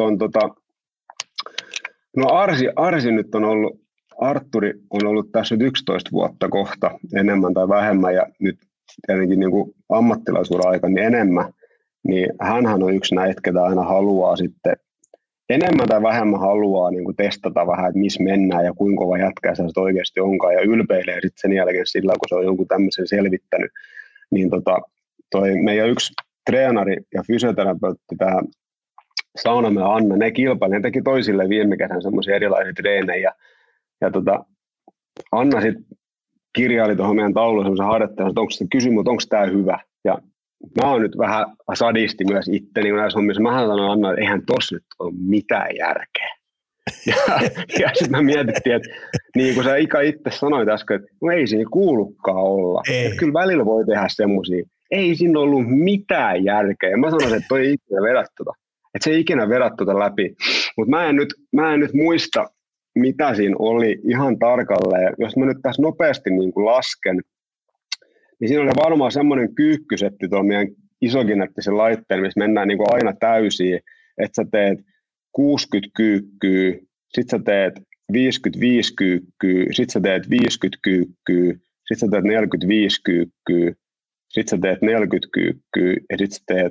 Arsi nyt on ollut, Artturi on ollut tässä nyt 11 vuotta kohta enemmän tai vähemmän ja nyt tietenkin niin kuin ammattilaisuuden aikana niin enemmän. Niin hänhän on yksi näitä, ketä aina haluaa sitten, enemmän tai vähemmän haluaa niin kuin testata vähän, että missä mennään ja kuinka kova jätkä se oikeasti onkaan ja ylpeilee sitten sen jälkeen sillä, kun se on jonkun tämmöisen selvittänyt. Niin toi meidän yksi treenari ja fysioterapeutti, tämä Saunamäen Anna, ne kilpailivat, ne teki toisille viime kesän semmoisia erilaisia treenejä ja Anna sitten kirjaili tuohon meidän tauluun semmoisen harjoittelun, että kysyi, mutta onko tämä hyvä ja mä oon nyt vähän sadisti myös itteni näissä hommissa. Mä sanoin Anna, että eihän tossa nyt ole mitään järkeä. Ja sitten mä mietittiin, että niin kuin sä Ika itse sanoit äsken, että no ei siinä kuulukaan olla. Että kyllä välillä voi tehdä semmosia. Ei siinä ollut mitään järkeä. Ja mä sanoin, että toi ei ikinä vedä tota. Että se ei ikinä vedä tota läpi. Mutta mä en nyt muista, mitä siinä oli ihan tarkalleen. Jos mä nyt tässä nopeasti niin kuin lasken, niin siinä oli varmaan semmoinen kyykkysetti tuolla meidän isokineettisen laitteen, missä mennään niin kuin aina täysiin, että sä teet 60 kyykkyä, sit sä teet 55 kyykkyä, sit sä teet 50 kyykkyä, sit sä teet 45 kyykkyä, sit sä teet 40 kyykkyä ja sit sä teet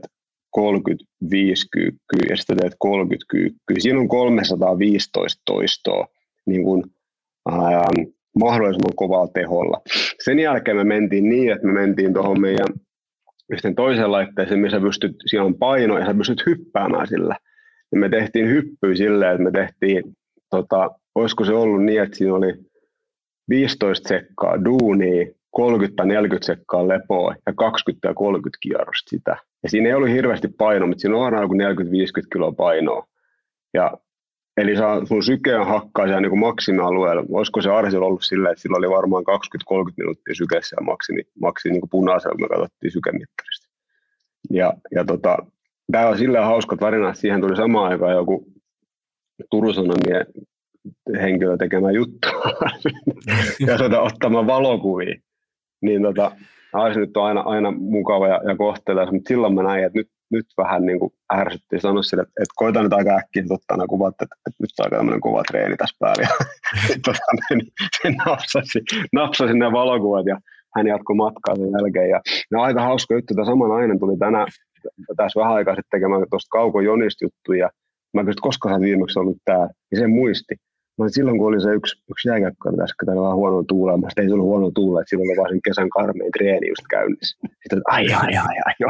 35 kyykkyä ja sit sä teet 30 kyykkyä. Siinä on 315 toistoa niin kuin, mahdollisimman kovalla teholla. Sen jälkeen me mentiin niin, että me mentiin tuohon meidän yhteen toiseen laitteeseen, missä siinä on paino ja sä pystyt hyppäämään sillä. Ja me tehtiin hyppyä silleen, että me tehtiin, olisiko se ollut niin, että siinä oli 15 sekkaa duunia, 30-40 sekkaa lepoa ja 20 ja 30 kierrosta sitä. Ja siinä ei ollut hirveästi painoa, mutta siinä on aina joku 40-50 kiloa painoa. Eli sun syke hakkaa siellä niin maksimialueella. Olisiko se Arsilla ollut silleen, että sillä oli varmaan 20-30 minuuttia syke siellä maksimi niin punaisella, kun me katsottiin sykemittarista. Tämä on silleen hauska tarina, että siihen tuli samaan aikaan joku Turun Sanomien henkilö tekemään juttua ja ottamaan valokuvia. Niin Arsi nyt on aina mukava ja kohtelias, mutta silloin mä näin, että nyt vähän niin kuin ärsyttiin sanoa sille, että koita nyt aika äkkiä ottaa nämä kuvat, että nyt on aika tämmöinen kova treeni tässä päällä. Se napsasi ne valokuvat ja hän jatkoi matkaa sen jälkeen. Ja ne on aika hauska juttu. Tämä sama nainen tuli tässä vähän aikaa sitten tekemään tuosta Kauko Jonista juttuja. Mä kysyin, koska hän viimeksi ollut täällä, ja se muisti. Mä silloin, kun oli se yksi jääkiekko tässä, kun täällä vähän huonoa tuulea, mä ei se ollut huonoa tuulea, että silloin oli vaan sen kesän karmein treeni just käynnissä. Sitten, että ai, joo.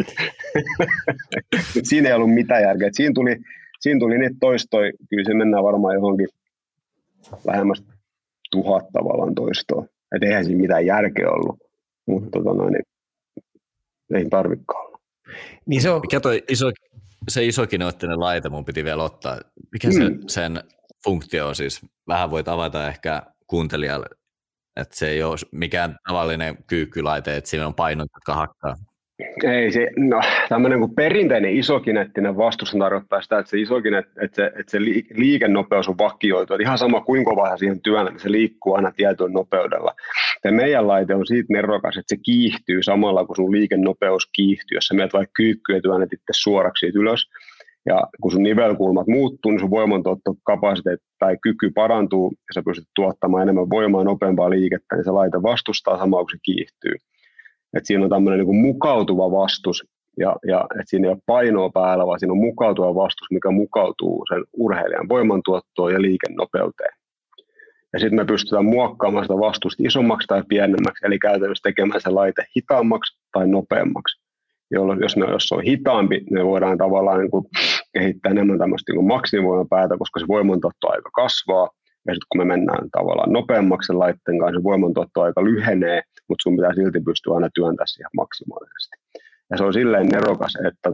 Siinä ei ollut mitään järkeä. Siinä tuli niitä toistoja, kyllä se mennään varmaan johonkin lähemmäs 1000 tavallaan toistoa. Että eihän siinä mitään järkeä ollut, mutta ei tarvitsekaan olla. Niin mikä se isokinoottinen laite mun piti vielä ottaa? Mikä sen funktio on siis? Vähän voit avata ehkä kuuntelijalle, että se ei ole mikään tavallinen kyykkylaite, että siinä on painot, jotka hakkaa. Ei se, no tämmöinen kuin perinteinen isokineettinen vastus tarkoittaa sitä, että se liikennopeus on vakioitu. Ihan sama kuinka kovaa siihen työnnät, niin se liikkuu aina tietyllä nopeudella. Ja meidän laite on siitä nerokas, että se kiihtyy samalla, kun sun liikennopeus kiihtyy. Jos sä menet vaikka kyykkyä ja työnnät itse suoraksi siitä ylös, ja kun sun nivelkulmat muuttuu, niin sun voimantuottokapasiteetti tai kyky parantuu, ja sä pystyt tuottamaan enemmän voimaa, nopeampaa liikettä, niin se laite vastustaa samalla, kun se kiihtyy. Että siinä on tämmöinen niin kuin mukautuva vastus, ja että siinä ei ole painoa päällä, vaan siinä on mukautuva vastus, mikä mukautuu sen urheilijan voimantuottoon ja liikennopeuteen. Ja sitten me pystytään muokkaamaan sitä vastusta isommaksi tai pienemmäksi, eli käytännössä tekemään se laite hitaammaksi tai nopeammaksi. Jos se on hitaampi, niin me voidaan tavallaan niin kuin kehittää enemmän tämmöistä niin kuin maksimivoimapäätä, koska se voimantuottoaika kasvaa. Ja sitten kun me mennään tavallaan nopeammaksi sen laitteen kanssa, se voimantuottoaika lyhenee, mutta sun pitää silti pystyä aina työntämään siihen maksimaalisesti. Ja se on silleen nerokas, että,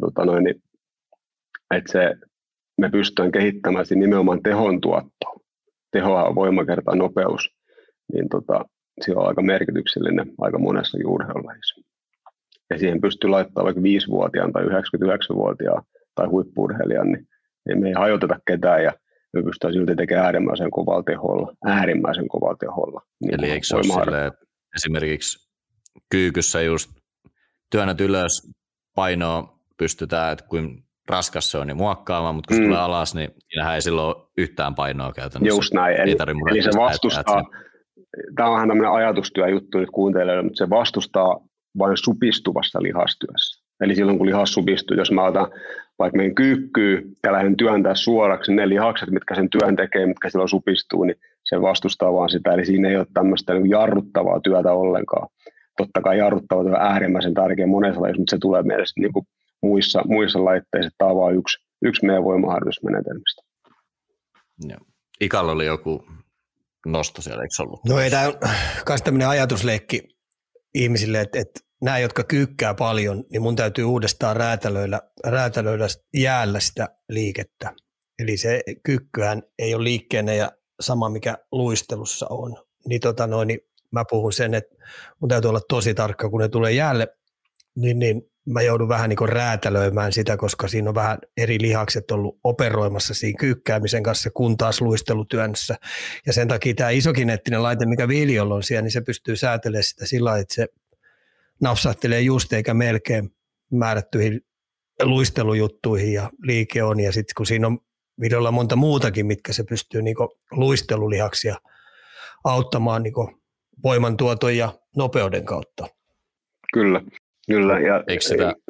me pystytään kehittämään nimenomaan tehon tuottoa. Tehoa on voima kertaa nopeus, niin se on aika merkityksellinen aika monessa urheilulajissa. Ja siihen pystyy laittamaan vaikka 5-vuotiaan tai 99-vuotiaan tai huippu-urheilijan, niin me ei hajoteta ketään ja me pystytään silti tekemään äärimmäisen kovalla teholla. Niin eli eikö se ole silleen, esimerkiksi kyykyssä just työnnät ylös, painoa pystytään, että kuin raskas se on, niin muokkaamaan, mutta kun se tulee alas, niin siinähän ei silloin ole yhtään painoa käytännössä. Just näin, eli se vastustaa, tämä on vähän tämmöinen ajatustyöjuttu nyt kuuntelijoille, mutta se vastustaa vain supistuvassa lihastyössä. Eli silloin kun lihas supistuu, jos mä otan vaikka meidän kyykkyy ja lähden työntää suoraksi, ne lihakset, mitkä sen työn tekee, mitkä silloin supistuu, niin se vastustaa vaan sitä. Eli siinä ei ole tämmöistä niin jarruttavaa työtä ollenkaan. Totta kai jarruttava työ on äärimmäisen tärkeä monessa lajissa, mutta se tulee meille niin kuin muissa laitteissa. Tämä on vain yksi meidän voimaharjoitusmenetelmistä. Ikalla oli joku nosto siellä, eikö ollut? No ei, tämä on myös tämmöinen ajatusleikki ihmisille, että nämä, jotka kyykkää paljon, niin mun täytyy uudestaan räätälöidä jäällä sitä liikettä. Eli se kyykkyhän ei ole liikkeenä ja sama, mikä luistelussa on. Niin, mä puhun sen, että mun täytyy olla tosi tarkka, kun ne tulee jäälle, niin mä joudun vähän niin kuin räätälöimään sitä, koska siinä on vähän eri lihakset ollut operoimassa siinä kyykkäämisen kanssa, kun taas luistelutyönnössä. Ja sen takia tämä isokineettinen laite, mikä Viljolla on siellä, niin se pystyy säätelemään sitä sillä lailla, että se napsahtelee just eikä melkein määrättyihin luistelujuttuihin ja liike on. Ja sitten kun siinä on Viljolla monta muutakin, mitkä se pystyy niin kuin luistelulihaksia auttamaan niin kuin voimantuoton ja nopeuden kautta. Kyllä. Ja eikö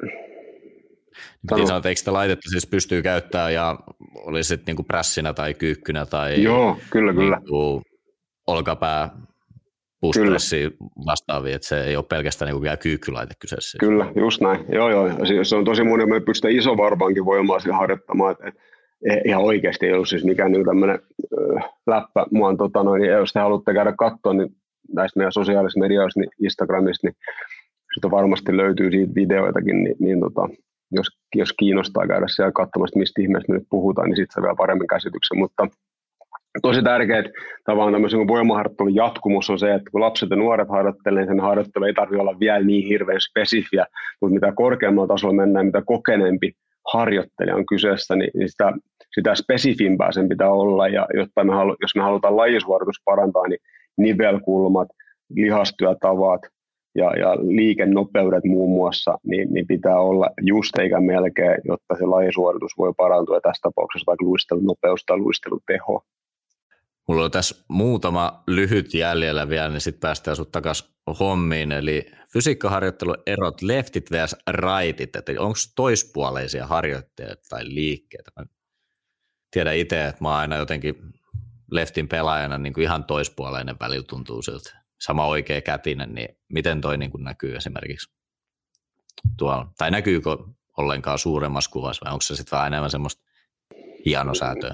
sitä laitetta siis pystyy käyttämään ja oli sitten niinku prässinä tai kyykkynä tai joo, kyllä. Niinku olkapää pushpressi vastaavia, että se ei ole pelkästään niinku kyykkylaite kyseessä. Kyllä, just näin. Joo. Se on tosi moni, me pystytään isovarpaankin voimaa sillä harjoittamaan, että ihan oikeasti ei ollut siis mikään niin tämmöinen läppä. Mua on, jos te haluatte käydä katsoa, niin näistä meidän sosiaalisista medioista, niin Instagramista, niin sitä varmasti löytyy siitä videoitakin, niin jos kiinnostaa käydä siellä katsomassa, mistä ihmeestä me nyt puhutaan, niin sitten saa vielä paremmin käsityksen. Mutta tosi tärkeää tavallaan tämmöisen voimaharjoittelun jatkumus on se, että kun lapset ja nuoret harjoittelee, niin sen harjoittelu ei tarvitse olla vielä niin hirveän spesifiä, mutta mitä korkeammalla tasolla mennään, mitä kokeneempi harjoittelija on kyseessä, niin sitä spesifimpää sen pitää olla, ja jos me halutaan lajisuoritus parantaa, niin nivelkulmat, lihastyötavat, ja liikennopeudet muun muassa, niin pitää olla just eikä melkein, jotta se lajisuoritus voi parantua, ja tässä tapauksessa vaikka luistelunopeus tai luisteluteho. Mulla on tässä muutama lyhyt jäljellä vielä, niin sitten päästään sut takaisin hommiin, eli fysiikkaharjoittelun erot leftit vs. rightit, että onko toispuoleisia harjoitteita tai liikkeitä? Mä tiedän itse, että mä oon aina jotenkin leftin pelaajana niin kuin ihan toispuoleinen välillä tuntuu siltä. Sama oikea kätinen, niin miten toi niin kuin näkyy esimerkiksi tuolla, tai näkyykö ollenkaan suuremmassa kuvassa, vai onko se sitten vähän enemmän semmoista hienosäätöä?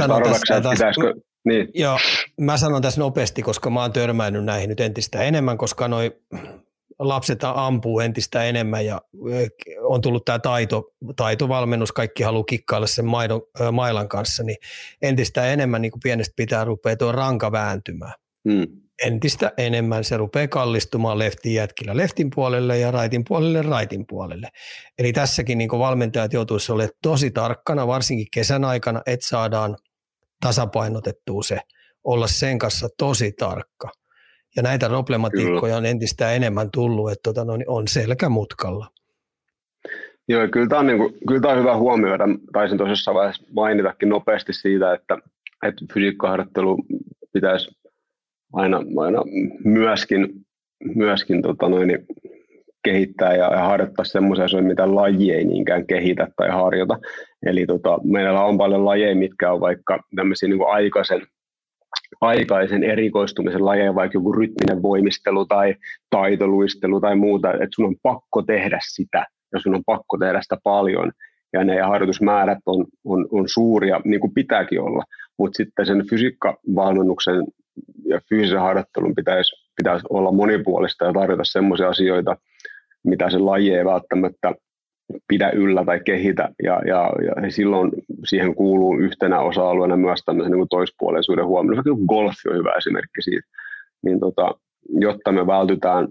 Mä sanon tässä nopeasti, koska mä oon törmännyt näihin nyt entistä enemmän, koska noi lapset ampuu entistä enemmän ja on tullut tämä taitovalmennus, kaikki haluaa kikkailla sen mailan kanssa, niin entistä enemmän niin kuin pienestä pitää rupeaa tuo ranka vääntymään. entistä enemmän se rupeaa kallistumaan leftin jätkillä leftin puolelle ja raitin puolelle. Eli tässäkin niin valmentajat joutuisi olemaan tosi tarkkana, varsinkin kesän aikana, että saadaan tasapainotettua se, olla sen kanssa tosi tarkka. Ja näitä problematiikkoja on entistä enemmän tullut, että on selkämutkalla. Joo, kyllä tämä on hyvä huomioida. Taisin tuossa vaiheessa mainitakin nopeasti siitä, että fysiikkaharjoittelu pitäisi aina myöskin kehittää ja harjoittaa semmoisia asioita, mitä laji ei niinkään kehitä tai harjoita. Eli meillä on paljon lajeja, mitkä on vaikka tämmöisiä niin kuin aikaisen erikoistumisen lajeja, vaikka joku rytminen voimistelu tai taitoluistelu tai muuta, että sun on pakko tehdä sitä, ja sun on pakko tehdä sitä paljon, ja ne harjoitusmäärät on suuria, niin kuin pitääkin olla, mutta sitten sen fysiikkavalmennuksen ja fyysisen harjoittelun pitäisi olla monipuolista ja tarjota semmoisia asioita, mitä se laji ei välttämättä pidä yllä tai kehitä, ja silloin siihen kuuluu yhtenä osa-alueena myös tämmöisen niin toispuoleisuuden huomioon. Vaikka golfi on hyvä esimerkki siitä, niin jotta me vältytään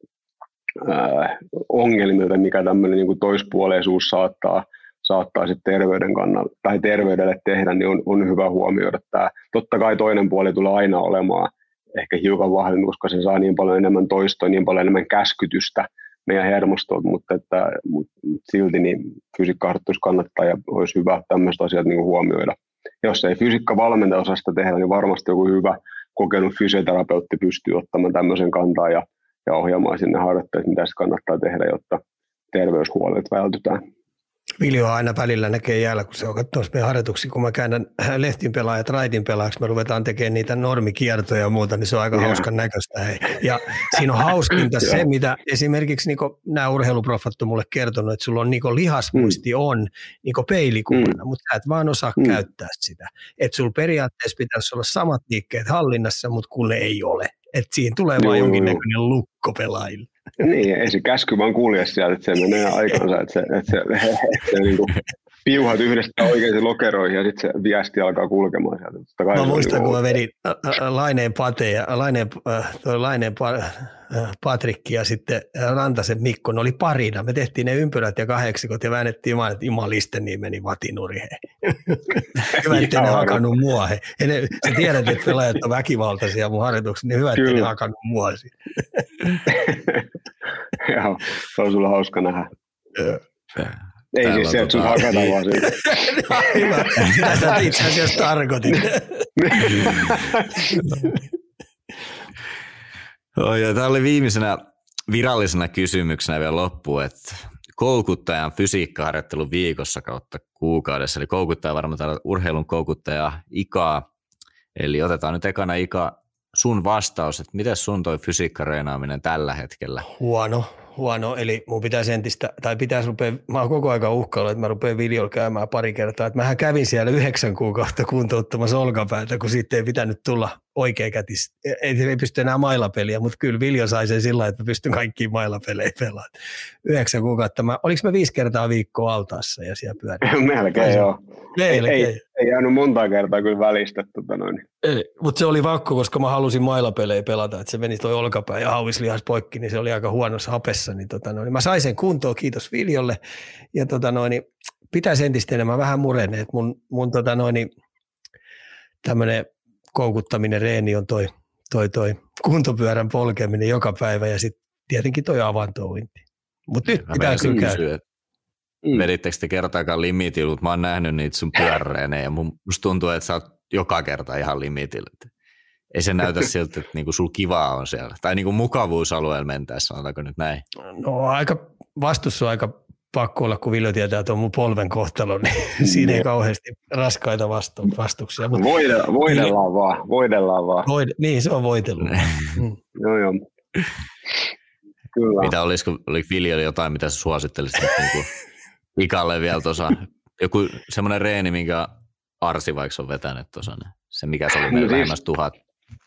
ongelmilta, mikä tämmöinen niin toispuoleisuus saattaa sitten terveyden kannalta tai terveydelle tehdä, niin on hyvä huomioida tämä. Totta kai toinen puoli tulee aina olemaan ehkä hiukan vahvemmin, koska se saa niin paljon enemmän toistoa, niin paljon enemmän käskytystä meidän hermostolta, mutta silti niin fysiikkaharjoitus kannattaa ja olisi hyvä tämmöiset asiat niin huomioida. Jos ei fysiikkavalmentajaosasta tehdä, niin varmasti joku hyvä kokenut fysioterapeutti pystyy ottamaan tämmöisen kantaa ja ohjaamaan sinne harjoitteet, mitä se kannattaa tehdä, jotta terveyshuolet vältytään. Viljo aina välillä näkee jäällä, kun se on katsomassa meidän harjoituksia, kun mä käännän leftin pelaajat raitin pelaajaksi, me ruvetaan tekemään niitä normikiertoja ja muuta, niin se on aika hauskan näköistä. Ja siinä on hauskinta se, mitä esimerkiksi niin nämä urheiluproffat on mulle kertonut, että sulla on niin lihasmuisti on niin peilikuvana, mutta sä et vaan osaa käyttää sitä. Että sulla periaatteessa pitäisi olla samat liikkeet hallinnassa, mutta kun ne ei ole. Että siinä tulee vaan jonkinnäköinen lukko pelaajille. Niin, ei se käsky vaan kulje sieltä, että se menee aikansa, että se niin kuin piuhat yhdessä oikeisiin lokeroihin ja sitten se viesti alkaa kulkemaan sieltä. Mä muistan, kun mä vedin Laineen Pate ja Laineen Patrikki ja sitten Rantasen Mikko, ne oli parina. Me tehtiin ne ympyrät ja kahdeksikot ja väännettiin vaan, että jumalisten niin meni vatinuri. Hyvä, ettei ne hakannut mua. Sä tiedät, että pelaajat on väkivaltaisia mun harjoituksessa, niin hyvä, ettei ne hakannut mua. Joo, se on sulla hauska nähdä. Ei täällä siis se, että sun hakataan vaan siitä. Hyvä, mitä sä itse asiassa tarkoitit. Tämä oli viimeisenä virallisena kysymyksenä vielä loppuun, että koukuttajan fysiikkaharjoittelu viikossa kautta kuukaudessa, eli koukuttaja varmaan täällä urheilun koukuttaja Ikaa, eli otetaan nyt ekana Ika sun vastaus, että miten sun toi fysiikkareenaaminen tällä hetkellä? Huono, eli mun pitäisi rupea, mä oon koko ajan uhkaillut, että mä rupean videolla käymään pari kertaa, että mähän kävin siellä 9 kuukautta kuntouttamassa olkapäätä, kun siitä ei pitänyt tulla oikeakätis, ei pysty enää mailapeliä, mutta kyllä Viljo sai sen sillä, että mä pystyn kaikkiin mailapelejä pelaamaan. 9 kuukautta, oliko mä 5 kertaa viikkoa altaassa ja siellä pyörin? Melkein joo. Ei jäänyt monta kertaa kyllä välistä. Mutta se oli pakko, koska mä halusin mailapelejä pelata, että se meni toi olkapää ja hauislihas poikki, niin se oli aika huonossa hapessa. Niin mä sain sen kuntoon, kiitos Viljolle. Ja pitäisi entistä enemmän vähän murenee, että mun tämmöinen koukuttaminen reeni on toi kuntopyörän polkeminen joka päivä ja sitten tietenkin toi avantouinti. Mutta nyt pitää kysyä. Vedittekö te kertaakaan limitillä, mutta mä oon nähnyt niitä sun pyörreeneen ja musta tuntuu, että sä oot joka kerta ihan limitillä. Ei se näytä siltä, että niinku sul kivaa on siellä. Tai niinku mukavuusalueella mentäessä, sanotaanko nyt näin? No vastussa on aika pakko olla, kun Viljo tietää, että on mun polven kohtalo, niin siinä ei kauheasti raskaita vastuksia. Voidellaan vaan. Niin, se on voitelu. Joo. Kyllä. Mitä oliko Viljolla jotain, mitä sä suosittelisit niinku Ikalle vielä tuossa? Joku semmoinen reeni, minkä Arsi vaikka on vetänyt tuossa. Se mikä se oli meillä lähemmäs 1000.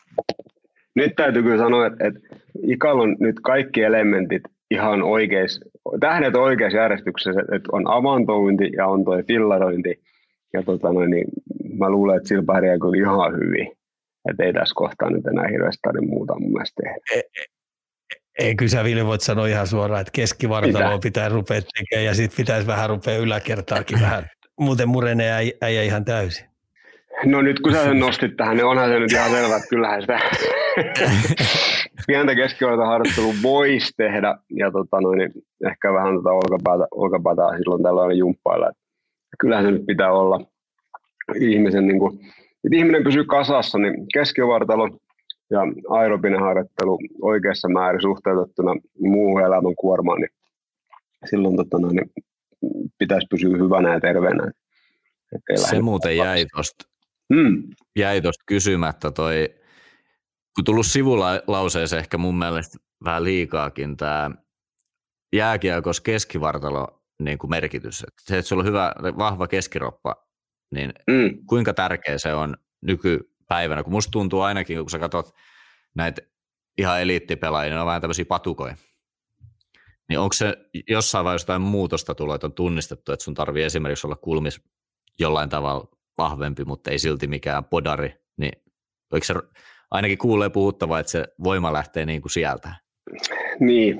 Nyt täytyy kyllä sanoa, että Ikalla on nyt kaikki elementit ihan tähdet oikeassa järjestyksessä, että on avantouinti ja on toi fillarointi. Ja niin mä luulen, että sillä pärjää kyllä ihan hyvin. että ei tässä kohtaa nyt enää hirveästi tarvitse muuta mun mielestä tehdä. Ei, kyllä sä Ville voit sanoa ihan suoraan, että keskivartaloa pitää rupea tekemään ja sitten pitäisi vähän rupea yläkertaakin vähän. Muuten murenee äijä ihan täysin. No nyt kun sä sen nostit tähän, niin onhan se nyt ihan selvä, että kyllähän sitä pientä keskivartaloharjoittelua voisi tehdä ja niin ehkä vähän olkapäätä silloin tällainen jumppailla. Kyllähän se nyt pitää olla ihmisen, niin kuin, että ihminen pysyy kasassa, niin keskivartalo ja aerobinen harjoittelu oikeassa määrin suhteutettuna muuhun elämän kuormaan, niin silloin niin pitäisi pysyä hyvänä ja terveenä. Se muuten jäi tosta kysymättä kun tullut sivulauseeseen ehkä mun mielestä vähän liikaakin tämä jääkiekossa keskivartalo niin kuin merkitys. Se, että sulla on hyvä, vahva keskiroppa, niin kuinka tärkeä se on nykypäivänä? Kun musta tuntuu ainakin, kun sä katsot näitä ihan eliittipelaajia, niin ne on vähän tämmöisiä patukoja. Niin onko se jossain vaiheessa jotain muutosta tullut, että on tunnistettu, että sun tarvii esimerkiksi olla kulmis jollain tavalla vahvempi, mutta ei silti mikään podari, niin eikö se ainakin kuulee puhuttavaa, että se voima lähtee niin kuin sieltä? Niin,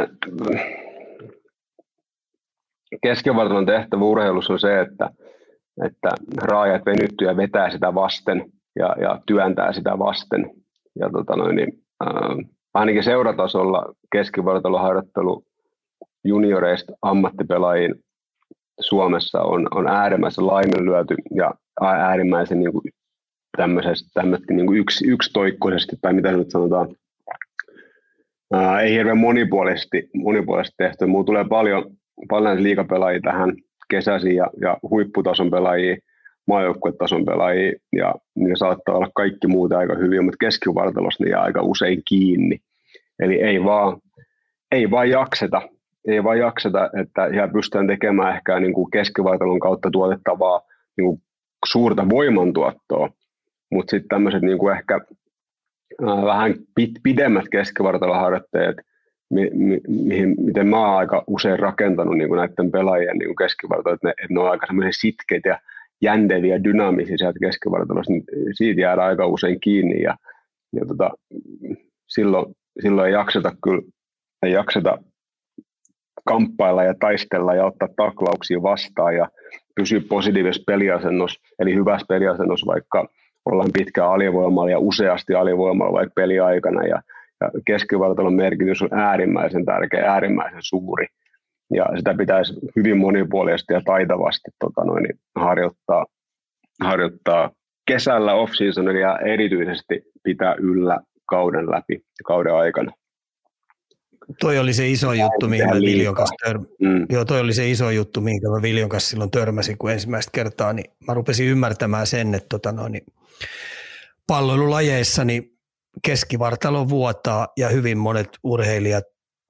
keskivartalon tehtävä urheilussa on se, että raajat venyttyy ja vetää sitä vasten ja työntää sitä vasten. Ja ainakin seuratasolla keskivartaloharjoittelu junioreista ammattipelaajiin Suomessa on äärimmäisen laiminlyöty ja äärimmäisen niin kuin tämmöisesti niin kuin yksitoikkoisesti, tai mitä nyt sanotaan, ei hirveän monipuolisesti tehty. Mulla tulee paljon liigapelaajia tähän kesäisiin ja huipputason pelaajia, maajoukkuetason pelaajia, ja ne saattaa olla kaikki muuta aika hyvin, mutta keskivartalossa ne jää aika usein kiinni. Eli ei vaan jakseta, että siellä pystytään tekemään ehkä niin kuin keskivartalon kautta tuotettavaa niin kuin suurta voimantuottoa, mutta sitten tämmöiset niin kuin ehkä vähän pidemmät keskivartaloharjoitteet, miten mä oon aika usein rakentanut niin kuin näiden pelaajien niin keskivartaloja, että ne on aika semmoisia sitkeitä ja jänteviä, dynaamisia sieltä keskivartalosta, niin siitä jäädään aika usein kiinni ja silloin ei jakseta kamppailla ja taistella ja ottaa taklauksia vastaan ja pysyä positiivisessa peliasennossa, eli hyvässä peliasennossa, vaikka ollaan pitkään alivoimalla ja useasti alivoimalla vaikka peliaikana, ja keskivartalon merkitys on äärimmäisen tärkeä, äärimmäisen suuri, ja sitä pitäisi hyvin monipuolisesti ja taitavasti harjoittaa kesällä off-seasonilla ja erityisesti pitää yllä kauden läpi ja kauden aikana. Toi oli se iso juttu, mihin mä Viljon kanssa toi oli se iso juttu, minkä mä Viljon kanssa silloin törmäsin, kun ensimmäistä kertaa, niin mä rupesin ymmärtämään sen, että palloilulajeissa niin keskivartalo vuotaa ja hyvin monet urheilijat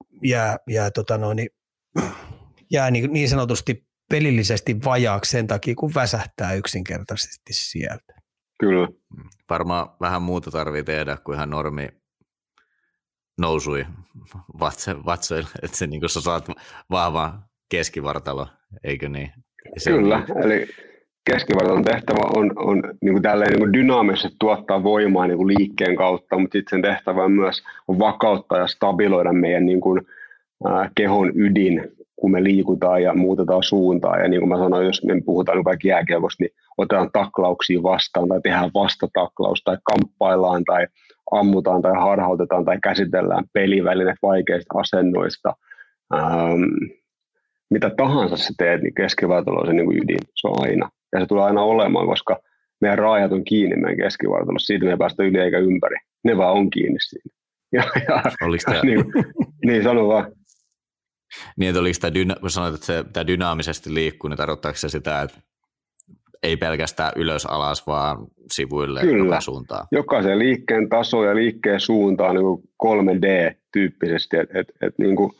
jää niin sanotusti pelillisesti vajaaksi sen takia, kun väsähtää yksinkertaisesti sieltä. Kyllä. Varmaan vähän muuta tarvitsee tehdä kuin ihan normi nousui vatsoille, että se, niin kun sä saat vahva keskivartalo, eikö niin? Kyllä, eli keskivartalon tehtävä on niin kuin tälleen niin kuin dynaamisesti tuottaa voimaa niin kuin liikkeen kautta, mutta sitten sen tehtävä myös on vakauttaa ja stabiloida meidän niin kuin, kehon ydin, kun me liikutaan ja muutetaan suuntaa. Ja niin kuin mä sanoin, jos me puhutaan vaikka jääkiekosta, niin otetaan taklauksia vastaan tai tehdään vastataklaus tai kamppaillaan tai ammutaan tai harhautetaan tai käsitellään pelivälineet vaikeista asennoista. Mitä tahansa sä teet, niin keskivartalo on se niin kuin ydin, se on aina. Ja se tulee aina olemaan, koska meidän raajat on kiinni meidän keskivartalossa. Siitä me ei päästä yli eikä ympäri. Ne vaan on kiinni siinä. Niin sano vaan. Niin, että oliko tämä, kun sanoit, että se pitää dynaamisesti liikkuu, niin tarkoittaako se sitä, että ei pelkästään ylös alas, vaan sivuille joka suuntaan? Jokaisen liikkeen taso ja liikkeen suunta on niin 3D-tyyppisesti. Niin kuin,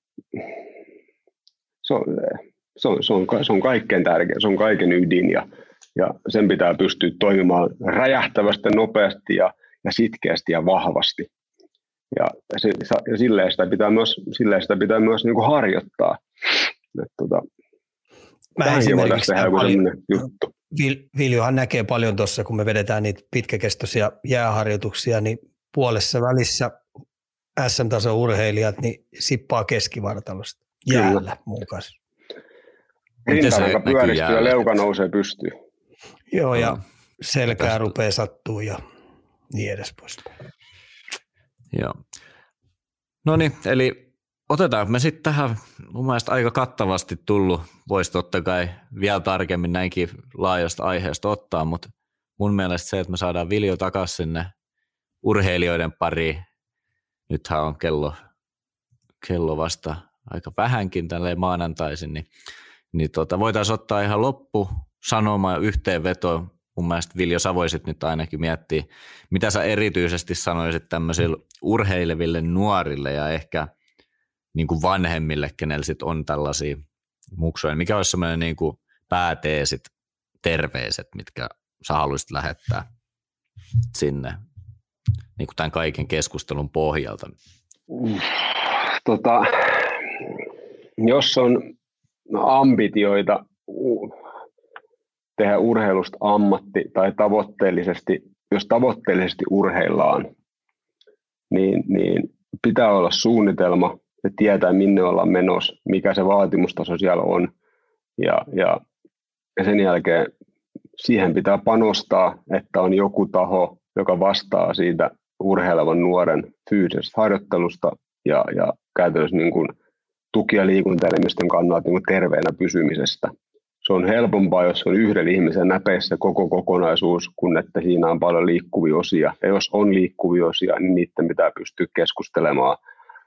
se on kaikkein tärkeä, se on kaiken ydin ja sen pitää pystyä toimimaan räjähtävästi, nopeasti ja sitkeästi ja vahvasti. Ja silleen sitä pitää myös niin kuin harjoittaa. Mä esimerkiksi juttu. Viljohan näkee paljon tuossa, kun me vedetään niitä pitkäkestoisia jääharjoituksia, niin puolessa välissä SM-tason urheilijat niin sippaa keskivartalosta jäällä muun kanssa. Rintaranka pyöristyy ja leuka nousee pystyyn. Joo, ja selkää rupeaa sattuu ja niin edespois. Joo. No niin, eli otetaanko me sitten tähän mun mielestä aika kattavasti tullut, voisi totta kai vielä tarkemmin näinkin laajasta aiheesta ottaa, mutta mun mielestä se, että me saadaan Viljo takaisin sinne urheilijoiden pariin, nythän on kello vasta aika vähänkin tälleen maanantaisin, niin voitaisiin ottaa ihan loppu sanoma ja yhteenveto. Mun mielestä Viljo, sä voisit nyt ainakin miettiä, mitä sä erityisesti sanoisit tämmöisille urheileville nuorille ja ehkä niin kuin vanhemmille, kenellä sit on tällaisia muksuja. Mikä olisi semmoinen niin kuin pääteesit, terveiset, mitkä sä haluaisit lähettää sinne niin kuin tämän kaiken keskustelun pohjalta? Jos on ambitioita tehdä urheilusta ammatti tai jos tavoitteellisesti urheillaan, niin pitää olla suunnitelma ja tietää, minne ollaan menossa, mikä se vaatimustaso siellä on. Ja sen jälkeen siihen pitää panostaa, että on joku taho, joka vastaa siitä urheilevan nuoren fyysisestä harjoittelusta ja käytännössä niin kuin tuki- ja liikuntaelimistön kannalta niin kuin terveenä pysymisestä. Se on helpompaa, jos on yhden ihmisen näpeissä koko kokonaisuus, kun että siinä on paljon liikkuvia osia. Ja jos on liikkuvia osia, niin niiden pitää pystyä keskustelemaan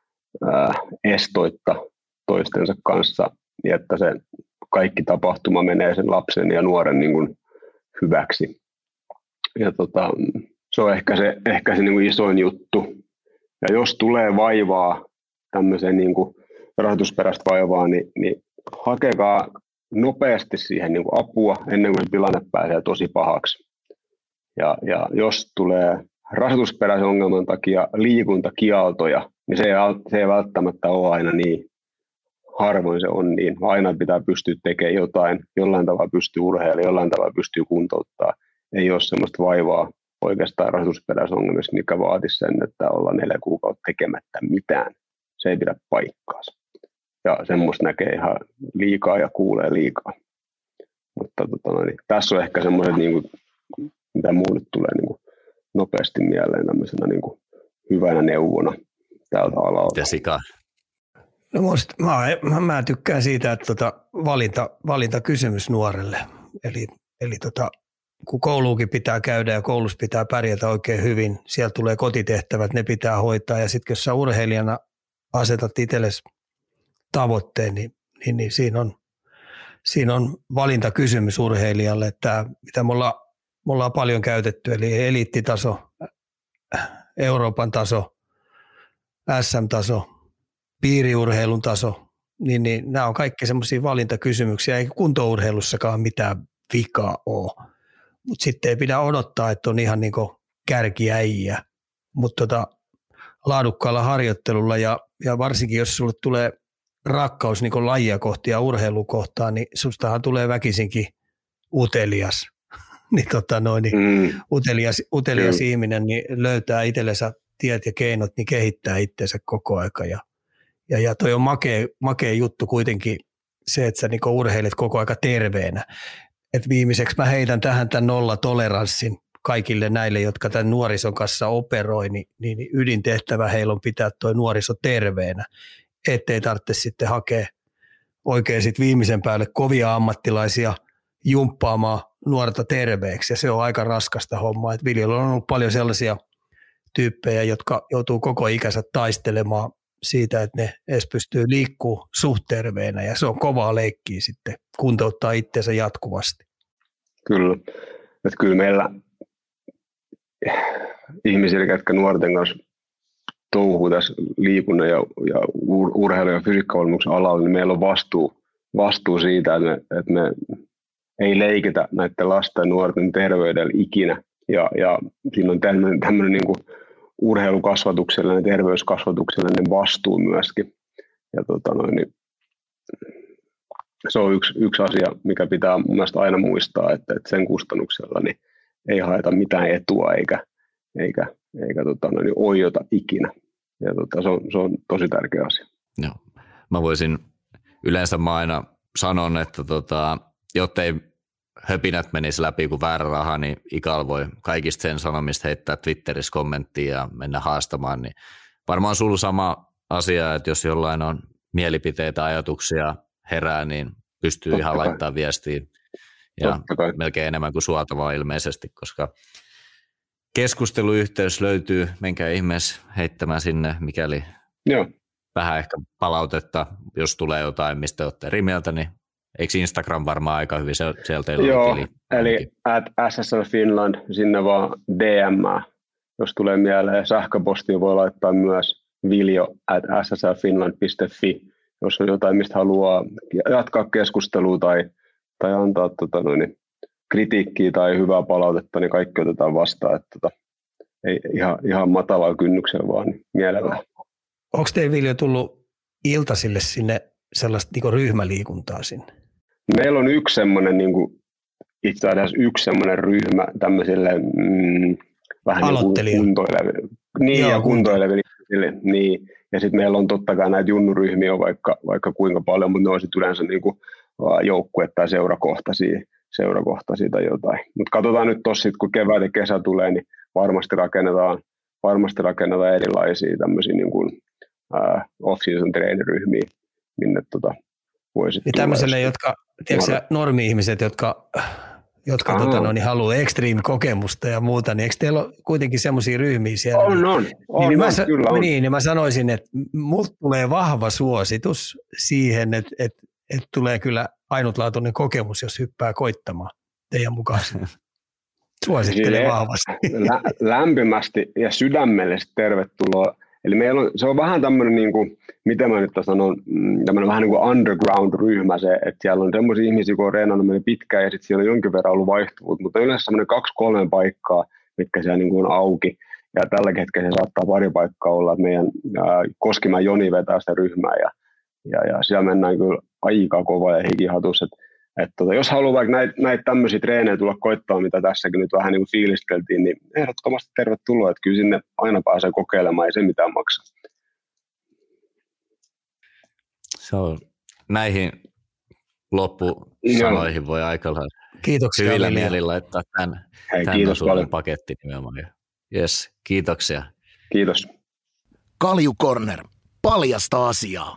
estoitta toistensa kanssa, niin että se kaikki tapahtuma menee sen lapsen ja nuoren niin kuin hyväksi. Ja se on ehkä se niin kuin isoin juttu. Ja jos tulee vaivaa, tämmöiseen niin kuin rahoitusperäistä vaivaa, niin hakekaa nopeasti siihen niin kuin apua ennen kuin tilanne pääsee tosi pahaksi. Ja jos tulee rasitusperäisen ongelman takia liikuntakieltoja, niin se ei välttämättä ole aina niin. Harvoin se on niin. Aina pitää pystyä tekemään jotain, jollain tavalla pystyy urheilemaan, jollain tavalla pystyy kuntouttaa. Ei ole sellaista vaivaa oikeastaan rasitusperäisessä ongelmissa, mikä vaatisi sen, että ollaan 4 kuukautta tekemättä mitään. Se ei pidä paikkaansa. Ja semmoista näkee ihan liikaa ja kuulee liikaa. Mutta tässä on ehkä semmoiset, niin kuin, mitä muu nyt tulee niin kuin nopeasti mieleen tämmöisenä niin kuin hyvänä neuvona tältä alalta. Ja Sika. No mä tykkään siitä, että valintakysymys nuorelle. Eli kun kouluukin pitää käydä ja koulussa pitää pärjätä oikein hyvin, siellä tulee kotitehtävät, ne pitää hoitaa. Ja sitten jos sä urheilijana asetat itsellesi tavoitteen, niin siinä on valintakysymys urheilijalle, että mitä me ollaan paljon käytetty, eli eliittitaso, Euroopan taso, SM-taso, piiriurheilun taso, niin nämä on kaikki semmoisia valintakysymyksiä, eikä kuntourheilussakaan mitään vikaa ole. Mutta sitten ei pidä odottaa, että on ihan niin kuin kärkiäjiä, mutta laadukkaalla harjoittelulla ja varsinkin jos sulle tulee rakkaus niin kuin lajia kohti ja urheilukohtaan, niin sustahan tulee väkisinkin utelias. Utelias ihminen niin löytää itsellensä tiet ja keinot, niin kehittää itseensä koko aika. Ja toi on makea juttu kuitenkin se, että sä niin kuin urheilet koko aika terveenä. Et viimeiseksi mä heitän tähän tämän nollatoleranssin kaikille näille, jotka tämän nuorison kanssa operoi, niin ydintehtävä heillä on pitää toi nuoriso terveenä, ettei tarvitse sitten hakea oikein sit viimeisen päälle kovia ammattilaisia jumppaamaan nuorta terveeksi, ja se on aika raskasta hommaa. Et Viljolla on ollut paljon sellaisia tyyppejä, jotka joutuu koko ikänsä taistelemaan siitä, että ne edes pystyy liikkuu suht terveenä, ja se on kovaa leikkiä sitten kuntouttaa itseensä jatkuvasti. Kyllä meillä ihmisillä, jotka nuorten kanssa touhuu tässä liikunnan ja urheilu- ja fysiikkavalmennuksen alalla, niin meillä on vastuu siitä, että me ei leikitä näiden lasten ja nuorten terveydellä ikinä. Ja siinä on tämmöinen niin kuin urheilukasvatuksellinen ja terveyskasvatuksellinen vastuu myöskin. Ja se on yksi asia, mikä pitää mun mielestä aina muistaa, että sen kustannuksella niin ei haeta mitään etua eikä oijota ikinä. Ja se on tosi tärkeä asia. Joo. Mä voisin yleensä aina sanon, että jottei höpinät menisi läpi kuin väärä raha, niin Ikal voi kaikista sen sanomista heittää Twitterissä kommenttia ja mennä haastamaan. Niin varmaan sulla sama asia, että jos jollain on mielipiteitä, ajatuksia herää, niin pystyy ihan laittamaan viestiä ja melkein enemmän kuin suotavaa ilmeisesti, koska keskusteluyhteys löytyy, menkää ihmeessä heittämään sinne, mikäli vähän ehkä palautetta, jos tulee jotain, mistä olette eri mieltä, niin eikö Instagram varmaan aika hyvin, siellä teillä on tili? Eli @SSL Finland, sinne vaan DM, jos tulee mieleen. Sähköpostia voi laittaa myös viljo@sslfinland.fi, jos on jotain, mistä haluaa jatkaa keskustelua tai antaa kritiikkiä tai hyvää palautetta, niin kaikki otetaan vastaan. Että ei ihan matalalla kynnyksellä, vaan mielellään. Onko teillä, Viljo, tullut iltasille sinne sellaista niin ryhmäliikuntaa sinne? Meillä on yksi semmoinen, itse asiassa yksi semmoinen ryhmä tämmöisille vähän kuntoileville. Niin, ja kuntoileville. Niin. Ja sitten meillä on totta kai näitä junnuryhmiä vaikka kuinka paljon, mutta ne on sitten yleensä joukkue- tai seurakohtaisia tai jotain. Mutta katsotaan nyt tuossa, kun kevät ja kesä tulee, niin varmasti rakennetaan erilaisia tämmöisiä off-season treeniryhmiä, minne voi sitten tulla. Tämmöiselle, jotka, tiedätkö normi-ihmiset, jotka haluaa extreme-kokemusta ja muuta, niin eikö teillä ole kuitenkin semmoisia ryhmiä siellä? On. Niin, mä sanoisin, että multa tulee vahva suositus siihen, että tulee kyllä ainutlaatuinen kokemus, jos hyppää koittamaan teidän mukaan. Suosittelen vahvasti. Lämpimästi ja sydämellisesti tervetuloa. Eli meillä on, se on vähän tämmöinen, miten mä nyt sanon, tämmöinen vähän niin kuin underground-ryhmä se, että siellä on semmoisia ihmisiä, kun on reenannut meille pitkään ja sitten siellä on jonkin verran ollut vaihtuvuutta, mutta yleensä semmoinen 2-3 paikkaa, mitkä siellä on auki. Ja tällä hetkellä se saattaa pari paikkaa olla, että meidän Koskimäen Joni vetää sitä ryhmää ja siellä mennään kyllä aika kova ja hikihatus, että jos haluaa vaikka näitä tämmöisiä treenejä tulla koittaa, mitä tässäkin nyt vähän niin kuin fiilisteltiin, niin ehdottomasti tervetuloa, että kyllä sinne aina pääsee kokeilemaan, ei se mitään maksaa. Se on, näihin loppusanoihin voi aika lailla hyvillä mielillä laittaa tämän osuuden paketti nimenomaan. Jes, kiitoksia. Kiitos. Kalju Corner, paljasta asiaa.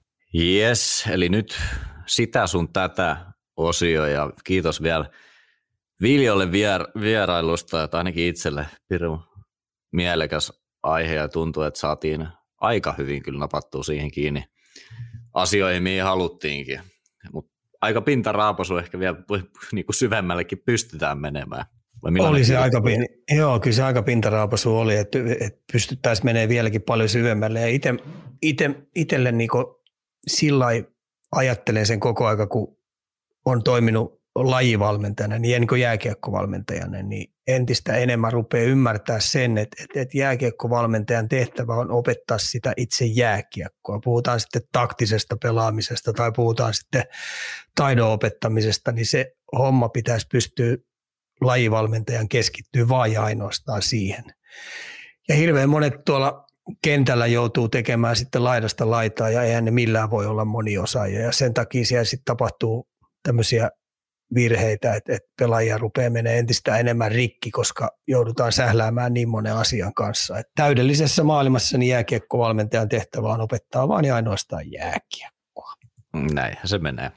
Jes, eli nyt sitä sun tätä osio ja kiitos vielä Viljolle vierailusta, että ainakin itselle pirun mielekäs aihe ja tuntuu, että saatiin aika hyvin kyllä napattua siihen kiinni asioihin, mihin haluttiinkin. Mutta aika pintaraapasu ehkä vielä niin kuin syvemmällekin pystytään menemään. Oli se aika kyllä se aika pintaraapasu oli, että pystyttäisiin menemään vieläkin paljon syvemmälle. Ja itselle niin sillä ajattelen sen koko aika, kun on toiminut lajivalmentajana niin kuin jääkiekkovalmentajana, niin entistä enemmän rupeaa ymmärtää sen, että jääkiekkovalmentajan tehtävä on opettaa sitä itse jääkiekkoa. Puhutaan sitten taktisesta pelaamisesta tai puhutaan sitten taidon opettamisesta, niin se homma pitäisi pystyä lajivalmentajan keskittyä vain ja ainoastaan siihen. Ja hirveän monet tuolla kentällä joutuu tekemään sitten laidasta laitaa ja eihän ne millään voi olla moniosaajia ja sen takia siellä sitten tapahtuu tämmöisiä virheitä, että pelaajia rupeaa menemään entistä enemmän rikki, koska joudutaan sähläämään niin monen asian kanssa. Että täydellisessä maailmassa niin jääkiekkovalmentajan tehtävä on opettaa vaan ja ainoastaan jääkiekkoa. Näinhän se menee.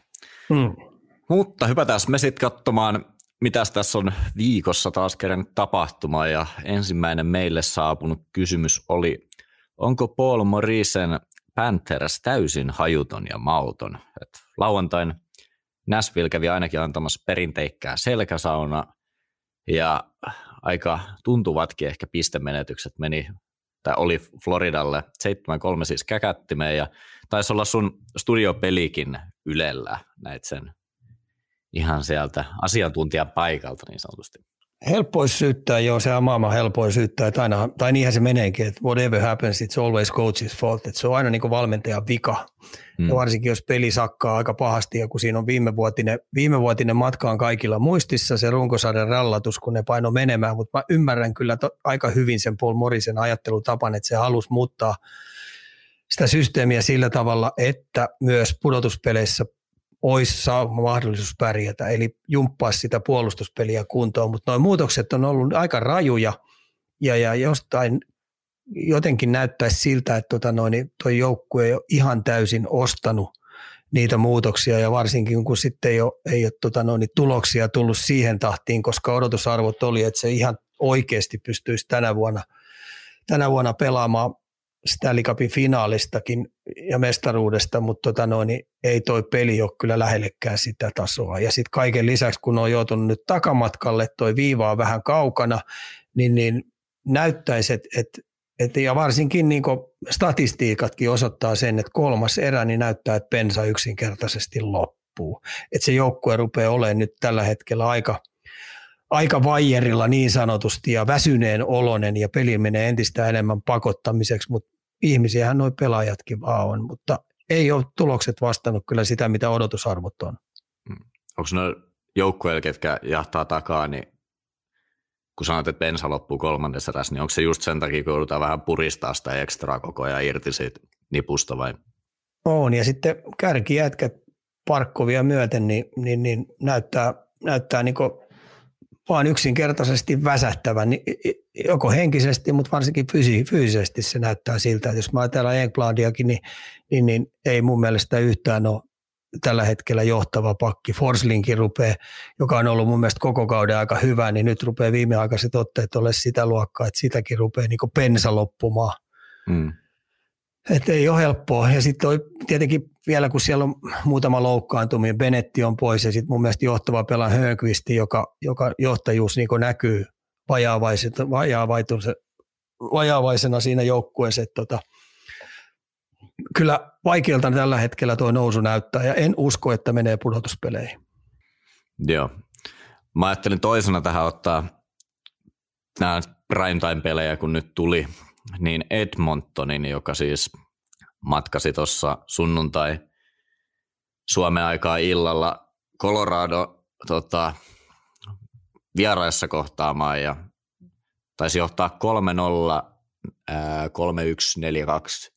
Mutta hypätään me sitten katsomaan, mitäs tässä on viikossa taas kerran tapahtuma ja ensimmäinen meille saapunut kysymys oli, onko Paul Morisen Panthers täysin hajuton ja mauton? Et lauantain Nashville kävi ainakin antamassa perinteikkää selkäsauna ja aika tuntuvatkin ehkä pistemenetykset oli Floridalle 7-3 siis käkättimeen ja taisi olla sun studiopelikin Ylellä näit sen ihan sieltä asiantuntijan paikalta niin sanotusti. Helppo olisi syyttää, joo, se on maailman helpoin syyttää, että aina, tai niinhän se meneekin, että whatever happens, it's always coach's fault, että se on aina niin kuin valmentajan vika. Ja varsinkin jos peli sakkaa aika pahasti, ja kun siinä on viimevuotinen matka on kaikilla muistissa, se runkosarjan rallatus, kun ne paino menemään, mutta mä ymmärrän kyllä aika hyvin sen Paul Morrisen ajattelutapan, että se halusi muuttaa sitä systeemiä sillä tavalla, että myös pudotuspeleissä olisi mahdollisuus pärjätä, eli jumppaa sitä puolustuspeliä kuntoon, mutta nuo muutokset on ollut aika rajuja ja jostain jotenkin näyttäisi siltä, että toi joukkue ei ole ihan täysin ostanut niitä muutoksia ja varsinkin kun sitten ei ole tuloksia tullut siihen tahtiin, koska odotusarvot oli, että se ihan oikeasti pystyisi tänä vuonna pelaamaan Stanley Cupin finaalistakin ja mestaruudesta, mutta ei toi peli ole kyllä lähellekään sitä tasoa. Ja sitten kaiken lisäksi, kun on joutunut nyt takamatkalle, toi viiva on vähän kaukana, niin näyttäisi, että ja varsinkin niin statistiikatkin osoittaa sen, että kolmas erä niin näyttää, että bensa yksinkertaisesti loppuu. Että se joukkue rupeaa olemaan nyt tällä hetkellä aika vaijerilla niin sanotusti ja väsyneen oloinen ja peli menee entistä enemmän pakottamiseksi, mutta ihmisiähän nuo pelaajatkin vaan on, mutta ei ole tulokset vastannut kyllä sitä, mitä odotusarvot on. Onko ne joukkueilla, ketkä jahtaa takaa, niin kun sanot, että bensa loppuu kolmannessa erässä, niin onko se just sen takia, kun joudutaan vähän puristaa sitä ekstraa koko ajan irti siitä nipusta vai? On, ja sitten kärkijätkät Parkkovia myöten, niin näyttää niin kuin vaan yksinkertaisesti väsähtävän, niin joko henkisesti, mutta varsinkin fyysisesti se näyttää siltä, että jos mä ajatellaan Engblandiakin, niin ei mun mielestä yhtään ole tällä hetkellä johtava pakki. Forslinkin rupeaa, joka on ollut mun mielestä koko kauden aika hyvä, niin nyt rupeaa viimeaikaiset otteet ole sitä luokkaa, että sitäkin rupeaa niin kuin pensa loppumaan. Että ei ole helppoa. Ja sitten tietenkin vielä, kun siellä on muutama loukkaantuminen, Benetti on pois ja sitten mun mielestä johtava pelaa Högqvisti, joka johtajuus niin näkyy vajaavaisena siinä joukkueessa. Kyllä vaikealta tällä hetkellä tuo nousu näyttää ja en usko, että menee pudotuspeleihin. Joo. Mä ajattelin toisena tähän ottaa nämä primetime-pelejä, kun nyt tuli, niin Edmontonin, joka siis matkasi tuossa sunnuntai Suomen aikaa illalla Colorado vieraissa kohtaamaan ja taisi johtaa 3-0, 3-1, 4-2,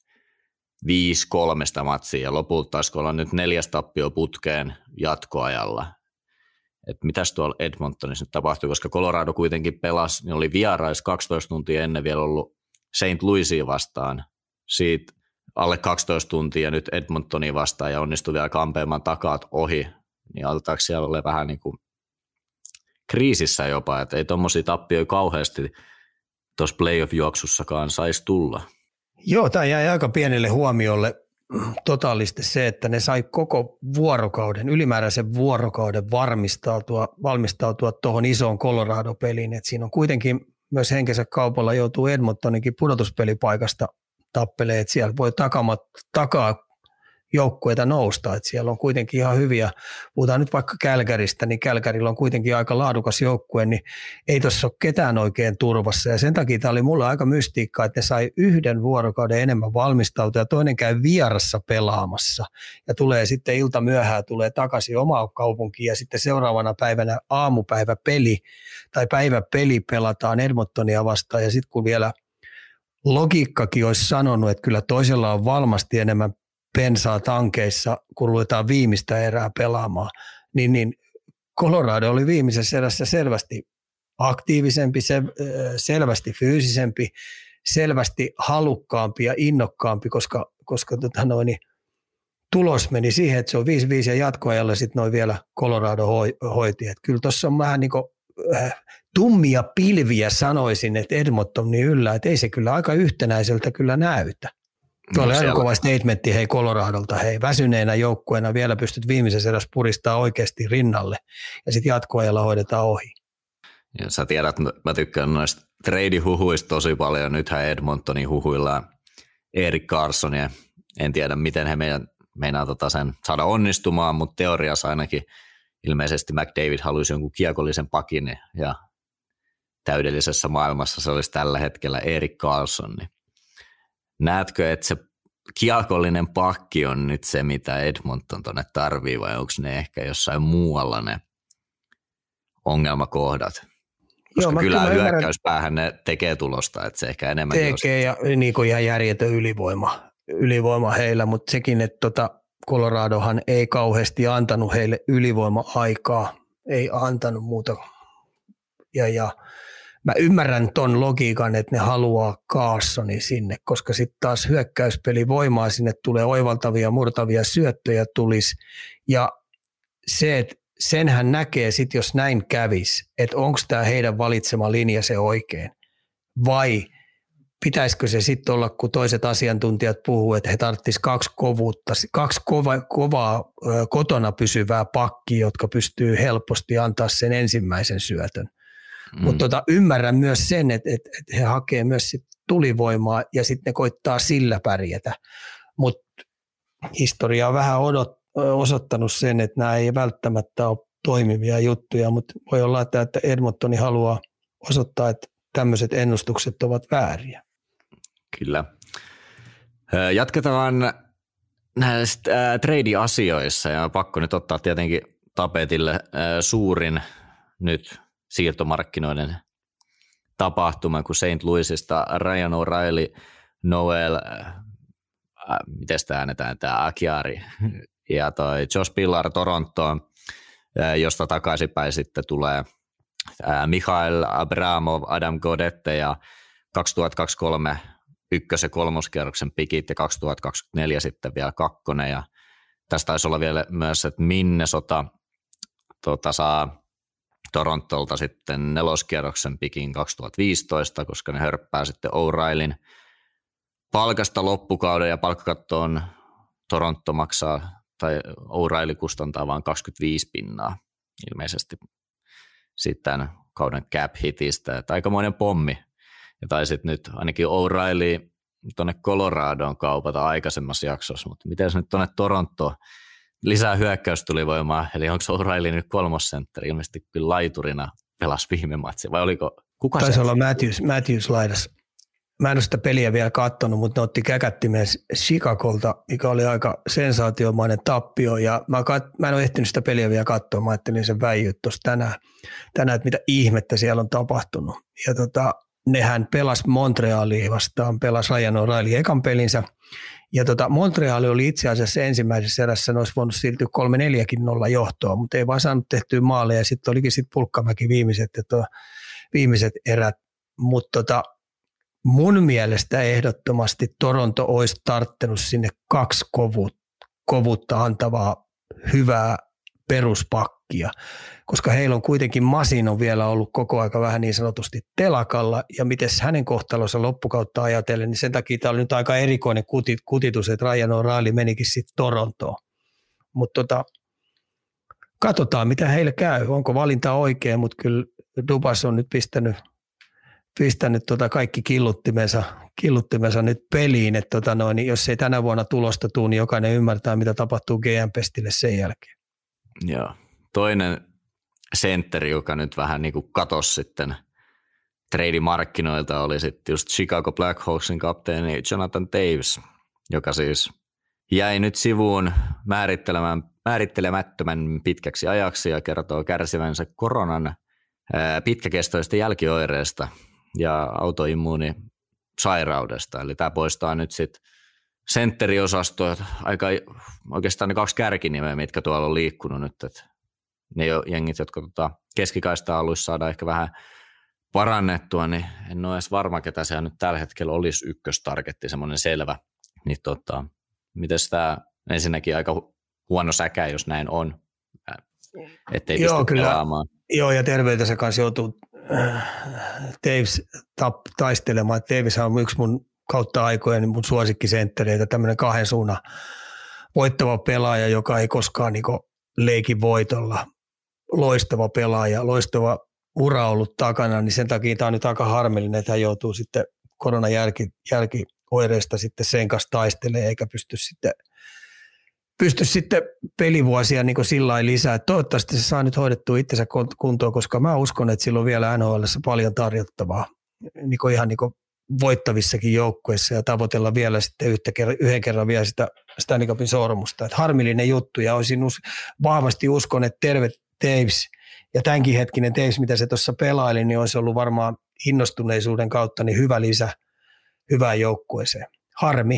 5-3 sitä matsia ja lopulta taisi olla nyt 4 tappio putkeen jatkoajalla. Että mitäs tuolla Edmontonissa nyt tapahtui, koska Colorado kuitenkin pelasi, niin oli vierais 12 tuntia ennen vielä ollut St. Louisia vastaan, siitä alle 12 tuntia ja nyt Edmontonia vastaan ja onnistui vielä kampeamaan takaat ohi, niin aletaanko siellä ole vähän niin kuin kriisissä jopa, että ei tuommoisia tappioita kauheasti tuossa playoff-juoksussakaan saisi tulla. Joo, tämä jäi aika pienelle huomiolle totaalisesti se, että ne sai koko vuorokauden, ylimääräisen vuorokauden valmistautua tuohon isoon Colorado-peliin, että siinä on kuitenkin myös henkensä kaupalla joutuu Edmontoninkin pudotuspelipaikasta tappelee, että siellä voi takaa joukkueita nousta, että siellä on kuitenkin ihan hyviä, puhutaan nyt vaikka Calgarystä, niin Calgarylla on kuitenkin aika laadukas joukkue, niin ei tuossa ole ketään oikein turvassa ja sen takia tämä oli mulle aika mystiikkaa, että ne sai 1 vuorokauden enemmän valmistautua ja toinen käy vierassa pelaamassa ja tulee sitten ilta myöhään, tulee takaisin omaan kaupunkiin ja sitten seuraavana päivänä aamupäiväpeli tai päiväpeli pelataan Edmontonia vastaan ja sitten kun vielä logiikkakin olisi sanonut, että kyllä toisella on valmasti enemmän pensaa tankeissa, kun luetaan viimeistä erää pelaamaan, niin Colorado oli viimeisessä erässä selvästi aktiivisempi, selvästi fyysisempi, selvästi halukkaampi ja innokkaampi, koska tulos meni siihen, että se on 5-5 ja jatkoajalla sitten noin vielä Colorado hoiti. Että kyllä tuossa on vähän niin kuin tummia pilviä sanoisin, että Edmontonin yllä, että ei se kyllä aika yhtenäiseltä kyllä näytä. Tuo oli aika kova statementti hei Coloradolta, hei väsyneenä joukkueena vielä pystyt viimeisessä erässä puristaa oikeasti rinnalle ja sitten jatkoajalla hoidetaan ohi. Ja sä tiedät, mä tykkään noista trade-huhuista tosi paljon. Nythän Edmontonin huhuillaan Erik Karlssonia. En tiedä, miten he meinaa sen saada onnistumaan, mutta teoriassa ainakin ilmeisesti McDavid haluaisi jonkun kiekollisen pakin ja täydellisessä maailmassa se olisi tällä hetkellä Erik Karlsson, niin näetkö, että se kiekollinen pakki on nyt se, mitä Edmonton tuonne tarvii, vai onko ne ehkä jossain muualla ne ongelmakohdat? Koska kyllä hyökkäyspäähän ne tekee tulosta, että se ehkä enemmän tekee ja niin kuin ihan järjetön ylivoima heillä, mutta sekin, että Coloradohan ei kauheasti antanut heille ylivoima-aikaa, ei antanut muuta. Ja mä ymmärrän ton logiikan, että ne haluaa Carlssonin sinne, koska sitten taas hyökkäyspeli voimaa sinne tulee oivaltavia, murtavia syöttöjä tulisi. Ja se, että senhän näkee sitten, jos näin kävisi, että onko tämä heidän valitsema linja se oikein. Vai pitäisikö se sitten olla, kun toiset asiantuntijat puhuu, että he tarvitsisivat kaksi kovaa kotona pysyvää pakkia, jotka pystyy helposti antaa sen ensimmäisen syötön. Mutta ymmärrän myös sen, että he hakee myös sit tulivoimaa ja sitten ne koittaa sillä pärjätä. Mutta historia on vähän osoittanut sen, että nämä ei välttämättä ole toimivia juttuja, mutta voi olla, että Edmontoni haluaa osoittaa, että tämmöiset ennustukset ovat vääriä. Kyllä. Jatketaan näistä trade-asioissa ja pakko nyt ottaa tietenkin tapetille suurin nyt siirtomarkkinoiden tapahtuma, kun St. Louisista Ryan O'Reilly, Noel, miten sitä äänetään, tämä Acciari ja toi Josh Pillar Torontoon, josta takaisinpäin sitten tulee Mikhail Abramov, Adam Gaudette ja 2023 ykkös- ja kolmoskierroksen pikit ja 2024 sitten vielä kakkonen. Ja tästä taisi olla vielä myös, että Minnesota saa Torontolta sitten neloskierroksen pikin 2015, koska ne hörppää sitten O'Reillyn palkasta loppukauden ja palkkakattoon Toronto maksaa tai O'Reilly kustantaa vain 25 pinnaa ilmeisesti sitten kauden cap hitistä, että aikamoinen pommi. Ja taisit nyt ainakin O'Reilly tuonne Coloradoon kaupata aikaisemmassa jaksossa, mutta miten se nyt tuonne Torontoon lisää hyökkäystulivoimaa, eli onko O'Reilly nyt kolmosentteri, ilmeisesti kyllä laiturina pelasi viime matsi, vai oliko kuka se? Taisi olla Matthews laidas. Mä en ole sitä peliä vielä katsonut, mutta ne otti käkättimeen Chicagolta, mikä oli aika sensaatiomainen tappio, ja mä en ole ehtinyt sitä peliä vielä katsoa, mä ajattelin sen väijyt tuossa tänään, että mitä ihmettä siellä on tapahtunut. Ja nehän pelasi Montrealia vastaan, pelasi Ryan O'Reilly ekan pelinsä, ja Montreal oli itse asiassa ensimmäisessä erässä, ne olisi voinut siirtyä 3-4-0 johtoon, mutta ei vaan saanut tehtyä maaleja, ja sitten olikin Pulkkamäki viimeiset erät, mutta mun mielestä ehdottomasti Toronto olisi tarttunut sinne 2 kovuutta antavaa hyvää peruspakkia, koska heillä on kuitenkin Masin on vielä ollut koko aika vähän niin sanotusti telakalla, ja miten hänen kohtalonsa loppukautta ajatellen, niin sen takia tämä oli nyt aika erikoinen kutitus, että Ryan O'Reilly menikin sitten Torontoon. Mutta katsotaan, mitä heille käy. Onko valinta oikein, mutta kyllä Dubas on nyt pistänyt kaikki killuttimensa nyt peliin, että jos ei tänä vuonna tulosta tule, niin jokainen ymmärtää, mitä tapahtuu GM-pestille sen jälkeen. Joo. Toinen sentteri, joka nyt vähän niin kuin katosi sitten trade-markkinoilta, oli sitten just Chicago Blackhawksin kapteeni Jonathan Toews, joka siis jäi nyt sivuun määrittelemättömän pitkäksi ajaksi ja kertoo kärsivänsä koronan pitkäkestoista jälkioireista ja autoimmuunisairaudesta. Eli tämä poistaa nyt sitten sentteriosastoa, aika oikeastaan ne 2 kärkinimeä, mitkä tuolla on liikkunut nyt. Että ne jengit, jotka keskikaistaa haluaisi saada ehkä vähän parannettua, niin en ole edes varma, ketä se nyt tällä hetkellä olisi ykköstargetti, semmoinen selvä. Niin miten tämä ensinnäkin aika huono säkä, jos näin on, ettei pysty pelaamaan. Joo, ja terveytensä kanssa joutuu Toews taistelemaan. Toews on yksi mun kautta aikojen mun suosikkisenttereitä, tämmöinen 2 suunnan voittava pelaaja, joka ei koskaan leikin voitolla. Loistava pelaaja, loistava ura ollut takana, niin sen takia tämä on nyt aika harmillinen, että hän joutuu sitten koronan jälkioireista sitten sen kanssa taistelemaan, eikä pysty sitten pystyisi sitten pelivuosia niin kuin sillä lailla lisää. Toivottavasti se saa nyt hoidettua itsensä kuntoon, koska mä uskon, että sillä on vielä NHL:ssä paljon tarjottavaa niin kuin ihan niin kuin voittavissakin joukkueissa ja tavoitella vielä sitten yhden kerran vielä sitä Stanley Cupin sormusta. Että harmillinen juttu ja olisin vahvasti uskon, että terve Taves ja tämänkin hetkinen Taves, mitä se tuossa pelaili, niin olisi ollut varmaan innostuneisuuden kautta niin hyvä lisä hyvään joukkueeseen. Harmi.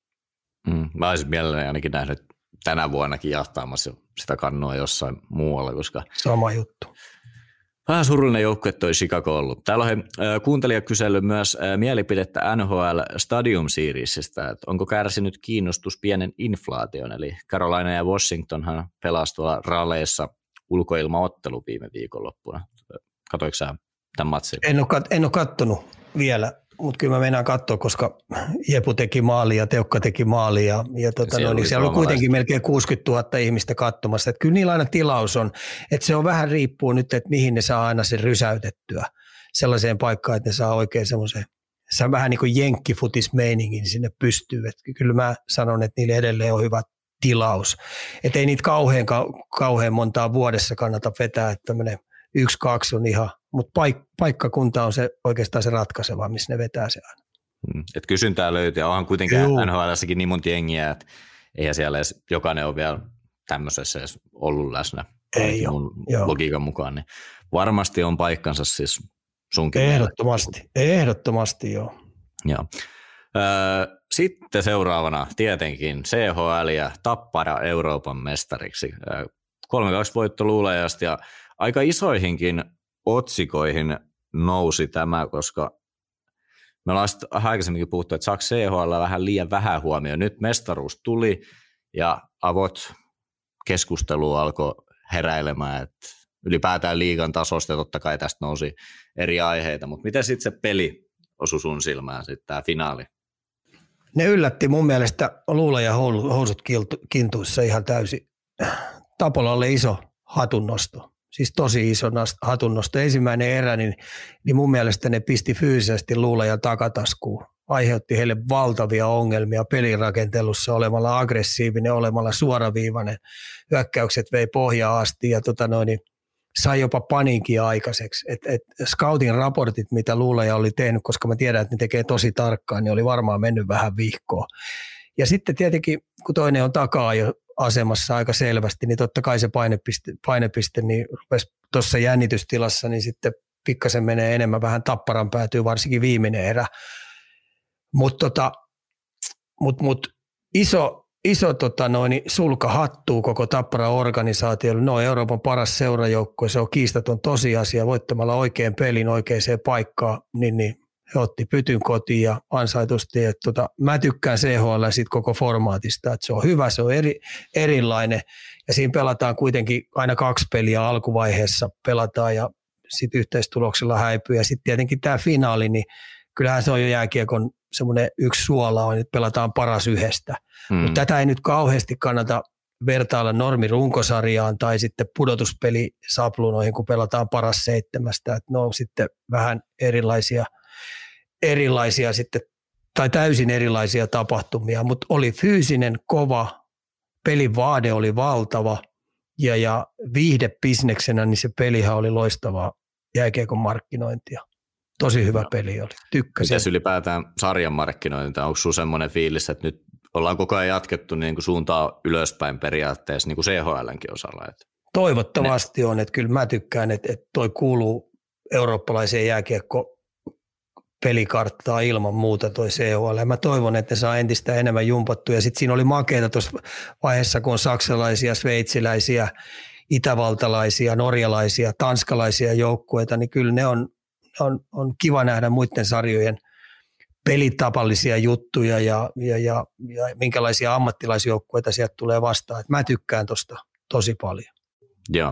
Mä olisin mielelläni ainakin nähnyt tänä vuonnakin jahtaamassa sitä kannua jossain muualla, koska sama juttu. Vähän surullinen joukkue toi Chicago ollut. Täällä on kuuntelija kysellyt myös mielipidettä NHL Stadium Seriesistä, että onko kärsinyt kiinnostus pienen inflaation, eli Carolina ja Washingtonhan pelasi tuolla raleissa ulkoilmaottelu viime viikonloppuna. Katoiko sä tämän matsin? En ole kattonut vielä, mutta kyllä mä meinaan katsoa, koska Jepu teki maali ja Teukka teki maali ja siellä on kuitenkin melkein 60 000 ihmistä katsomassa. Että kyllä niillä aina tilaus on, että se on vähän riippuu nyt, että mihin ne saa aina sen rysäytettyä sellaiseen paikkaan, että ne saa oikein semmoisen vähän niin kuin jenkkifutismeiningin sinne pystyy. Että kyllä mä sanon, että niille edelleen on hyvä tilaus. Että ei niitä kauhean montaa vuodessa kannata vetää, että tämmöinen 1-2 on ihan, mutta paikkakunta on se oikeastaan se ratkaiseva, missä ne vetää se aina. Et kysyntää löytyy ja onhan kuitenkin NHL:ssäkin niin monta jengiä, että eihän siellä edes jokainen ole vielä tämmöisessä edes ollut läsnä. Ei mun logiikan mukaan, niin varmasti on paikkansa siis sunkin. Ehdottomasti joo. Joo. Sitten seuraavana tietenkin CHL ja Tappara Euroopan mestariksi. 3-2 voitto Luulajasta ja aika isoihinkin otsikoihin nousi tämä, koska me ollaan aikaisemminkin puhuttu, että saako CHL vähän liian vähän huomioon. Nyt mestaruus tuli ja avot keskustelu alkoi heräilemään, että ylipäätään liigan tasosta ja totta kai tästä nousi eri aiheita, mutta miten sitten se peli osui sun silmään, sitten tämä finaali? Ne yllätti mun mielestä Luulajan housut kintuissa ihan täysin. Tapolalle iso hatunnosto, siis tosi iso hatunnosto. Ensimmäinen erä, niin mun mielestä ne pisti fyysisesti Luulajan takataskuun. Aiheutti heille valtavia ongelmia pelirakentelussa olemalla aggressiivinen, olemalla suoraviivainen. Hyökkäykset vei pohjaa asti ja sai jopa paniikia aikaiseksi. Scoutin raportit, mitä Luulaja oli tehnyt, koska mä tiedän, että ne tekee tosi tarkkaan, niin oli varmaan mennyt vähän vihkoon. Ja sitten tietenkin, kun toinen on takaa jo asemassa aika selvästi, niin totta kai se painepiste niin rupesi tuossa jännitystilassa, niin sitten pikkasen menee enemmän vähän Tapparan päätyy, varsinkin viimeinen erä. Mutta iso sulka hattuu koko Tapparan organisaatiolle. No Euroopan paras seurajoukkue, se on kiistaton tosiasia. Voittamalla oikein pelin oikeaan paikkaan, niin he otti pytyn kotiin ja ansaitusti. Mä tykkään CHL siitä koko formaatista, että se on hyvä, se on erilainen. Ja siinä pelataan kuitenkin aina 2 peliä alkuvaiheessa pelataan ja sitten yhteistuloksella häipyy. Ja sitten tietenkin tämä finaali, niin kyllähän se on jo jääkiekon semmoinen yksi suola on, että pelataan paras yhdestä. Mutta tätä ei nyt kauheasti kannata vertailla normirunkosarjaan tai sitten pudotuspelisapluunoihin, kun pelataan paras 7. Että ne on sitten vähän erilaisia sitten, tai täysin erilaisia tapahtumia, mutta oli fyysinen, kova, pelin vaade oli valtava ja viihdebisneksenä niin se pelihän oli loistavaa jääkiekon markkinointia. Tosi hyvä peli oli, tykkäsin. Mites ylipäätään sarjan markkinointia? Onko sinulla semmoinen fiilis, että nyt ollaan koko ajan jatkettu niin kuin suuntaa ylöspäin periaatteessa niin kuin CHL:nkin osalla? Toivottavasti on, että kyllä mä tykkään, että toi kuuluu eurooppalaiseen jääkiekko-pelikarttaan ilman muuta toi CHL. Ja mä toivon, että ne saa entistä enemmän jumpattua. Ja sitten siinä oli makeita tuossa vaiheessa, kun on saksalaisia, sveitsiläisiä, itävaltalaisia, norjalaisia, tanskalaisia joukkueita, niin kyllä ne on kiva nähdä muiden sarjojen pelitapallisia juttuja ja minkälaisia ammattilaisjoukkueita sieltä tulee vastaan. Et mä tykkään tosta tosi paljon. Joo.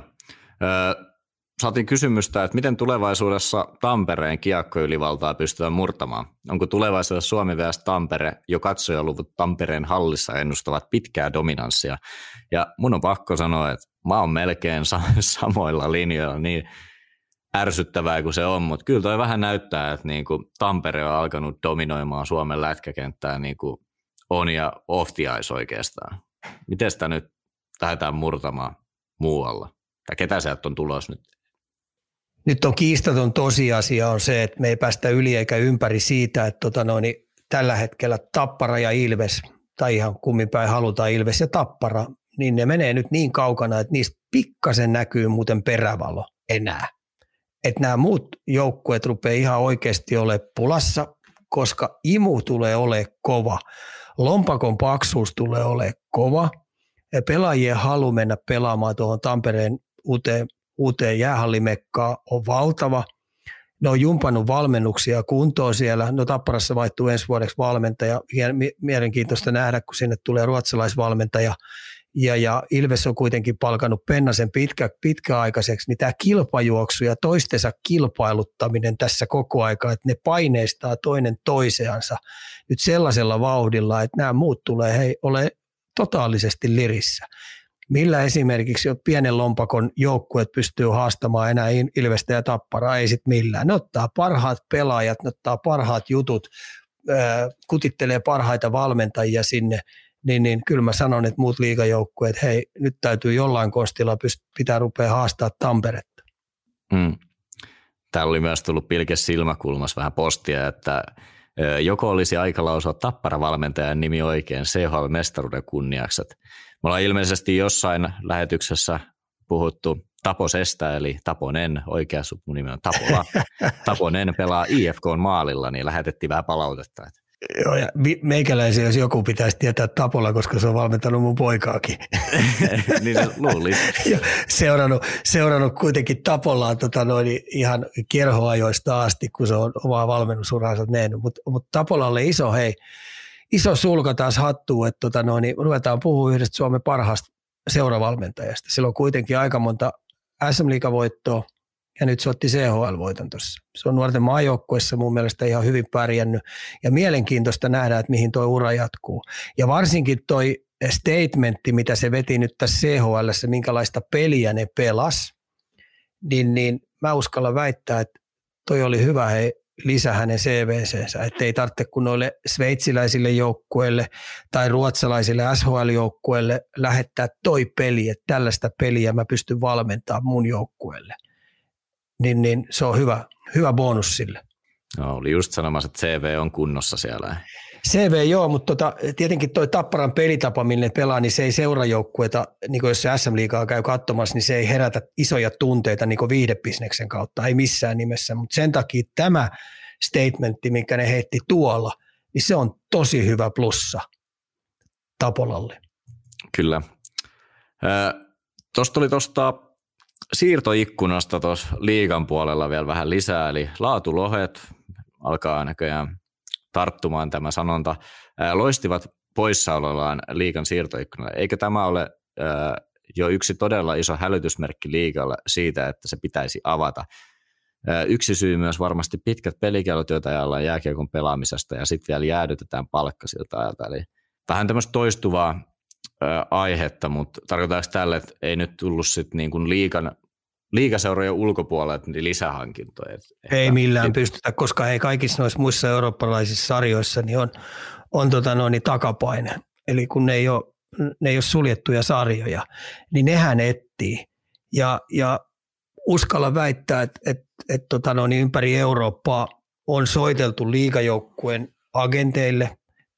Saatiin kysymystä, että miten tulevaisuudessa Tampereen kiekkoylivaltaa pystytään murtamaan? Onko tulevaisuudessa Suomi vs. Tampere jo katsojaluvut Tampereen hallissa ennustavat pitkää dominanssia? Ja mun on pakko sanoa, että mä oon melkein samoilla linjoilla niin ärsyttävää kuin se on, mutta kyllä toi vähän näyttää, että niin kuin Tampere on alkanut dominoimaan Suomen lätkäkenttää niin kuin on ja off the ice oikeastaan. miten sitä nyt lähdetään murtamaan muualla? Tai ketä sieltä on tulossa nyt? Nyt on kiistaton tosiasia on se, että me ei päästä yli eikä ympäri siitä, että tällä hetkellä Tappara ja Ilves, tai ihan kummin päin halutaan Ilves ja Tappara, niin ne menee nyt niin kaukana, että niistä pikkasen näkyy muuten perävalo enää. Että nämä muut joukkueet rupeaa ihan oikeasti olemaan pulassa, koska imu tulee olemaan kova. Lompakon paksuus tulee olemaan kova. Ja pelaajien halu mennä pelaamaan tuohon Tampereen uuteen jäähallimekkaan on valtava. Ne on jumpannut valmennuksia kuntoon siellä. No Tapparassa vaihtuu ensi vuodeksi valmentaja. Mielenkiintoista nähdä, kun sinne tulee ruotsalaisvalmentaja. Ja Ilves on kuitenkin palkannut Pennasen pitkäaikaiseksi, niin tämä kilpajuoksu ja toistensa kilpailuttaminen tässä koko aika, että ne paineistaa toinen toisiansa nyt sellaisella vauhdilla, että nämä muut tulee ole totaalisesti lirissä. Millä esimerkiksi pienen lompakon joukkueet pystyy haastamaan enää Ilvestä ja Tapparaa, ei sitten millään. Ne ottaa parhaat pelaajat, ne ottaa parhaat jutut, kutittelee parhaita valmentajia sinne, niin kyllä mä sanon, että muut liigajoukkueet, hei, nyt täytyy jollain konstilla pitää rupea haastaa Tamperetta. Täällä oli myös tullut pilkes silmäkulmassa vähän postia, että joko olisi aika lausua Tappara-valmentajan nimi oikein CHL-mestaruuden kunniaksi. Me ollaan ilmeisesti jossain lähetyksessä puhuttu Taposesta, eli Taponen, oikea mun nimi on Tapola. Taponen pelaa IFK:n maalilla, niin lähetettiin vähän palautetta. Joo, ja meikäläisiä, jos joku pitäisi tietää Tapola, koska se on valmentanut mun poikaakin. Niin luulisi. seurannut kuitenkin Tapolaa ihan kerhoajoista asti, kun se on omaa valmennusuransa nähnyt. Mutta Tapolalle iso sulka taas hattuu, että ruvetaan puhua yhdestä Suomen parhaasta seuravalmentajasta. Sillä on kuitenkin aika monta SM-liigavoittoa. Ja nyt se otti CHL-voiton tuossa. Se on nuorten maajoukkueessa mun mielestä ihan hyvin pärjännyt. Ja mielenkiintoista nähdä, että mihin tuo ura jatkuu. Ja varsinkin toi statementti, mitä se veti nyt tässä CHL:ssä, minkälaista peliä ne pelas, niin mä uskallan väittää, että toi oli hyvä lisä hänen CV:seensä. Että ei tarvitse kun noille sveitsiläisille joukkueille tai ruotsalaisille SHL-joukkueille lähettää toi peli, että tällaista peliä mä pystyn valmentamaan mun joukkueelle. Niin se on hyvä bonus sille. No, oli just sanomassa, että CV on kunnossa siellä. CV joo, mutta tietenkin toi Tapparan pelitapa, millä ne pelaa, niin se ei seurajoukkueita, niin jos se SM-liigaa käy katsomassa, niin se ei herätä isoja tunteita niin viihdebisneksen kautta, ei missään nimessä. Mutta sen takia tämä statementti, minkä ne heitti tuolla, niin se on tosi hyvä plussa Tapolalle. Kyllä. Tuosta oli siirtoikkunasta tuossa liigan puolella vielä vähän lisää, eli laatulohet alkaa näköjään tarttumaan tämä sanonta, loistivat poissaolollaan liigan siirtoikkunalla. Eikö tämä ole jo yksi todella iso hälytysmerkki liigalle siitä, että se pitäisi avata? Yksi syy myös varmasti pitkät pelikellot, joita ajallaan jääkiekon pelaamisesta, ja sitten vielä jäädytetään palkka siltä ajalta. Eli vähän tämmöistä toistuvaa aihetta, mutta tarkoitaanko tälle, että ei nyt tullut sitten niin kuin liigaseurojen ulkopuolelta niin lisähankintoja? Ei millään pystytä, koska ei kaikissa noissa muissa eurooppalaisissa sarjoissa niin on takapaine. Eli kun ne ei ole suljettuja sarjoja, niin nehän etsii. Ja uskalla väittää, että ympäri Eurooppaa on soiteltu liigajoukkueen agenteille,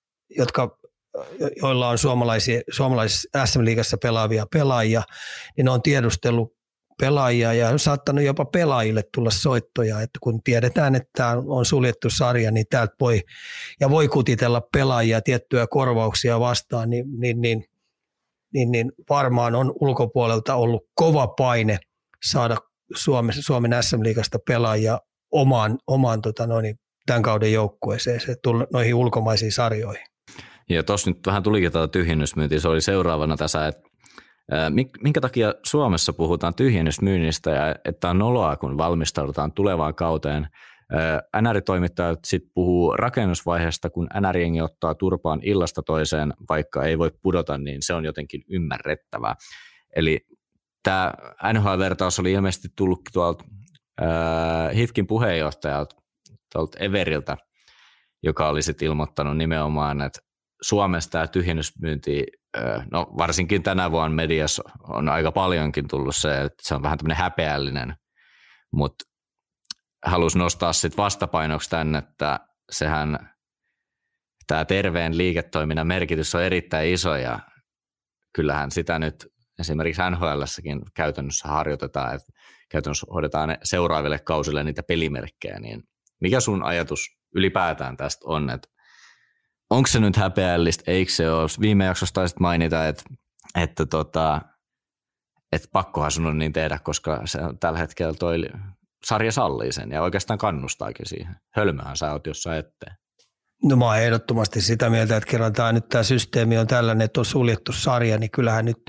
joilla on suomalaisessa SM-liigassa pelaavia pelaajia, niin ne on tiedustellut pelaajia ja on saattanut jopa pelaajille tulla soittoja, että kun tiedetään, että on suljettu sarja, niin täältä voi kutitella pelaajia tiettyjä korvauksia vastaan, niin varmaan on ulkopuolelta ollut kova paine saada Suomen SM-liigasta pelaajia omaan tämän kauden joukkueeseen, noihin ulkomaisiin sarjoihin. Ja tuossa nyt vähän tulikin tyhjennysmyyntiä, se oli seuraavana tässä, että minkä takia Suomessa puhutaan tyhjennysmyynnistä ja että on noloa, kun valmistaudutaan tulevaan kauteen. NR-toimittajat sitten puhuu rakennusvaiheesta, kun NR-jengi ottaa turpaan illasta toiseen, vaikka ei voi pudota, niin se on jotenkin ymmärrettävää. Eli tämä NHL-vertaus oli ilmeisesti tullut tuolta HIFKin puheenjohtajalta, tuolta Everiltä, joka oli sitten ilmoittanut nimenomaan, että Suomesta tämä tyhjennysmyynti, no varsinkin tänä vuonna mediassa on aika paljonkin tullut se, että se on vähän tämmöinen häpeällinen, mutta halusin nostaa sitten vastapainoksi tämän, että sehän tämä terveen liiketoiminnan merkitys on erittäin iso ja kyllähän sitä nyt esimerkiksi NHL:ssäkin käytännössä harjoitetaan, että käytännössä hoidetaan seuraaville kausille niitä pelimerkkejä, niin mikä sun ajatus ylipäätään tästä on, että onko se nyt häpeällistä, eikö se ole? Viime jaksossa taisit mainita, että pakkohan sun on niin tehdä, koska se tällä hetkellä toi sarja sallii sen ja oikeastaan kannustaakin siihen. Hölmöhän sä oot jossain eteen. No mä oon ehdottomasti sitä mieltä, että kerran tämä systeemi on tällainen, että on suljettu sarja, niin kyllähän nyt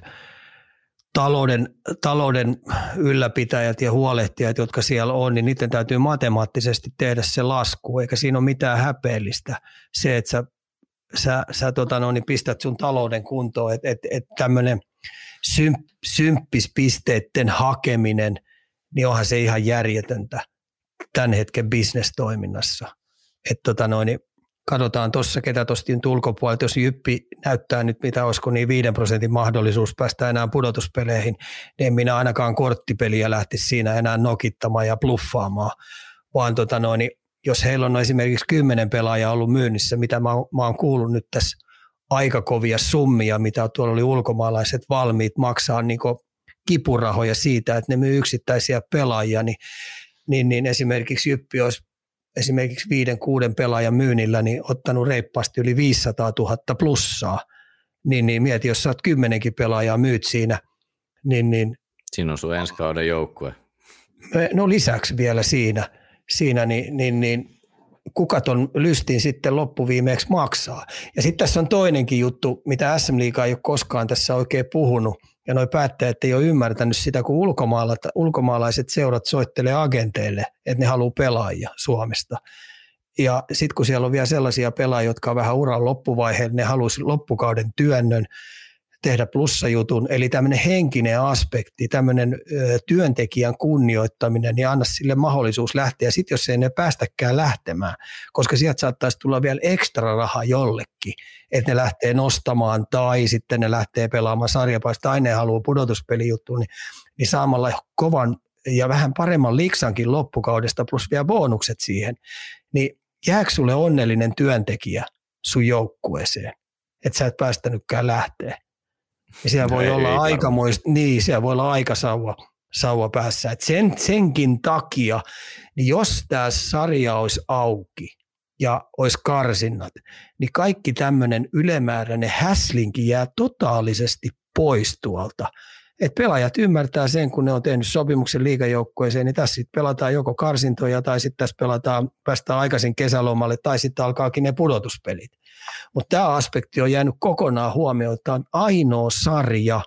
talouden ylläpitäjät ja huolehtijat, jotka siellä on, niin niiden täytyy matemaattisesti tehdä se lasku, eikä siinä ole mitään häpeällistä. Se, että sä pistät sun talouden kuntoon, että tämmöinen symppispisteiden hakeminen, niin onhan se ihan järjetöntä tämän hetken bisnestoiminnassa. Että katsotaan tuossa, ketä tuosta ulkopuolelta, jos Jyppi näyttää nyt, mitä olisiko niin 5% mahdollisuus päästä enää pudotuspeleihin, niin en minä ainakaan korttipeliä lähtisi siinä enää nokittamaan ja bluffaamaan, vaan jos heillä on esimerkiksi 10 pelaajaa ollut myynnissä, mitä mä oon kuullut nyt tässä aika kovia summia, mitä tuolla oli ulkomaalaiset valmiit maksaa niin kipurahoja siitä, että ne myy yksittäisiä pelaajia, niin esimerkiksi Jyppi olisi esimerkiksi 5-6 pelaajan myynnillä niin ottanut reippaasti yli 500 000 plussaa, niin mieti, jos sä oot 10 pelaajaa myyt siinä, niin siinä on sun ensi kauden joukkue. No lisäksi vielä siinä niin kuka ton lystin sitten loppuviimeeksi maksaa. Ja sitten tässä on toinenkin juttu, mitä SM-liiga ei ole koskaan tässä oikein puhunut, ja noi päättäjät ei ole ymmärtänyt sitä, kun ulkomaalaiset seurat soittelee agenteille, että ne haluaa pelaajia Suomesta. Ja sitten kun siellä on vielä sellaisia pelaajia, jotka on vähän uran loppuvaiheella, ne haluaisi loppukauden työnnön, tehdä plussajutun, eli tämmöinen henkinen aspekti, tämmöinen työntekijän kunnioittaminen, niin anna sille mahdollisuus lähteä. Sitten jos ei ne päästäkään lähtemään, koska sieltä saattaisi tulla vielä ekstra raha jollekin, että ne lähtee nostamaan tai sitten ne lähtee pelaamaan sarjapaista, tai ne haluaa pudotuspelijuttuun, niin saamalla kovan ja vähän paremman liksankin loppukaudesta plus vielä bonukset siihen, niin jääkö sulle onnellinen työntekijä sun joukkueeseen, että sä et päästänytkään lähteä? Ja siellä voi olla siellä voi olla aika sauva päässä. Et senkin takia, niin jos tämä sarja olisi auki ja olisi karsinnat, niin kaikki tämmöinen ylimääräinen häslinki jää totaalisesti pois tuolta. Et pelaajat ymmärtää sen, kun ne on tehnyt sopimuksen liigajoukkueeseen, niin tässä sitten pelataan joko karsintoja tai sitten tässä päästään aikaisin kesälomalle tai sitten alkaakin ne pudotuspelit. Mutta tämä aspekti on jäänyt kokonaan huomioon. Tämä on ainoa sarja,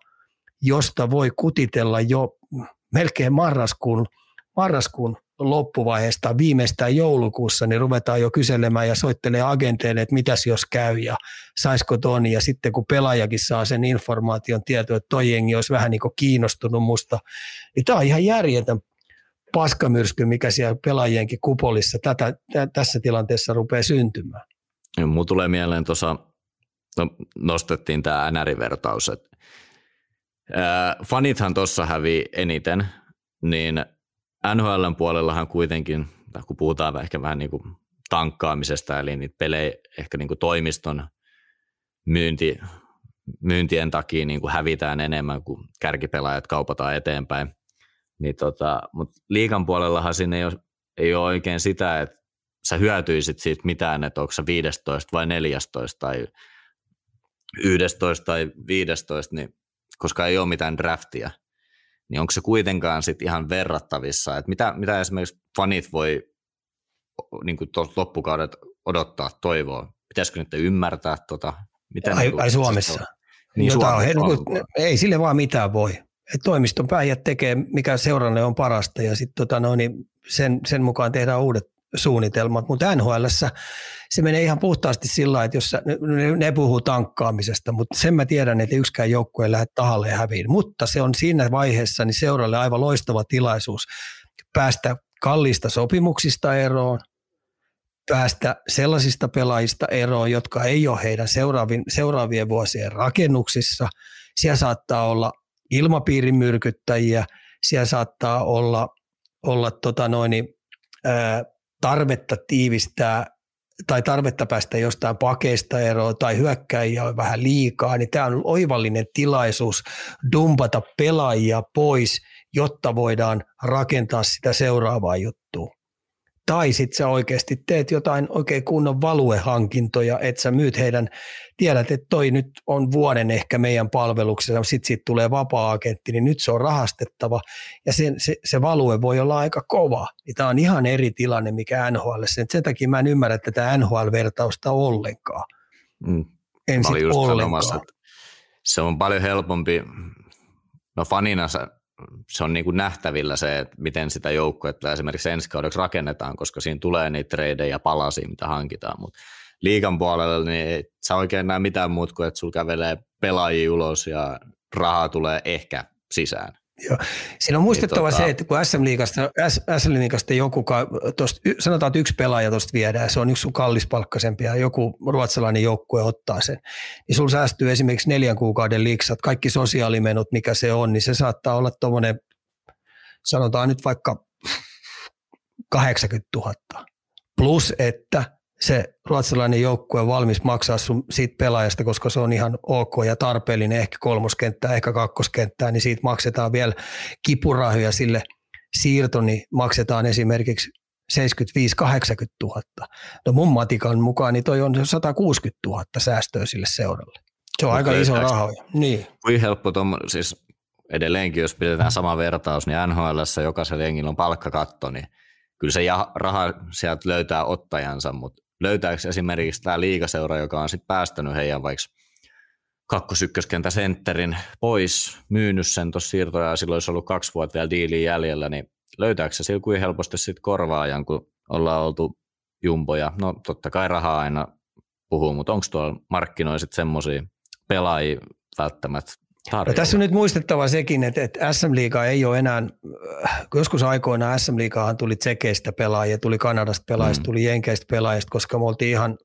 josta voi kutitella jo melkein marraskuun loppuvaiheesta, viimeistään joulukuussa, niin ruvetaan jo kyselemään ja soittelee agenteille, että mitäs jos käy ja saisiko ton. Ja sitten kun pelaajakin saa sen informaation tietoa, että toi jengi olisi vähän niin kuin kiinnostunut musta, niin tämä on ihan järjetön paskamyrsky, mikä siellä pelaajienkin kupolissa tässä tilanteessa rupeaa syntymään. Mulla tulee mieleen tuossa, nostettiin tämä NR-vertaus, että fanithan tuossa hävii eniten, niin NHL:n puolellahan kuitenkin, kun puhutaan ehkä vähän niin kuin tankkaamisesta, eli niitä pelejä ehkä niin kuin toimiston myyntien takia niin kuin hävitään enemmän, kuin kärkipelaajat kaupataan eteenpäin. Niin mutta liigan puolellahan siinä ei ole oikein sitä, että sä hyötyisit siitä mitään, että onko sä 15 vai 14 tai 11 tai 15, niin, koska ei ole mitään draftia, niin onko se kuitenkaan sit ihan verrattavissa, että mitä esimerkiksi fanit voi niin kuin loppukaudet odottaa, toivoa? Pitäisikö nyt ymmärtää Ai Suomessa? Niin ei sille vaan mitään voi. Et toimiston pääjät tekee, mikä seuralle on parasta, ja sitten sen mukaan tehdään uudet suunnitelmat, mutta NHL:ssä se menee ihan puhtaasti sillä, että jos ne puhuu tankkaamisesta, mutta sen mä tiedän, että yksikään joukkue ei lähde tahalle häviin, mutta se on siinä vaiheessa niin seuralle aivan loistava tilaisuus päästä kalliista sopimuksista eroon, päästä sellaisista pelaajista eroon, jotka ei ole heidän seuraavien vuosien rakennuksissa. Siellä saattaa olla ilmapiirin myrkyttäjiä, siellä saattaa olla tarvetta tiivistää tai tarvetta päästä jostain pakeista eroon tai hyökkäjiä on vähän liikaa, niin tämä on oivallinen tilaisuus dumpata pelaajia pois, jotta voidaan rakentaa sitä seuraavaa juttua. Tai sitten sä oikeasti teet jotain oikein kunnon valuehankintoja, että sä myyt heidän, tiedät, että toi nyt on vuoden ehkä meidän palveluksessa, sitten siitä tulee vapaa-agentti, niin nyt se on rahastettava ja se value voi olla aika kova. Tämä on ihan eri tilanne, mikä NHL. Sen takia mä en ymmärrä tätä NHL-vertausta ollenkaan. En mä olin just ollenkaan. sanomassa, että se on paljon helpompi, no fanina se on niin kuin nähtävillä se, että miten sitä joukkuetta esimerkiksi ensi kaudeksi rakennetaan, koska siinä tulee niitä treidejä ja palasia, mitä hankitaan, mutta liigan puolella niin ei sä oikein näe mitään muuta kuin, että sulla kävelee pelaajia ulos ja rahaa tulee ehkä sisään. Joo. Siinä on muistettava se, että kun SM-liigasta joku, sanotaan, että yksi pelaaja tuosta viedään, se on yksi sun kallispalkkaisempi ja joku ruotsalainen joukkue ottaa sen, niin sulla säästyy esimerkiksi 4 kuukauden liksat, kaikki sosiaalimenot, mikä se on, niin se saattaa olla tuommoinen, sanotaan nyt vaikka 80 000, plus että se ruotsalainen joukkue on valmis maksaa sun siitä pelaajasta, koska se on ihan ok ja tarpeellinen, ehkä 3. kenttää, ehkä 2. kenttää, niin siitä maksetaan vielä kipurahoja sille siirto, niin maksetaan esimerkiksi 75-80 000. No mun matikan mukaan niin toi on 160 000 säästöä sille seuralle. Se on aika iso rahoja. Niin. Kuin helppo siis edelleenkin, jos pidetään sama vertaus, niin NHL:ssä jokaisella jengillä on palkkakatto, niin kyllä se raha sieltä löytää ottajansa, mutta löytääkö esimerkiksi tämä liigaseura, joka on sitten päästänyt heidän vaikka 2-1 sentterin pois, myynyt sen tuossa siirtoja ja silloin olisi ollut 2 vuotta vielä diiliä jäljellä, niin löytääkö se sillä kuin helposti sitten korvaajan, kun ollaan oltu jumboja? No totta kai rahaa aina puhuu, mutta onko tuolla markkinoilla sitten semmoisia pelaajia välttämättä tarjolla? No, tässä on nyt muistettava sekin, että SM-liiga ei ole enää, joskus aikoinaan SM-liigaahan tuli Tsekeistä pelaajia, tuli Kanadasta pelaajista, tuli Jenkeistä pelaajista, koska me oltiin ihan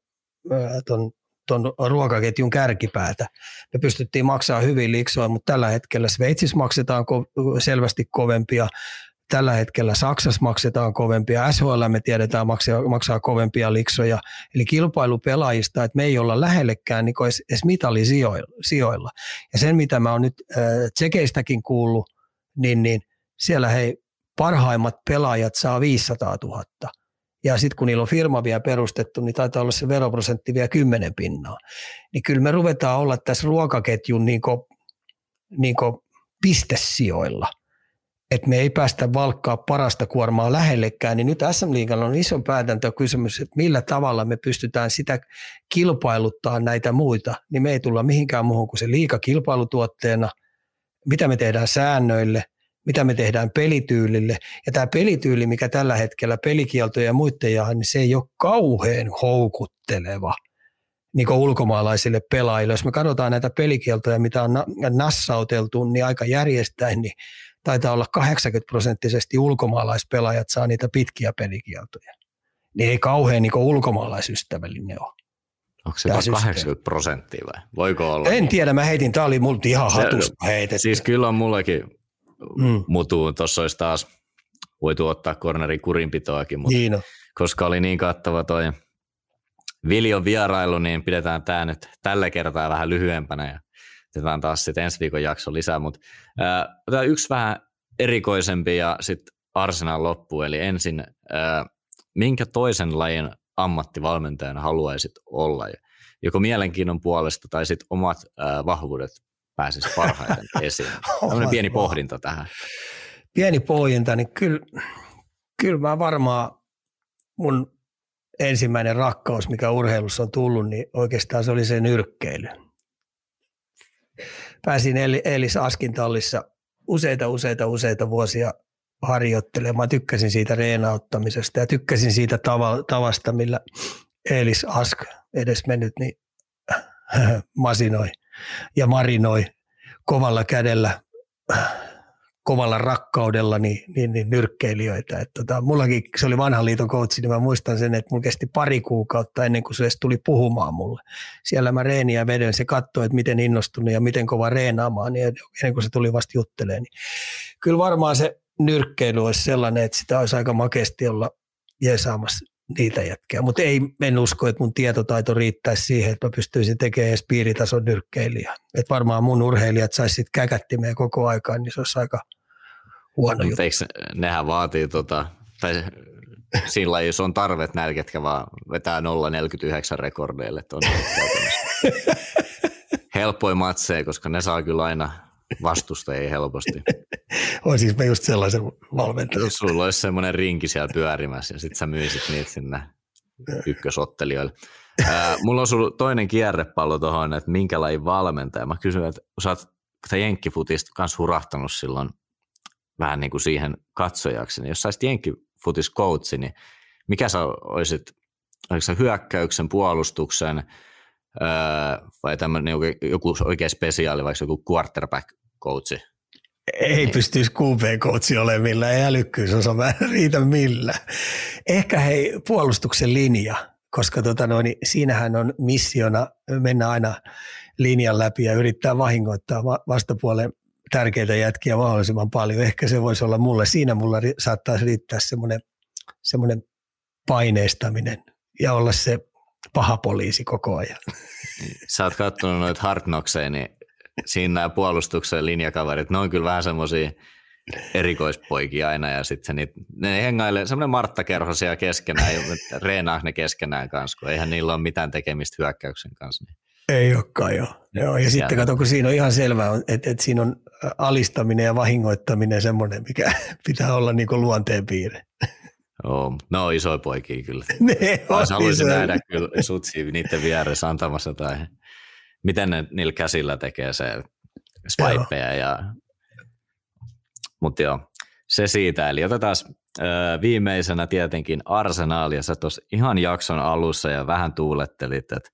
tuon ruokaketjun kärkipäätä. Me pystyttiin maksamaan hyvin liksoja, mutta tällä hetkellä Sveitsissä maksetaan selvästi kovempia, tällä hetkellä Saksassa maksetaan kovempia, SHL me tiedetään maksaa kovempia liksoja, eli kilpailupelaajista, että me ei olla lähellekään niin edes mitalisijoilla. Ja sen, mitä mä oon nyt Tsekeistäkin kuullut, niin siellä parhaimmat pelaajat saa 500 000. Ja sitten kun niillä on firma vielä perustettu, niin taitaa olla se veroprosentti vielä 10%. Niin kyllä me ruvetaan olla tässä ruokaketjun niin pistesijoilla. Että me ei päästä valkkaa parasta kuormaa lähellekään, niin nyt SM-liigalla on iso päätäntökysymys, että millä tavalla me pystytään sitä kilpailuttaa näitä muita, niin me ei tulla mihinkään muuhun kuin se liiga kilpailutuotteena, mitä me tehdään säännöille, mitä me tehdään pelityylille. Ja tämä pelityyli, mikä tällä hetkellä pelikieltoja ja muiden niin se ei ole kauhean houkutteleva niin kuin ulkomaalaisille pelaajille. Jos me katsotaan näitä pelikieltoja, mitä on nassauteltu, niin aika järjestäen, niin taitaa olla 80% ulkomaalaispelaajat saa niitä pitkiä pelikieltoja. Niin ei kauhean niin kuin ulkomaalaisystävällinen ole. Onko se 80% vai? Voiko olla? En tiedä, mä heitin, tää oli multa ihan hatusta heitetty. Siis kyllä on mullakin mutuun, tuossa olisi taas voitu ottaa cornerin kurinpitoakin, mutta niin koska oli niin kattava toi Viljon vierailu, niin pidetään tämä nyt tällä kertaa vähän lyhyempänä ja otetaan taas sitten ensi viikon jakso lisää, mutta otetaan yksi vähän erikoisempi ja sitten Arsenal loppu, eli ensin minkä toisen lajin ammattivalmentajana haluaisit olla, joko mielenkiinnon puolesta tai sitten omat vahvuudet pääsisi parhaiten esiin. Tällainen pieni pohdinta tähän. Pieni pohdinta, niin kyllä mä varmaan mun ensimmäinen rakkaus, mikä urheilussa on tullut, niin oikeastaan se oli se nyrkkeily. Pääsin Eelis Askin tallissa useita vuosia harjoittelemaan. Tykkäsin siitä reenauttamisesta ja tykkäsin siitä tavasta, millä Eelis Ask edesmennyt niin masinoi ja marinoi kovalla kädellä kovalla rakkaudella niin nyrkkeilijöitä. Mullakin se oli vanhan liiton coachi, niin mä muistan sen, että mulla kesti 2 kuukautta ennen kuin se edes tuli puhumaan mulle. Siellä mä reeniä vedän, se katsoi, että miten innostunut ja miten kova reenaamaan, niin ennen kuin se tuli vasta juttelemaan. Niin kyllä varmaan se nyrkkeily olisi sellainen, että sitä olisi aika makeasti olla jeesaamassa niitä jätkiä, mutta en usko, että mun tietotaito riittäisi siihen, että mä pystyisin tekemään edes piiritason nyrkkeilijä. Että varmaan mun urheilijat saisi sitten käkättimeen koko aikaan, niin se olisi aika huono juttu. Eikö nehän vaatii, tai siinä lajissa on tarve, että näillä, ketkä vaan vetää 0,49 rekordeille, että on helppoja matseja, koska ne saa kyllä aina vastustajia helposti. Olisinko mä just sellaisen valmentajan? Sulla olisi semmoinen rinki siellä pyörimässä ja sitten sä myisit niitä sinne ykkösottelijoille. Mulla on sulla toinen kierrepallo tuohon, että minkä lajin valmentaja. Mä kysyn, että sä oot jenkkifutista kanssa hurahtanut silloin vähän niin kuin siihen katsojaksi. Niin jos sä olisit jenkkifutis-coachi, niin mikä sä olisit, oliko sä hyökkäyksen, puolustuksen vai tämmöinen joku oikein spesiaali, vaikka joku quarterback-coachi? Ei pystyisi QB-coachi olemaan millään, ei älykkyysosa riitä millään. Ehkä hei puolustuksen linja, koska siinähän on missiona mennä aina linjan läpi ja yrittää vahingoittaa vastapuolen tärkeitä jätkiä mahdollisimman paljon. Ehkä se voisi olla mulle. Siinä mulla saattaisi riittää semmoinen paineistaminen ja olla se paha poliisi koko ajan. Sä oot katsonut noita Hard Knockseja, niin siinä nämä puolustuksen linjakaverit, ne on kyllä vähän semmoisia erikoispoikia aina ja sitten ne hengailee, semmoinen Martta-kerho siellä keskenään, reenaa ne keskenään kanssa, kun eihän niillä ole mitään tekemistä hyökkäyksen kanssa. Ei olekaan joo. Ja sitten kato, kun siinä on ihan selvää, että siinä on alistaminen ja vahingoittaminen semmoinen, mikä pitää olla niin kuin luonteenpiirre. Joo, no isoja poikia kyllä. Haluaisin nähdä kyllä sutsia niiden vieressä antamassa tai miten ne niillä käsillä tekee se swipeja. Mutta joo, se siitä. Eli otetaan viimeisenä tietenkin Arsenal, ja sä tuossa ihan jakson alussa ja vähän tuulettelit, että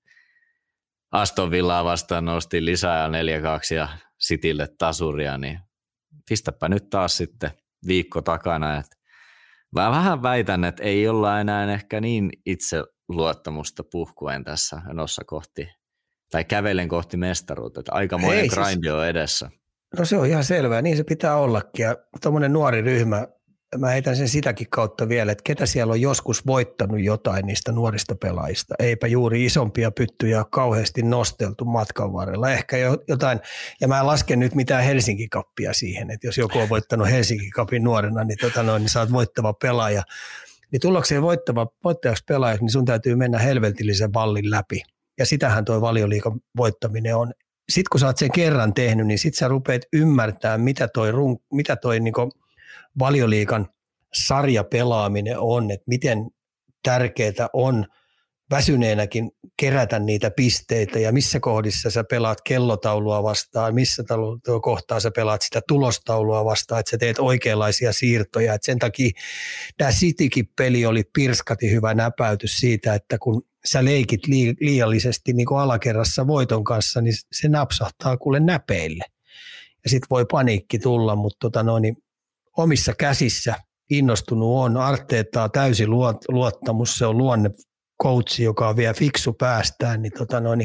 Aston Villaa vastaan nosti lisää 4-2 ja Citylle tasuria, niin pistäpä nyt taas sitten viikko takana. Että mä vähän väitän, että ei olla enää ehkä niin itseluottamusta puhkuen tässä enossa kohti, tai kävelen kohti mestaruutta, että aikamoinen grindi on edessä. No se on ihan selvää, niin se pitää ollakin. Ja tuommoinen nuori ryhmä, mä heitän sen sitäkin kautta vielä, että ketä siellä on joskus voittanut jotain niistä nuorista pelaajista. Eipä juuri isompia pyttyjä ole kauheasti nosteltu matkan varrella. Ehkä jotain, ja mä en laske nyt mitään Helsinki-kappia siihen, että jos joku on voittanut Helsinki-kapin nuorena, niin, niin sä oot voittava pelaaja. Niin tullakseen voittajaksi pelaajaksi, niin sun täytyy mennä helvetillisen vallin läpi. Ja sitähän toi Valioliigan voittaminen on. Sitten kun sä oot sen kerran tehnyt, niin sit sä rupeat ymmärtämään, mitä toi niinku Valioliigan sarjapelaaminen on, että miten tärkeää on väsyneenäkin kerätä niitä pisteitä ja missä kohdissa sä pelaat kellotaulua vastaan, missä kohtaa sä pelaat sitä tulostaulua vastaan, että sä teet oikeanlaisia siirtoja. Et sen takia tämä Citykin-peli oli pirskati hyvä näpäytys siitä, että kun sä leikit liiallisesti niin kuin alakerrassa voiton kanssa, niin se napsahtaa kuule näpeille. Ja sitten voi paniikki tulla, mutta omissa käsissä innostunut on. Arteetaa täysi luottamus, se on luonne coachi, joka on vielä fiksu päästään, niin,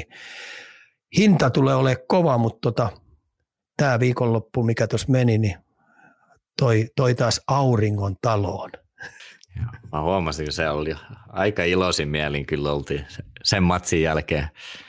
hinta tulee olemaan kova, mutta tämä viikonloppu, mikä tuossa meni, niin toi taas auringon taloon. Joo, mä huomasin, että se oli aika iloisin mielin kyllä oltiin sen matsin jälkeen.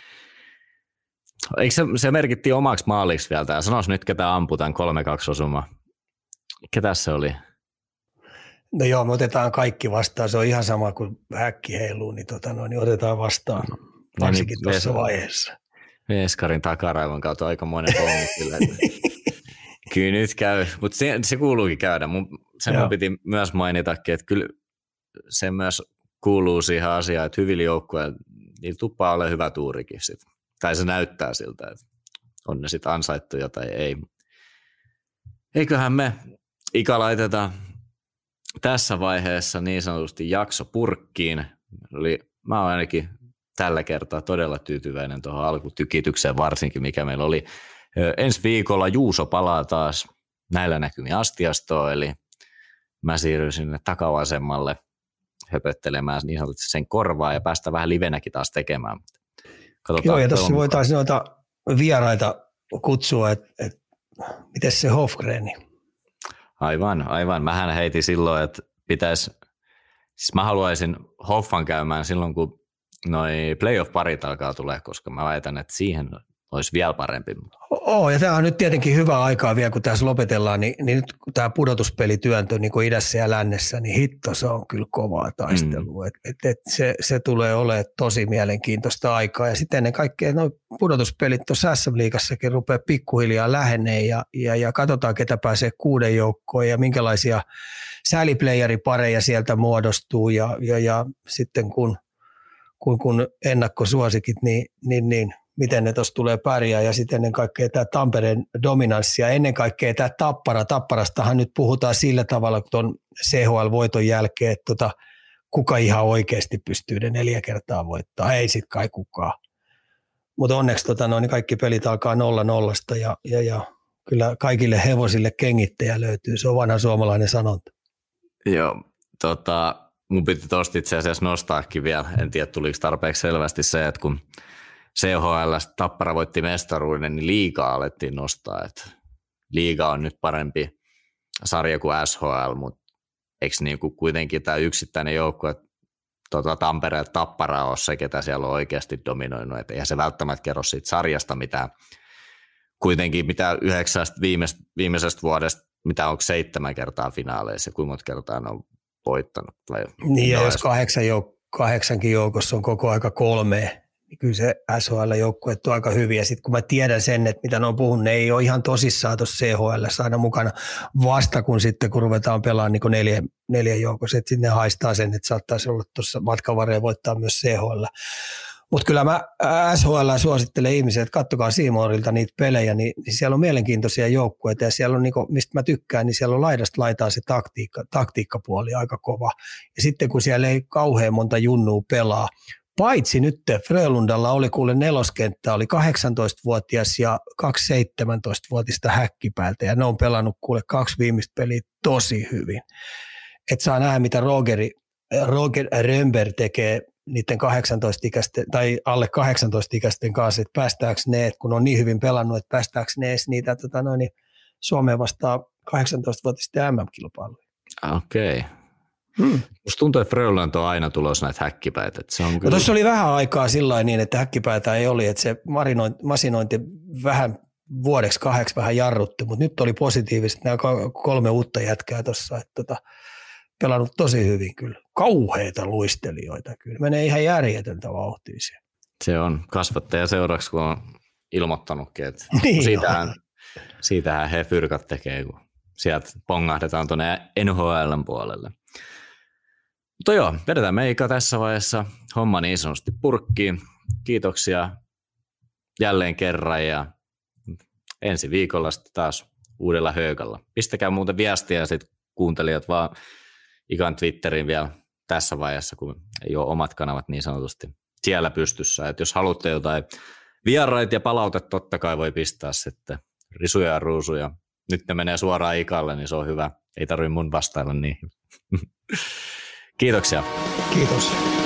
Eikö se merkittiin omaksi maaliksi vielä? Tämä sanoisi nyt, ketä ampui tämän 3-2 osuma. Ketä se oli? No joo, me otetaan kaikki vastaan. Se on ihan sama kuin häkki heiluu, niin, niin otetaan vastaan, varsinkin tuossa vaiheessa. Veskarin takaraivon kautta aikamoinen pommi kyllä. Kyllä nyt käy, mutta se kuuluukin käydä. Sen mun piti myös mainitakin, että kyllä se myös kuuluu siihen asiaan, että hyvillä joukkueilla niillä tuppaa ole hyvä tuurikin sit. Tai se näyttää siltä, että on ne sitten ansaittuja tai ei. Eiköhän me Ika laitetaan tässä vaiheessa niin sanotusti jakso purkkiin. Mä oon ainakin tällä kertaa todella tyytyväinen tuohon alkutykitykseen varsinkin, mikä meillä oli. Ensi viikolla Juuso palaa taas näillä näkymin astiastoon, eli mä siirryin sinne takavasemmalle höpöttelemään niin sanotusti sen korvaa ja päästä vähän livenäkin taas tekemään. Katsotaan, joo, ja tuossa voitaisiin noita vieraita kutsua, että miten se Hofgreni? Aivan. Mähän heitin silloin, että pitäisi, siis mä haluaisin Hoffan käymään silloin, kun noi playoff-parit alkaa tulee, koska mä väitän, että siihen olisi vielä parempi. Ja tämä on nyt tietenkin hyvä aikaa vielä, kun tässä lopetellaan, niin nyt kun tämä pudotuspelityöntö niin kuin idässä ja lännessä, niin hitto, se on kyllä kovaa taistelua. Se tulee olemaan tosi mielenkiintoista aikaa. Ja sitten ennen kaikkea nuo pudotuspelit tuossa SM-liigassakin rupeaa pikkuhiljaa lähenee ja katsotaan, ketä pääsee 6 joukkoon ja minkälaisia sääliplayeripareja sieltä muodostuu ja sitten kun ennakkosuosikit, niin miten ne tuossa tulee pärjää ja sitten ennen kaikkea tämä Tampereen dominanssi ja ennen kaikkea tämä Tapparastahan nyt puhutaan sillä tavalla, kun tuon CHL-voiton jälkeen, että kuka ihan oikeasti pystyy ne 4 kertaa voittaa, ei sit kai kukaan. Mutta onneksi niin kaikki pelit alkaa 0-0 ja kyllä kaikille hevosille kengittäjä löytyy, se on vanha suomalainen sanonta. Joo, mun piti tuosta itse asiassa nostaakin vielä, en tiedä tuliko tarpeeksi selvästi se, että kun CHL Tappara voitti mestaruuden, niin liigaa alettiin nostaa, että liiga on nyt parempi sarja kuin SHL, mutta eikö niinku kuitenkin tämä yksittäinen joukko, että Tampereen Tappara on se, ketä siellä on oikeasti dominoinut, että eihän se välttämättä kerro siitä sarjasta mitään. Kuitenkin mitä 9 viimeisestä vuodesta, mitä onko 7 kertaa finaaleissa ja kuinka monta kertaa ne on voittanut. Niin ja jos 8 joukossa on koko aika 3, niin kyllä se SHL-joukkueet on aika hyviä. Sitten kun mä tiedän sen, että mitä ne on puhunut, ne ei ole ihan tosissaan tuossa CHL aina mukana vasta, kun ruvetaan pelaamaan niin 4 joukossa. Sitten ne haistaa sen, että saattaisi olla tuossa matkan varrella voittaa myös CHL. Mutta kyllä mä SHL suosittelen ihmisiä, että katsokaa C-Morilta niitä pelejä, niin siellä on mielenkiintoisia joukkueita ja siellä on, mistä mä tykkään, niin siellä on laidasta laitaa se taktiikkapuoli aika kova. Ja sitten kun siellä ei kauhean monta junnua pelaa, paitsi nyt Frölundalla oli kuule 4-kenttä, oli 18-vuotias ja 2 17-vuotista häkkipäältä ja ne on pelannut kuule 2 viimeistä peliä tosi hyvin. Et saa nähdä, mitä Roger Rönnberg tekee niiden 18-ikäisten tai alle 18-ikäisten kanssa, että päästäänkö ne, kun on niin hyvin pelannut, että päästäänkö ne edes niitä Suomeen vastaan 18-vuotisten MM-kilpailuja. Okei. Musta tuntuu, että Frölund on aina tulossa näitä häkkipäitä. Tuossa oli vähän aikaa sillä niin, että häkkipäitä ei oli, että se masinointi vähän vuodeksi 2 vähän jarrutti, mutta nyt oli positiivisesti nämä 3 uutta jätkää tuossa, että pelannut tosi hyvin kyllä. Kauheita luistelijoita kyllä. Menee ihan järjetöntä vauhtia siellä. Se on kasvattaja seuraavaksi, kun on ilmoittanutkin, että niin siitähän he fyrkat tekee, kun sieltä pongahdetaan tuonne NHL:n puolelle. Mutta joo, vedetään meikä tässä vaiheessa homma niin sanotusti purkkiin. Kiitoksia jälleen kerran ja ensi viikolla sitten taas uudella höykalla. Pistäkää muuten viestiä sitten kuuntelijat vaan Ikan Twitteriin vielä tässä vaiheessa, kun ei ole omat kanavat niin sanotusti siellä pystyssä. Et jos haluatte jotain vieraita ja palautetta, totta kai voi pistää sitten risuja ja ruusuja. Nyt ne menee suoraan Ikalle, niin se on hyvä. Ei tarvitse mun vastailla niihin. Kiitoksia. Kiitos.